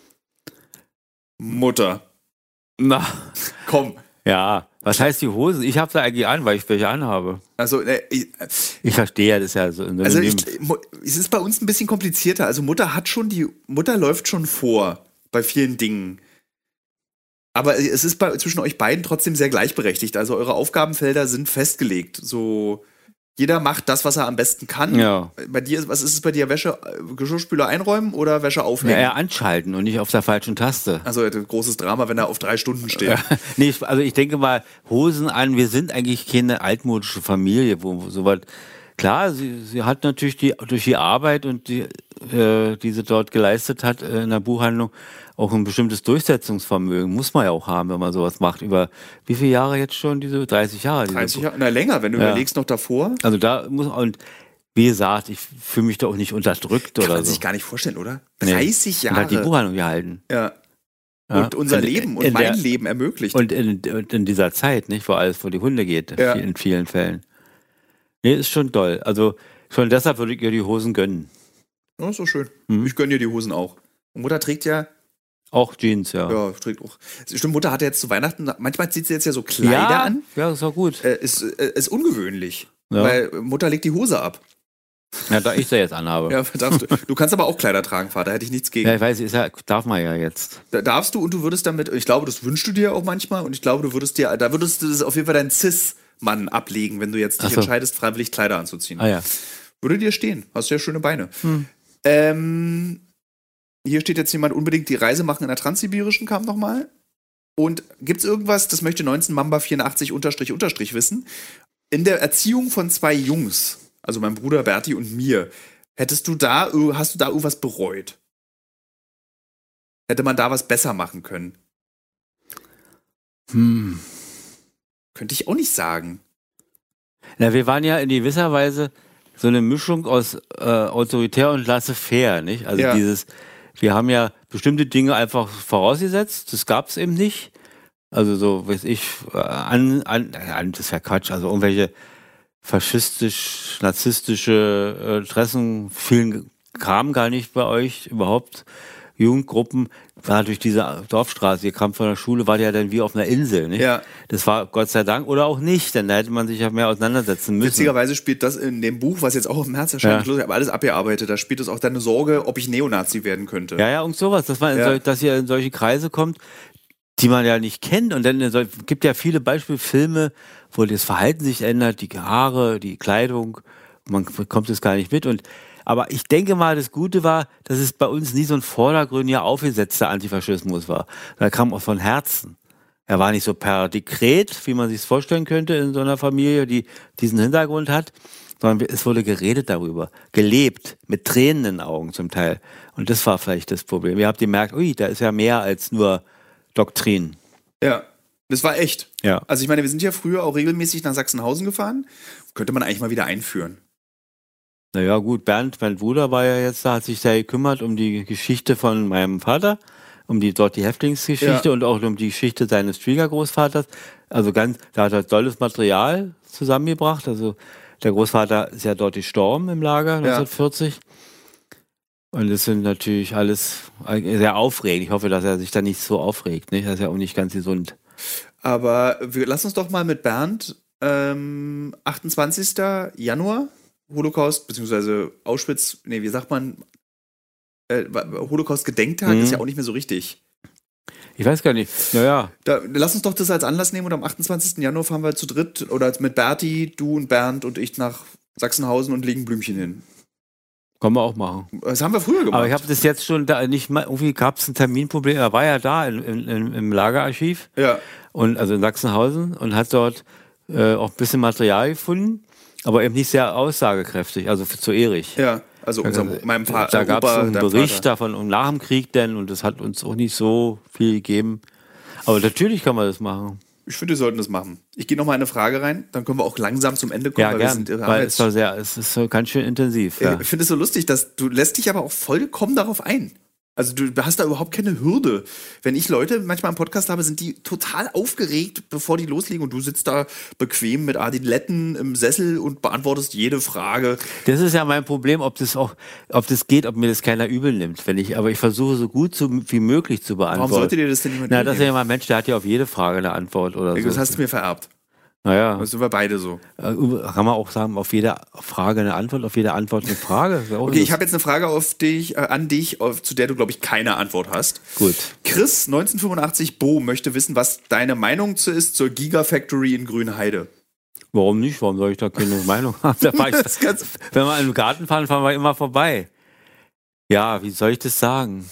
Mutter. Na, Komm. ja, was heißt die Hosen? Ich habe da eigentlich an, weil ich welche anhabe. Also, äh, ich, Ich verstehe ja, das ist ja so ein also Synonym. ich, mu- es ist bei uns ein bisschen komplizierter. Also Mutter hat schon die, Mutter läuft schon vor bei vielen Dingen. Aber es ist bei, zwischen euch beiden trotzdem sehr gleichberechtigt. Also eure Aufgabenfelder sind festgelegt. So, jeder macht das, was er am besten kann. Ja. Bei dir, was ist es bei dir? Wäsche, äh, Geschirrspüler einräumen oder Wäsche Ja, aufhängen? eher anschalten und nicht auf der falschen Taste. Also er hat großes Drama, wenn er auf drei Stunden steht. Ja. Nee, ich- also ich denke mal, Hosen an, wir sind eigentlich keine altmodische Familie, wo, wo sowas. Klar, sie, sie hat natürlich die, durch die Arbeit und die, äh, die sie dort geleistet hat äh, in der Buchhandlung auch ein bestimmtes Durchsetzungsvermögen. Muss man ja auch haben, wenn man sowas macht. Über wie viele Jahre jetzt schon? Diese dreißig Jahre? Diese dreißig Jahre, na länger, wenn du Ja. überlegst, noch davor. Also da muss und wie gesagt, ich fühle mich da auch nicht unterdrückt Kann oder man so. sich gar nicht vorstellen, oder? Nee. dreißig Und hat die Jahre. Buchhandlung gehalten. Ja. Ja. Und unser Und Leben und in mein der- Leben ermöglicht. Und in, und in dieser Zeit, nicht, wo alles vor die Hunde geht, in Ja. vielen- in vielen Fällen. Nee, ist schon toll. Also schon deshalb würde ich ihr die Hosen gönnen. Ja, ist so schön. Mhm. Ich gönne dir die Hosen auch. Und Mutter trägt ja, Auch Jeans, ja. ja, trägt auch. Stimmt, Mutter hatte jetzt zu Weihnachten, manchmal zieht sie jetzt ja so Kleider ja, an. ja, ist auch gut. Äh, ist, äh, ist ungewöhnlich. Ja. Weil Mutter legt die Hose ab. Ja, da ich sie jetzt anhabe. Ja. Ja, darfst du. Du kannst aber auch Kleider tragen, Vater, hätte ich nichts gegen. ich weiß, ist ja, darf man ja jetzt. Da darfst du und du würdest damit, ich glaube, das wünschst du dir auch manchmal und ich glaube, du würdest dir, da würdest du das auf jeden Fall deinen Cis-Mann ablegen, wenn du jetzt dich Ach so. entscheidest, freiwillig Kleider anzuziehen. Ah ja. Würde dir stehen. Hast du ja schöne Beine. Hm. Ähm, hier steht jetzt jemand unbedingt die Reise machen in der Transsibirischen, kam nochmal. Und gibt's irgendwas, das möchte neunzehn Mamba vierundachtzig unterstrich unterstrich wissen, in der Erziehung von zwei Jungs, also meinem Bruder Berti und mir, hättest du da, hast du da irgendwas bereut? Hätte man da was besser machen können? Hm. Könnte ich auch nicht sagen. Na, wir waren ja in gewisser Weise so eine Mischung aus äh, autoritär und laissez-faire, nicht? Also Ja. dieses, wir haben ja bestimmte Dinge einfach vorausgesetzt, das gab es eben nicht. Also so, weiß ich, äh, an, an, an, das ist ja Quatsch, also irgendwelche faschistisch, narzisstische äh, Interessen, vielen kamen gar nicht bei euch überhaupt. Jugendgruppen, war durch diese Dorfstraße, ihr kam von der Schule, war ja dann wie auf einer Insel, nicht? Ja. Das war Gott sei Dank, oder auch nicht, denn da hätte man sich ja mehr auseinandersetzen müssen. Witzigerweise spielt das in dem Buch, was jetzt auch im März erscheint, Ja. ich habe alles abgearbeitet, da spielt es auch deine Sorge, ob ich Neonazi werden könnte. Ja, ja, und sowas, dass, man in Ja. sol- dass ihr in solche Kreise kommt, die man ja nicht kennt. Und dann in sol- gibt ja viele Beispielfilme, wo das Verhalten sich ändert, die Haare, die Kleidung, man bekommt es gar nicht mit. Und aber ich denke mal, das Gute war, dass es bei uns nie so ein vordergründiger, aufgesetzter Antifaschismus war. Da kam auch von Herzen. Er war nicht so per Dekret, wie man sich es vorstellen könnte in so einer Familie, die diesen Hintergrund hat, sondern es wurde geredet darüber, gelebt, mit Tränen in den Augen zum Teil. Und das war vielleicht das Problem. Ihr habt gemerkt, ui, da ist ja mehr als nur Doktrin. Ja, das war echt. Ja. Also ich meine, wir sind ja früher auch regelmäßig nach Sachsenhausen gefahren. Könnte man eigentlich mal wieder einführen. Naja gut, Bernd, mein Bruder war ja jetzt da, hat sich sehr gekümmert um die Geschichte von meinem Vater, um die dort die Häftlingsgeschichte Ja. und auch um die Geschichte seines Schwiegergroßvaters. Also ganz, da hat er tolles Material zusammengebracht. Also der Großvater ist ja dort gestorben im Lager neunzehnhundertvierzig. Und das sind natürlich alles sehr aufregend. Ich hoffe, dass er sich da nicht so aufregt. Ne? Das ist ja auch nicht ganz gesund. Aber wir, lass uns doch mal mit Bernd ähm, achtundzwanzigsten Januar Holocaust, beziehungsweise Auschwitz, nee, wie sagt man, äh, Holocaust-Gedenktag Mhm. ist ja auch nicht mehr so richtig. Ich weiß gar nicht. Naja, Da, lass uns doch das als Anlass nehmen und am achtundzwanzigsten Januar fahren wir zu dritt oder mit Berti, du und Bernd und ich nach Sachsenhausen und legen Blümchen hin. können wir auch machen. Das haben wir früher gemacht. Aber ich habe das jetzt schon da nicht mal, irgendwie gab es ein Terminproblem. Er war ja da in, in, in, im Lagerarchiv. ja. Und also in Sachsenhausen und hat dort äh, auch ein bisschen Material gefunden, aber eben nicht sehr aussagekräftig, also für, zu Erich. Ja, also unserem, Also, meinem Vater. da gab es Opa, einen deinem Bericht Vater. davon um nach dem Krieg denn und das hat uns auch nicht so viel gegeben. Aber natürlich kann man das machen. Ich finde, wir sollten das machen. Ich gehe noch mal eine Frage rein, dann können wir auch langsam zum Ende kommen. Ja, weil wir gern, sind, wir haben weil jetzt- es, war sehr, es ist so ganz schön intensiv. Ja. Ich finde es so lustig, dass du lässt dich aber auch vollkommen darauf ein. Also du hast da überhaupt keine Hürde. Wenn ich Leute manchmal im Podcast habe, sind die total aufgeregt, bevor die loslegen und du sitzt da bequem mit Adiletten im Sessel und beantwortest jede Frage. Das ist ja mein Problem, ob das auch, ob das geht, ob mir das keiner übel nimmt. Wenn ich, aber ich versuche so gut zu, wie möglich zu beantworten. Warum sollte dir das denn niemand Na, das ist ja nehmen? immer ein Mensch, der hat ja auf jede Frage eine Antwort oder so. Das hast du mir vererbt. Naja, Das sind wir beide so. kann man auch sagen, auf jede Frage eine Antwort, auf jede Antwort eine Frage. Das ist auch Okay, ich das- habe jetzt eine Frage auf dich, äh, an dich, auf, zu der du, glaube ich, keine Antwort hast. Gut. Chris, neunzehnhundertfünfundachtzig, Bo, möchte wissen, was deine Meinung zu ist zur Gigafactory in Grünheide. Warum nicht? Warum soll ich da keine Meinung haben? Da fahr ich, Das ist ganz- wenn wir im Garten fahren, fahren wir immer vorbei. Ja, wie soll ich das sagen?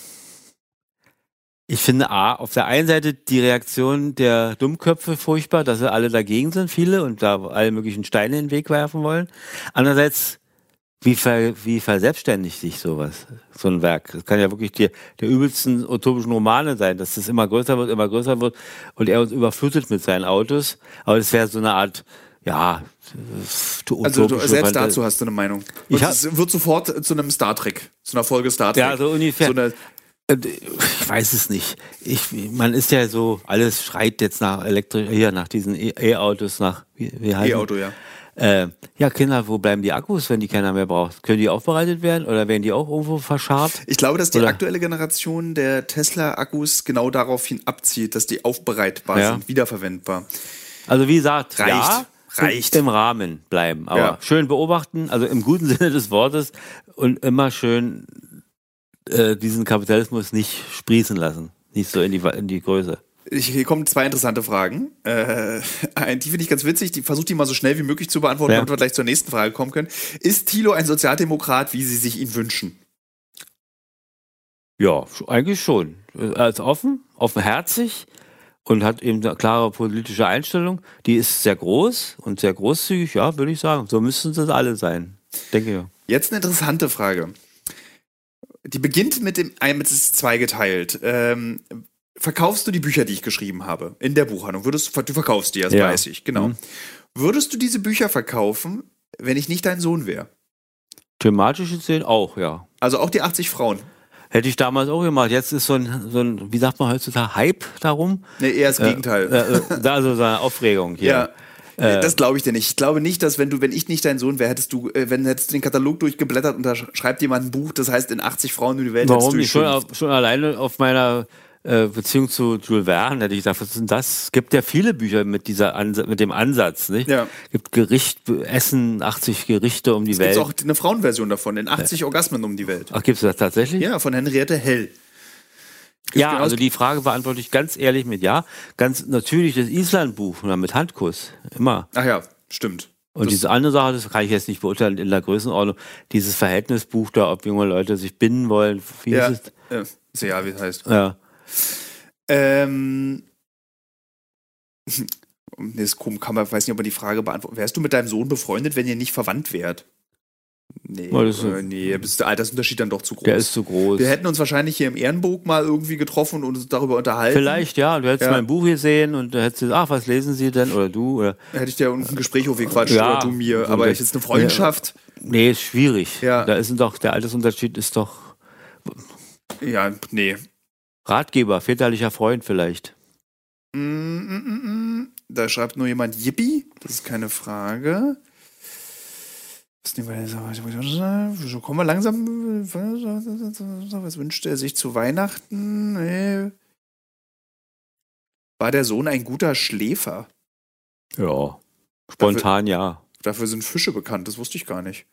Ich finde A, auf der einen Seite die Reaktion der Dummköpfe furchtbar, dass sie alle dagegen sind, viele, und da alle möglichen Steine in den Weg werfen wollen. Andererseits, wie, ver, wie verselbstständigt sich sowas, so ein Werk? Das kann ja wirklich die, der übelsten utopischen Romane sein, dass das immer größer wird, immer größer wird und er uns überflutet mit seinen Autos. Aber das wäre so eine Art, ja, Also du, utopische selbst Fanta- dazu hast du eine Meinung. Ich Und hab- es wird sofort zu einem Star Trek, zu einer Folge Star Trek. Ja, so ungefähr. So eine, Ich weiß es nicht. Ich, man ist ja so, alles schreit jetzt nach Elektro, hier nach diesen E- E-Autos, nach wie, wie heißt E-Auto, ja. Äh, ja, Kinder, wo bleiben die Akkus, wenn die keiner mehr braucht? Können die aufbereitet werden oder werden die auch irgendwo verscharrt? Ich glaube, dass die Oder- aktuelle Generation der Tesla-Akkus genau daraufhin abzielt, dass die aufbereitbar Ja. sind, wiederverwendbar. Also wie gesagt, Reicht. ja, Reicht. im Rahmen bleiben, aber Ja. schön beobachten, also im guten Sinne des Wortes und immer schön äh, diesen Kapitalismus nicht sprießen lassen, nicht so in die, in die Größe. Ich, hier kommen zwei interessante Fragen. Äh, ein- die finde ich ganz witzig. Die versucht die mal so schnell wie möglich zu beantworten, Ja. damit wir gleich zur nächsten Frage kommen können. Ist Thilo ein Sozialdemokrat, wie Sie sich ihn wünschen? Ja, sch- eigentlich schon. Er ist offen, offenherzig und hat eben eine klare politische Einstellung. Die ist sehr groß und sehr großzügig, ja, würde ich sagen. So müssten sie alle sein, denke ich. Jetzt eine interessante Frage. Die beginnt mit dem, ein- mit es ist zweigeteilt. Ähm, verkaufst du die Bücher, die ich geschrieben habe, in der Buchhandlung? Würdest, du verkaufst die, das Ja. weiß ich, genau. Mhm. Würdest du diese Bücher verkaufen, wenn ich nicht dein Sohn wäre? Thematisch gesehen auch, ja. Also auch die achtzig Frauen? Hätte ich damals auch gemacht. Jetzt ist so ein, so ein wie sagt man heutzutage, Hype darum. Nee, eher das Gegenteil. Äh, äh, da so eine Aufregung hier. Ja. Nee, das glaube ich dir nicht. Ich glaube nicht, dass wenn du, wenn ich nicht dein Sohn wäre, hättest du, äh, wenn hättest du den Katalog durchgeblättert und da sch- schreibt jemand ein Buch, das heißt in achtzig Frauen in die Welt. hättest Warum du nicht? Schon, geschimpft. auf, schon alleine auf meiner äh, Beziehung zu Jules Verne hätte ich gesagt, was ist denn das? Es gibt ja viele Bücher mit dieser Ansa- mit dem Ansatz, nicht? Ja. Es gibt Gericht, Essen, achtzig Gerichte um die Es Welt. gibt auch eine Frauenversion davon, in achtzig Orgasmen um die Welt. Ach, gibt's das tatsächlich? Ja, von Henriette Hell. Ja, genau also das- die Frage beantworte ich ganz ehrlich mit ja. Ganz natürlich das Island-Buch oder mit Handkuss, immer. Ach ja, stimmt. Und Das- diese andere Sache, das kann ich jetzt nicht beurteilen in der Größenordnung, dieses Verhältnisbuch da, ob junge Leute sich binden wollen, wie Ja, hieß es? äh, ist ja, wie es heißt. Ja. Ähm, nee, das kann man, weiß nicht, ob man die Frage beantwortet. Wärst du mit deinem Sohn befreundet, wenn ihr nicht verwandt wärt? Nee, Oh, das ist- äh, nee, ist der Altersunterschied dann doch zu groß. Der ist zu groß. Wir hätten uns wahrscheinlich hier im Ehrenburg mal irgendwie getroffen und uns darüber unterhalten. Vielleicht, ja. Du hättest Ja. mein Buch gesehen und du hättest gesagt, ach, was lesen Sie denn? Oder du? Oder Hätte ich dir ein Gespräch aufgequatscht Ja, oder du mir. so Aber ein- ich jetzt eine Freundschaft. nee, ist schwierig. Ja. Da ist doch, der Altersunterschied ist doch Ja, nee. Ratgeber, väterlicher Freund vielleicht. Mm, mm, mm, mm. Da schreibt nur jemand Yippie. Das ist keine Frage. Was nehmen wir jetzt? So kommen wir langsam. Was wünscht er sich zu Weihnachten? Nee. War der Sohn ein guter Schläfer? Ja. Spontan ja. Dafür sind Fische bekannt, das wusste ich gar nicht.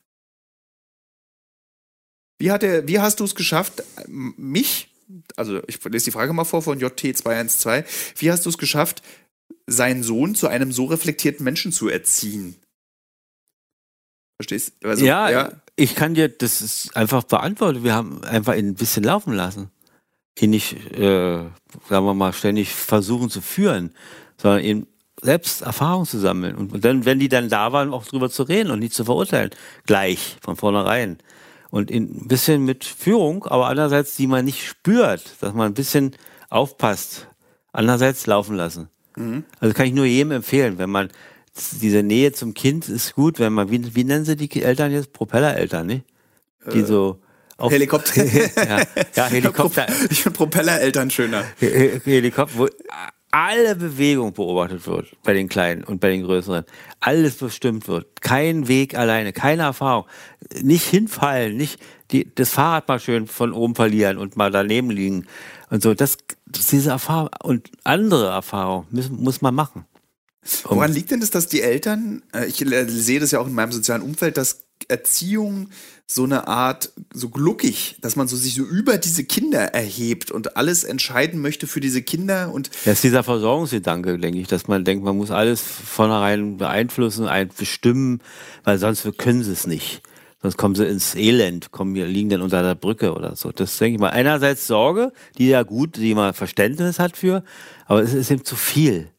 Wie, hat er, wie hast du es geschafft, m- mich, also ich lese die Frage mal vor von J T zwei eins zwei, wie hast du es geschafft, seinen Sohn zu einem so reflektierten Menschen zu erziehen? Verstehst du? Also, ja, ich kann dir, das ist einfach beantwortet. Wir haben einfach ihn ein bisschen laufen lassen. Ihn nicht, äh, sagen wir mal, ständig versuchen zu führen, sondern ihn selbst Erfahrung zu sammeln. Und, und dann, wenn die dann da waren, auch drüber zu reden und nicht zu verurteilen. Gleich, von vornherein. Und ihn ein bisschen mit Führung, aber andererseits, die man nicht spürt, dass man ein bisschen aufpasst. Andererseits laufen lassen. Mhm. Also kann ich nur jedem empfehlen, wenn man diese Nähe zum Kind ist gut, wenn man, wie, wie nennen sie die Eltern jetzt? Propellereltern, ne? Die Äh, so auf, Helikopter. ja, ja, Helikopter. Ich finde Propellereltern schöner. He- Helikopter, wo alle Bewegung beobachtet wird bei den Kleinen und bei den Größeren. Alles bestimmt wird. Kein Weg alleine, keine Erfahrung. Nicht hinfallen, nicht die, das Fahrrad mal schön von oben verlieren und mal daneben liegen. Und so, das, das diese Erfahrung und andere Erfahrungen müssen, muss man machen. Um- Woran liegt denn das, dass die Eltern, äh, ich äh, sehe das ja auch in meinem sozialen Umfeld, dass Erziehung so eine Art, so gluckig, dass man so sich so über diese Kinder erhebt und alles entscheiden möchte für diese Kinder und Das ist dieser Versorgungsgedanke, denke ich, dass man denkt, man muss alles vornherein beeinflussen, ein- bestimmen, weil sonst können sie es nicht. Sonst kommen sie ins Elend, kommen, liegen dann unter der Brücke oder so. Das denke ich mal. Einerseits Sorge, die ja gut, die man Verständnis hat für, aber es ist eben zu viel.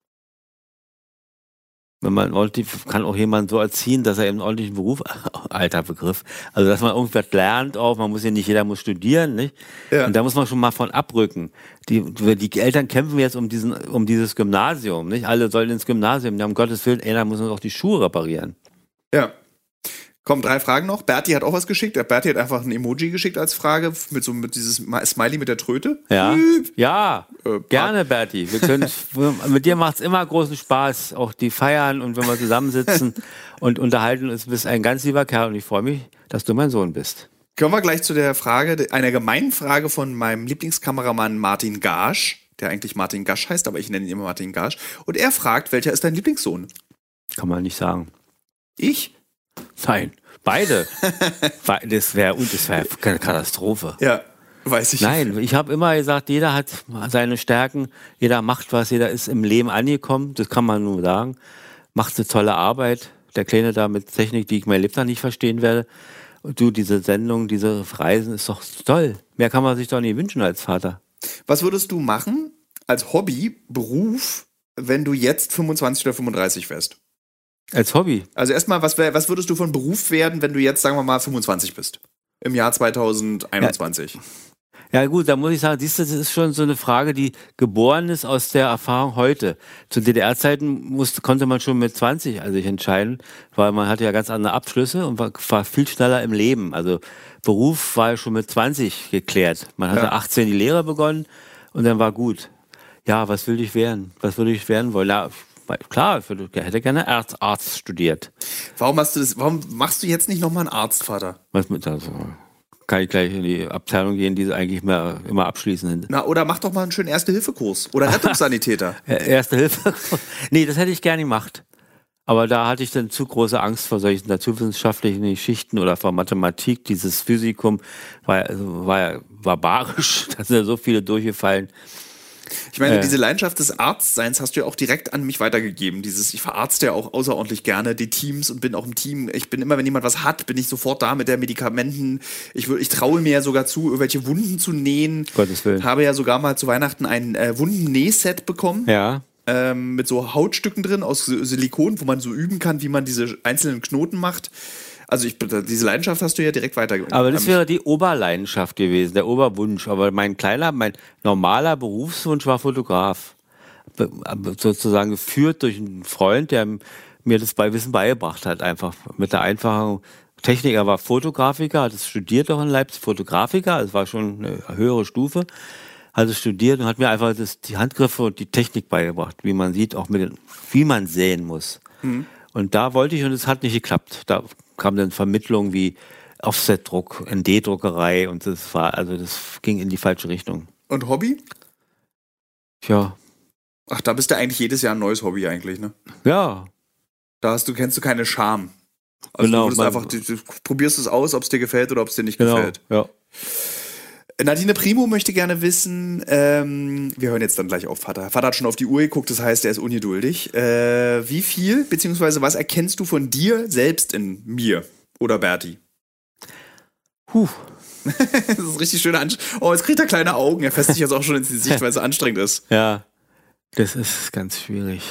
Wenn man ordentlich, kann auch jemand so erziehen, dass er eben einen ordentlichen Beruf, alter Begriff, also dass man irgendwas lernt auch, man muss ja nicht, jeder muss studieren, nicht? Ja. Und da muss man schon mal von abrücken. Die, die Eltern kämpfen jetzt um diesen, um dieses Gymnasium, nicht? Alle sollen ins Gymnasium, ja, um Gottes Willen, ey, da muss man auch die Schuhe reparieren. ja. Kommen drei Fragen noch. Berti hat auch was geschickt. Der Berti hat einfach ein Emoji geschickt als Frage mit so mit dieses Smiley mit der Tröte. Ja, Piep. ja, Äh, gerne, Berti. Wir können, mit dir macht's immer großen Spaß, auch die feiern und wenn wir zusammensitzen und unterhalten uns, bist ein ganz lieber Kerl und ich freue mich, dass du mein Sohn bist. Kommen wir gleich zu der Frage, einer gemeinen Frage von meinem Lieblingskameramann Martin Gasch, der eigentlich Martin Gasch heißt, aber ich nenne ihn immer Martin Gasch. Und er fragt, welcher ist dein Lieblingssohn? Kann man nicht sagen. Ich? Nein, beide. Be- das wäre und das wäre keine Katastrophe. Ja, weiß ich. Nein, ich habe immer gesagt, jeder hat seine Stärken, jeder macht was, jeder ist im Leben angekommen, das kann man nur sagen. Macht eine tolle Arbeit. Der Kleine da mit Technik, die ich mein Lebtag nicht verstehen werde. Und du, diese Sendung, diese Reisen, ist doch toll. Mehr kann man sich doch nicht wünschen als Vater. Was würdest du machen als Hobby, Beruf, wenn du jetzt fünfundzwanzig oder fünfunddreißig wärst? Als Hobby. Also erstmal, was, wär, was würdest du von Beruf werden, wenn du jetzt, sagen wir mal, fünfundzwanzig bist? Im Jahr zweitausendeinundzwanzig. Ja gut, da muss ich sagen, siehst du, das ist schon so eine Frage, die geboren ist aus der Erfahrung heute. Zu D D R-Zeiten musste, konnte man schon mit zwanzig also sich entscheiden, weil man hatte ja ganz andere Abschlüsse und war, war viel schneller im Leben. Also Beruf war ja schon mit zwanzig geklärt. Man hatte Ja. achtzehn die Lehre begonnen und dann war gut. Ja, was will ich werden? Was würde ich werden wollen? Ja, klar, ich würde, hätte gerne Arzt, Arzt studiert. Warum hast du das, warum machst du jetzt nicht nochmal einen Arzt, Vater? Was mit also, kann ich gleich in die Abteilung gehen, die eigentlich mehr, immer abschließen sind. Na, oder mach doch mal einen schönen Erste-Hilfe-Kurs. Oder Rettungssanitäter. Erste Hilfe? Nee, das hätte ich gerne gemacht. Aber da hatte ich dann zu große Angst vor solchen naturwissenschaftlichen Geschichten oder vor Mathematik. Dieses Physikum war, also war ja barbarisch. Da sind ja so viele durchgefallen. Ich meine, Äh. diese Leidenschaft des Arztseins hast du ja auch direkt an mich weitergegeben. Dieses, ich verarzte ja auch außerordentlich gerne die Teams und bin auch im Team. Ich bin immer, wenn jemand was hat, bin ich sofort da mit der Medikamenten. Ich, wür- ich traue mir ja sogar zu, irgendwelche Wunden zu nähen. Gottes Willen. Habe ja sogar mal zu Weihnachten ein äh, Wundennähset bekommen. Ja. Ähm, mit so Hautstücken drin aus Si- Silikon, wo man so üben kann, wie man diese einzelnen Knoten macht. Also ich, diese Leidenschaft hast du ja direkt weitergegeben. Aber das wäre die Oberleidenschaft gewesen, der Oberwunsch. Aber mein kleiner, mein normaler Berufswunsch war Fotograf. Be- aber sozusagen geführt durch einen Freund, der mir das bei Wissen beigebracht hat, einfach mit der einfachen Technik. Er war Fotografiker, hat es studiert auch in Leipzig, Fotografiker, es war schon eine höhere Stufe, hat es studiert und hat mir einfach das, die Handgriffe und die Technik beigebracht, wie man sieht, auch mit den, wie man säen muss. Mhm. Und da wollte ich und es hat nicht geklappt. Da kam dann Vermittlung wie Offsetdruck, N D-Druckerei und das war, also das ging in die falsche Richtung. Und Hobby? Tja, Ach, da bist du eigentlich jedes Jahr ein neues Hobby eigentlich, ne? ja, Da hast du, kennst du keine Scham. Also Genau, du, würdest man- einfach, du, du probierst es aus, ob es dir gefällt oder ob es dir nicht genau, gefällt. ja. Nadine Primo möchte gerne wissen, ähm, wir hören jetzt dann gleich auf Vater. Vater hat schon auf die Uhr geguckt, das heißt, er ist ungeduldig. Äh, wie viel, beziehungsweise was erkennst du von dir selbst in mir oder Berti? Puh. Das ist richtig schön. Oh, jetzt kriegt er kleine Augen. Er fässt sich jetzt auch schon ins Gesicht, weil es so anstrengend ist. Ja, das ist ganz schwierig.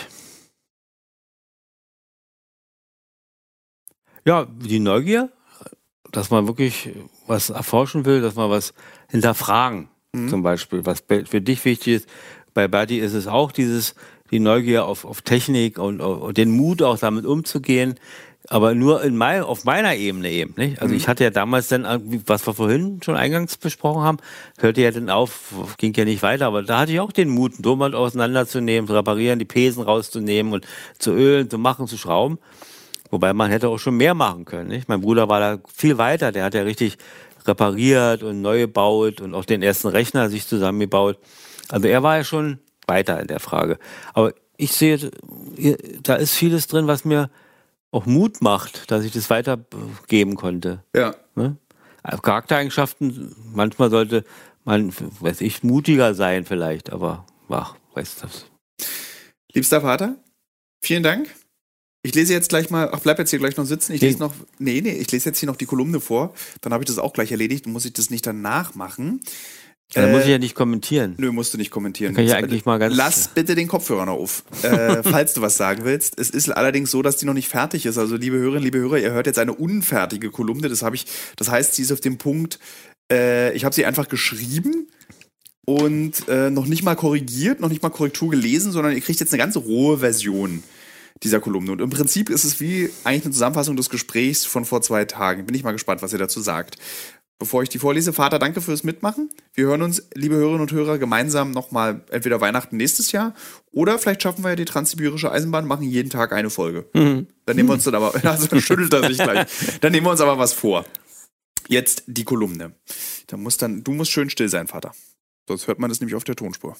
Ja, die Neugier, dass man wirklich was erforschen will, dass man was hinterfragen, Mhm. zum Beispiel, was be- für dich wichtig ist. Bei Berti ist es auch dieses, die Neugier auf, auf Technik und, und den Mut auch damit umzugehen, aber nur in mein, auf meiner Ebene eben. Nicht? Also Mhm. ich hatte ja damals dann, was wir vorhin schon eingangs besprochen haben, hörte ja dann auf, ging ja nicht weiter, aber da hatte ich auch den Mut, einen Domwand auseinanderzunehmen, zu reparieren, die Pesen rauszunehmen und zu ölen, zu machen, zu schrauben. Wobei man hätte auch schon mehr machen können. Nicht? Mein Bruder war da viel weiter, der hat ja richtig repariert und neu gebaut und auch den ersten Rechner sich zusammengebaut. Also er war ja schon weiter in der Frage. Aber ich sehe, da ist vieles drin, was mir auch Mut macht, dass ich das weitergeben konnte. Ja. Ne? Charaktereigenschaften, manchmal sollte man, weiß ich, mutiger sein vielleicht, aber ach, weiß das. Liebster Vater, vielen Dank. Ich lese jetzt gleich mal, ach, bleib jetzt hier gleich noch sitzen. Ich Nee. lese noch, nee, nee, ich lese jetzt hier noch die Kolumne vor. Dann habe ich das auch gleich erledigt und muss ich das nicht danach machen. Ja, dann Äh, muss ich ja nicht kommentieren. Nö, musst du nicht kommentieren. Dann kann ich ja eigentlich mal ganz- Lass bitte den Kopfhörer noch auf, äh, falls du was sagen willst. Es ist allerdings so, dass die noch nicht fertig ist. Also, liebe Hörerinnen, liebe Hörer, ihr hört jetzt eine unfertige Kolumne. Das habe ich, das heißt, sie ist auf dem Punkt, äh, ich habe sie einfach geschrieben und äh, noch nicht mal korrigiert, noch nicht mal Korrektur gelesen, sondern ihr kriegt jetzt eine ganz rohe Version dieser Kolumne. Und im Prinzip ist es wie eigentlich eine Zusammenfassung des Gesprächs von vor zwei Tagen. Bin ich mal gespannt, was ihr dazu sagt. Bevor ich die vorlese, Vater, danke fürs Mitmachen. Wir hören uns, liebe Hörerinnen und Hörer, gemeinsam nochmal entweder Weihnachten nächstes Jahr oder vielleicht schaffen wir ja die Transsibirische Eisenbahn, machen jeden Tag eine Folge. Mhm. Dann nehmen wir uns dann aber, also schüttelt er sich gleich. Dann nehmen wir uns aber was vor. Jetzt die Kolumne. Da muss dann, du musst schön still sein, Vater. Sonst hört man das nämlich auf der Tonspur.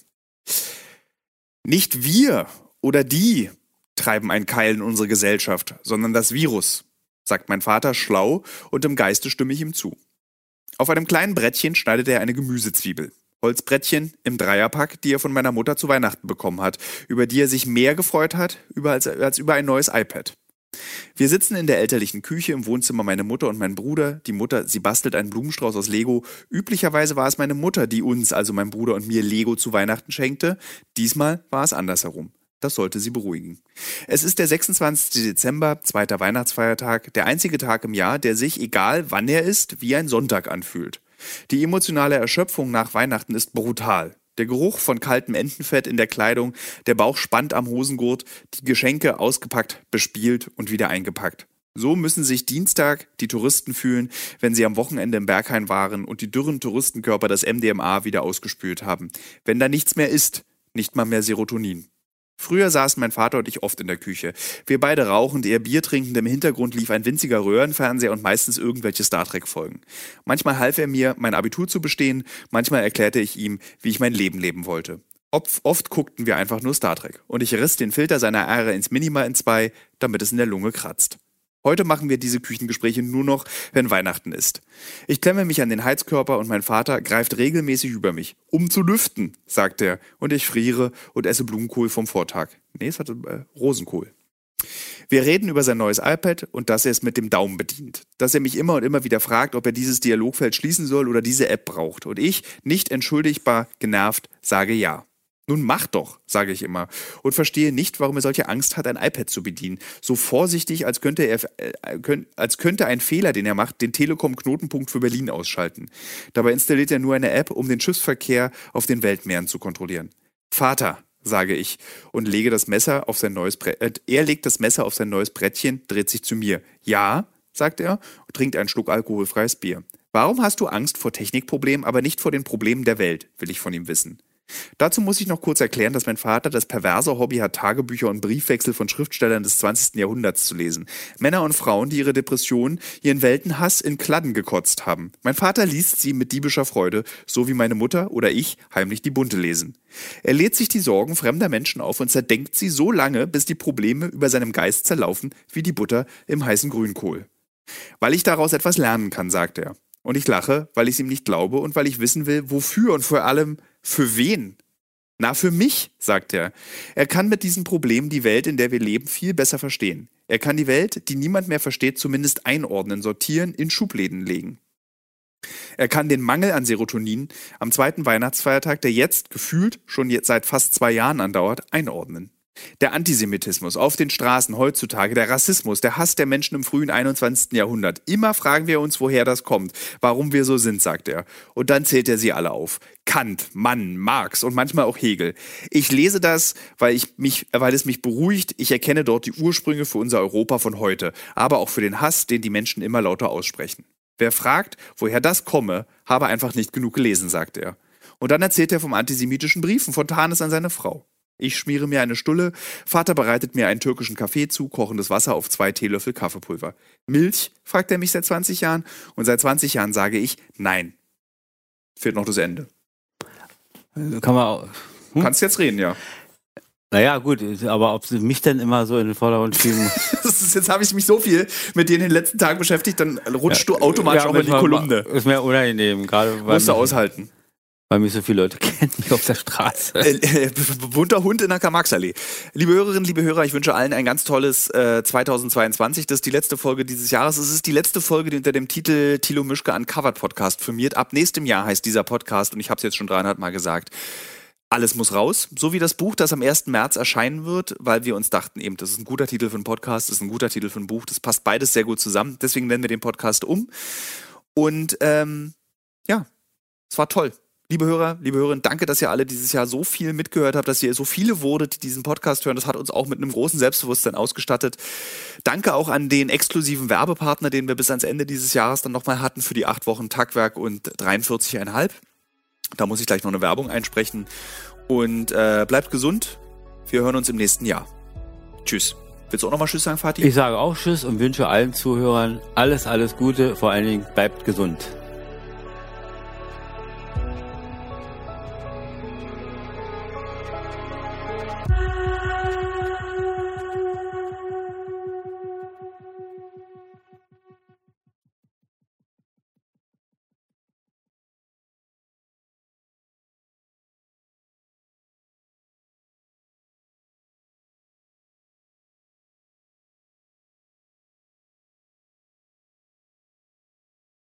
Nicht wir oder die treiben einen Keil in unsere Gesellschaft, sondern das Virus, sagt mein Vater schlau und im Geiste stimme ich ihm zu. Auf einem kleinen Brettchen schneidet er eine Gemüsezwiebel. Holzbrettchen im Dreierpack, die er von meiner Mutter zu Weihnachten bekommen hat, über die er sich mehr gefreut hat über als, als über ein neues iPad. Wir sitzen in der elterlichen Küche, im Wohnzimmer meine Mutter und mein Bruder. Die Mutter, sie bastelt einen Blumenstrauß aus Lego. Üblicherweise war es meine Mutter, die uns, also mein Bruder und mir, Lego zu Weihnachten schenkte. Diesmal war es andersherum. Das sollte sie beruhigen. Es ist der sechsundzwanzigste Dezember, zweiter Weihnachtsfeiertag, der einzige Tag im Jahr, der sich, egal wann er ist, wie ein Sonntag anfühlt. Die emotionale Erschöpfung nach Weihnachten ist brutal. Der Geruch von kaltem Entenfett in der Kleidung, der Bauch spannt am Hosengurt, die Geschenke ausgepackt, bespielt und wieder eingepackt. So müssen sich Dienstag die Touristen fühlen, wenn sie am Wochenende im Berghain waren und die dürren Touristenkörper das M D M A wieder ausgespült haben. Wenn da nichts mehr ist, nicht mal mehr Serotonin. Früher saßen mein Vater und ich oft in der Küche. Wir beide rauchend, eher Bier trinkend, im Hintergrund lief ein winziger Röhrenfernseher und meistens irgendwelche Star Trek-Folgen. Manchmal half er mir, mein Abitur zu bestehen, manchmal erklärte ich ihm, wie ich mein Leben leben wollte. Oft, oft guckten wir einfach nur Star Trek und ich riss den Filter seiner Aere ins Minima entzwei, damit es in der Lunge kratzt. Heute machen wir diese Küchengespräche nur noch, wenn Weihnachten ist. Ich klemme mich an den Heizkörper und mein Vater greift regelmäßig über mich. Um zu lüften, sagt er, und ich friere und esse Blumenkohl vom Vortag. Nee, es hatte äh, Rosenkohl. Wir reden über sein neues iPad und dass er es mit dem Daumen bedient. Dass er mich immer und immer wieder fragt, ob er dieses Dialogfeld schließen soll oder diese App braucht. Und ich, nicht entschuldigbar genervt, sage ja. Nun mach doch, sage ich immer, und verstehe nicht, warum er solche Angst hat, ein iPad zu bedienen. So vorsichtig, als könnte, er, äh, könnt, als könnte ein Fehler, den er macht, den Telekom-Knotenpunkt für Berlin ausschalten. Dabei installiert er nur eine App, um den Schiffsverkehr auf den Weltmeeren zu kontrollieren. Vater, sage ich und lege das Messer auf sein neues Brett. Äh, er legt das Messer auf sein neues Brettchen, dreht sich zu mir. Ja, sagt er und trinkt einen Schluck alkoholfreies Bier. Warum hast du Angst vor Technikproblemen, aber nicht vor den Problemen der Welt, will ich von ihm wissen. Dazu muss ich noch kurz erklären, dass mein Vater das perverse Hobby hat, Tagebücher und Briefwechsel von Schriftstellern des zwanzigsten Jahrhunderts zu lesen. Männer und Frauen, die ihre Depressionen, ihren Weltenhass in Kladden gekotzt haben. Mein Vater liest sie mit diebischer Freude, so wie meine Mutter oder ich heimlich die Bunte lesen. Er lädt sich die Sorgen fremder Menschen auf und zerdenkt sie so lange, bis die Probleme über seinem Geist zerlaufen, wie die Butter im heißen Grünkohl. Weil ich daraus etwas lernen kann, sagt er. Und ich lache, weil ich es ihm nicht glaube und weil ich wissen will, wofür und vor allem für wen? Na, für mich, sagt er. Er kann mit diesen Problemen die Welt, in der wir leben, viel besser verstehen. Er kann die Welt, die niemand mehr versteht, zumindest einordnen, sortieren, in Schubläden legen. Er kann den Mangel an Serotonin am zweiten Weihnachtsfeiertag, der jetzt gefühlt schon jetzt seit fast zwei Jahren andauert, einordnen. Der Antisemitismus auf den Straßen heutzutage, der Rassismus, der Hass der Menschen im frühen einundzwanzigsten Jahrhundert. Immer fragen wir uns, woher das kommt, warum wir so sind, sagt er. Und dann zählt er sie alle auf. Kant, Mann, Marx und manchmal auch Hegel. Ich lese das, weil, ich mich, weil es mich beruhigt. Ich erkenne dort die Ursprünge für unser Europa von heute, aber auch für den Hass, den die Menschen immer lauter aussprechen. Wer fragt, woher das komme, habe einfach nicht genug gelesen, sagt er. Und dann erzählt er vom antisemitischen Brief von Fontanes an seine Frau. Ich schmiere mir eine Stulle, Vater bereitet mir einen türkischen Kaffee zu, kochendes Wasser auf zwei Teelöffel Kaffeepulver. Milch? Fragt er mich seit zwanzig Jahren und seit zwanzig Jahren sage ich nein. Fehlt noch das Ende. Kann man auch, hm? Kannst jetzt reden, ja. Naja, gut, aber ob sie mich denn immer so in den Vordergrund schieben. Das ist, jetzt habe ich mich so viel mit dir in den letzten Tagen beschäftigt, dann rutscht ja, du automatisch ja, auch in die Kolumne. Ist mir unangenehm, gerade weil. Musst du aushalten. Weil mich so viele Leute kennen, nicht auf der Straße. Äh, äh, bunter Hund in der Karl-Marx-Allee. Liebe Hörerinnen, liebe Hörer, ich wünsche allen ein ganz tolles äh, zweitausendzweiundzwanzig. Das ist die letzte Folge dieses Jahres. Es ist die letzte Folge, die unter dem Titel Thilo Mischke Uncovered Podcast firmiert. Ab nächstem Jahr heißt dieser Podcast, und ich habe es jetzt schon dreihundert Mal gesagt, alles muss raus. So wie das Buch, das am ersten März erscheinen wird, weil wir uns dachten, eben, das ist ein guter Titel für einen Podcast, das ist ein guter Titel für ein Buch. Das passt beides sehr gut zusammen. Deswegen nennen wir den Podcast um. Und ähm, ja, es war toll. Liebe Hörer, liebe Hörerinnen, danke, dass ihr alle dieses Jahr so viel mitgehört habt, dass ihr so viele wurdet, die diesen Podcast hören. Das hat uns auch mit einem großen Selbstbewusstsein ausgestattet. Danke auch an den exklusiven Werbepartner, den wir bis ans Ende dieses Jahres dann nochmal hatten für die acht Wochen Tagwerk und dreiundvierzig Komma fünf. Da muss ich gleich noch eine Werbung einsprechen. Und äh, bleibt gesund. Wir hören uns im nächsten Jahr. Tschüss. Willst du auch nochmal Tschüss sagen, Fatih? Ich sage auch Tschüss und wünsche allen Zuhörern alles, alles Gute. Vor allen Dingen bleibt gesund. Thank you.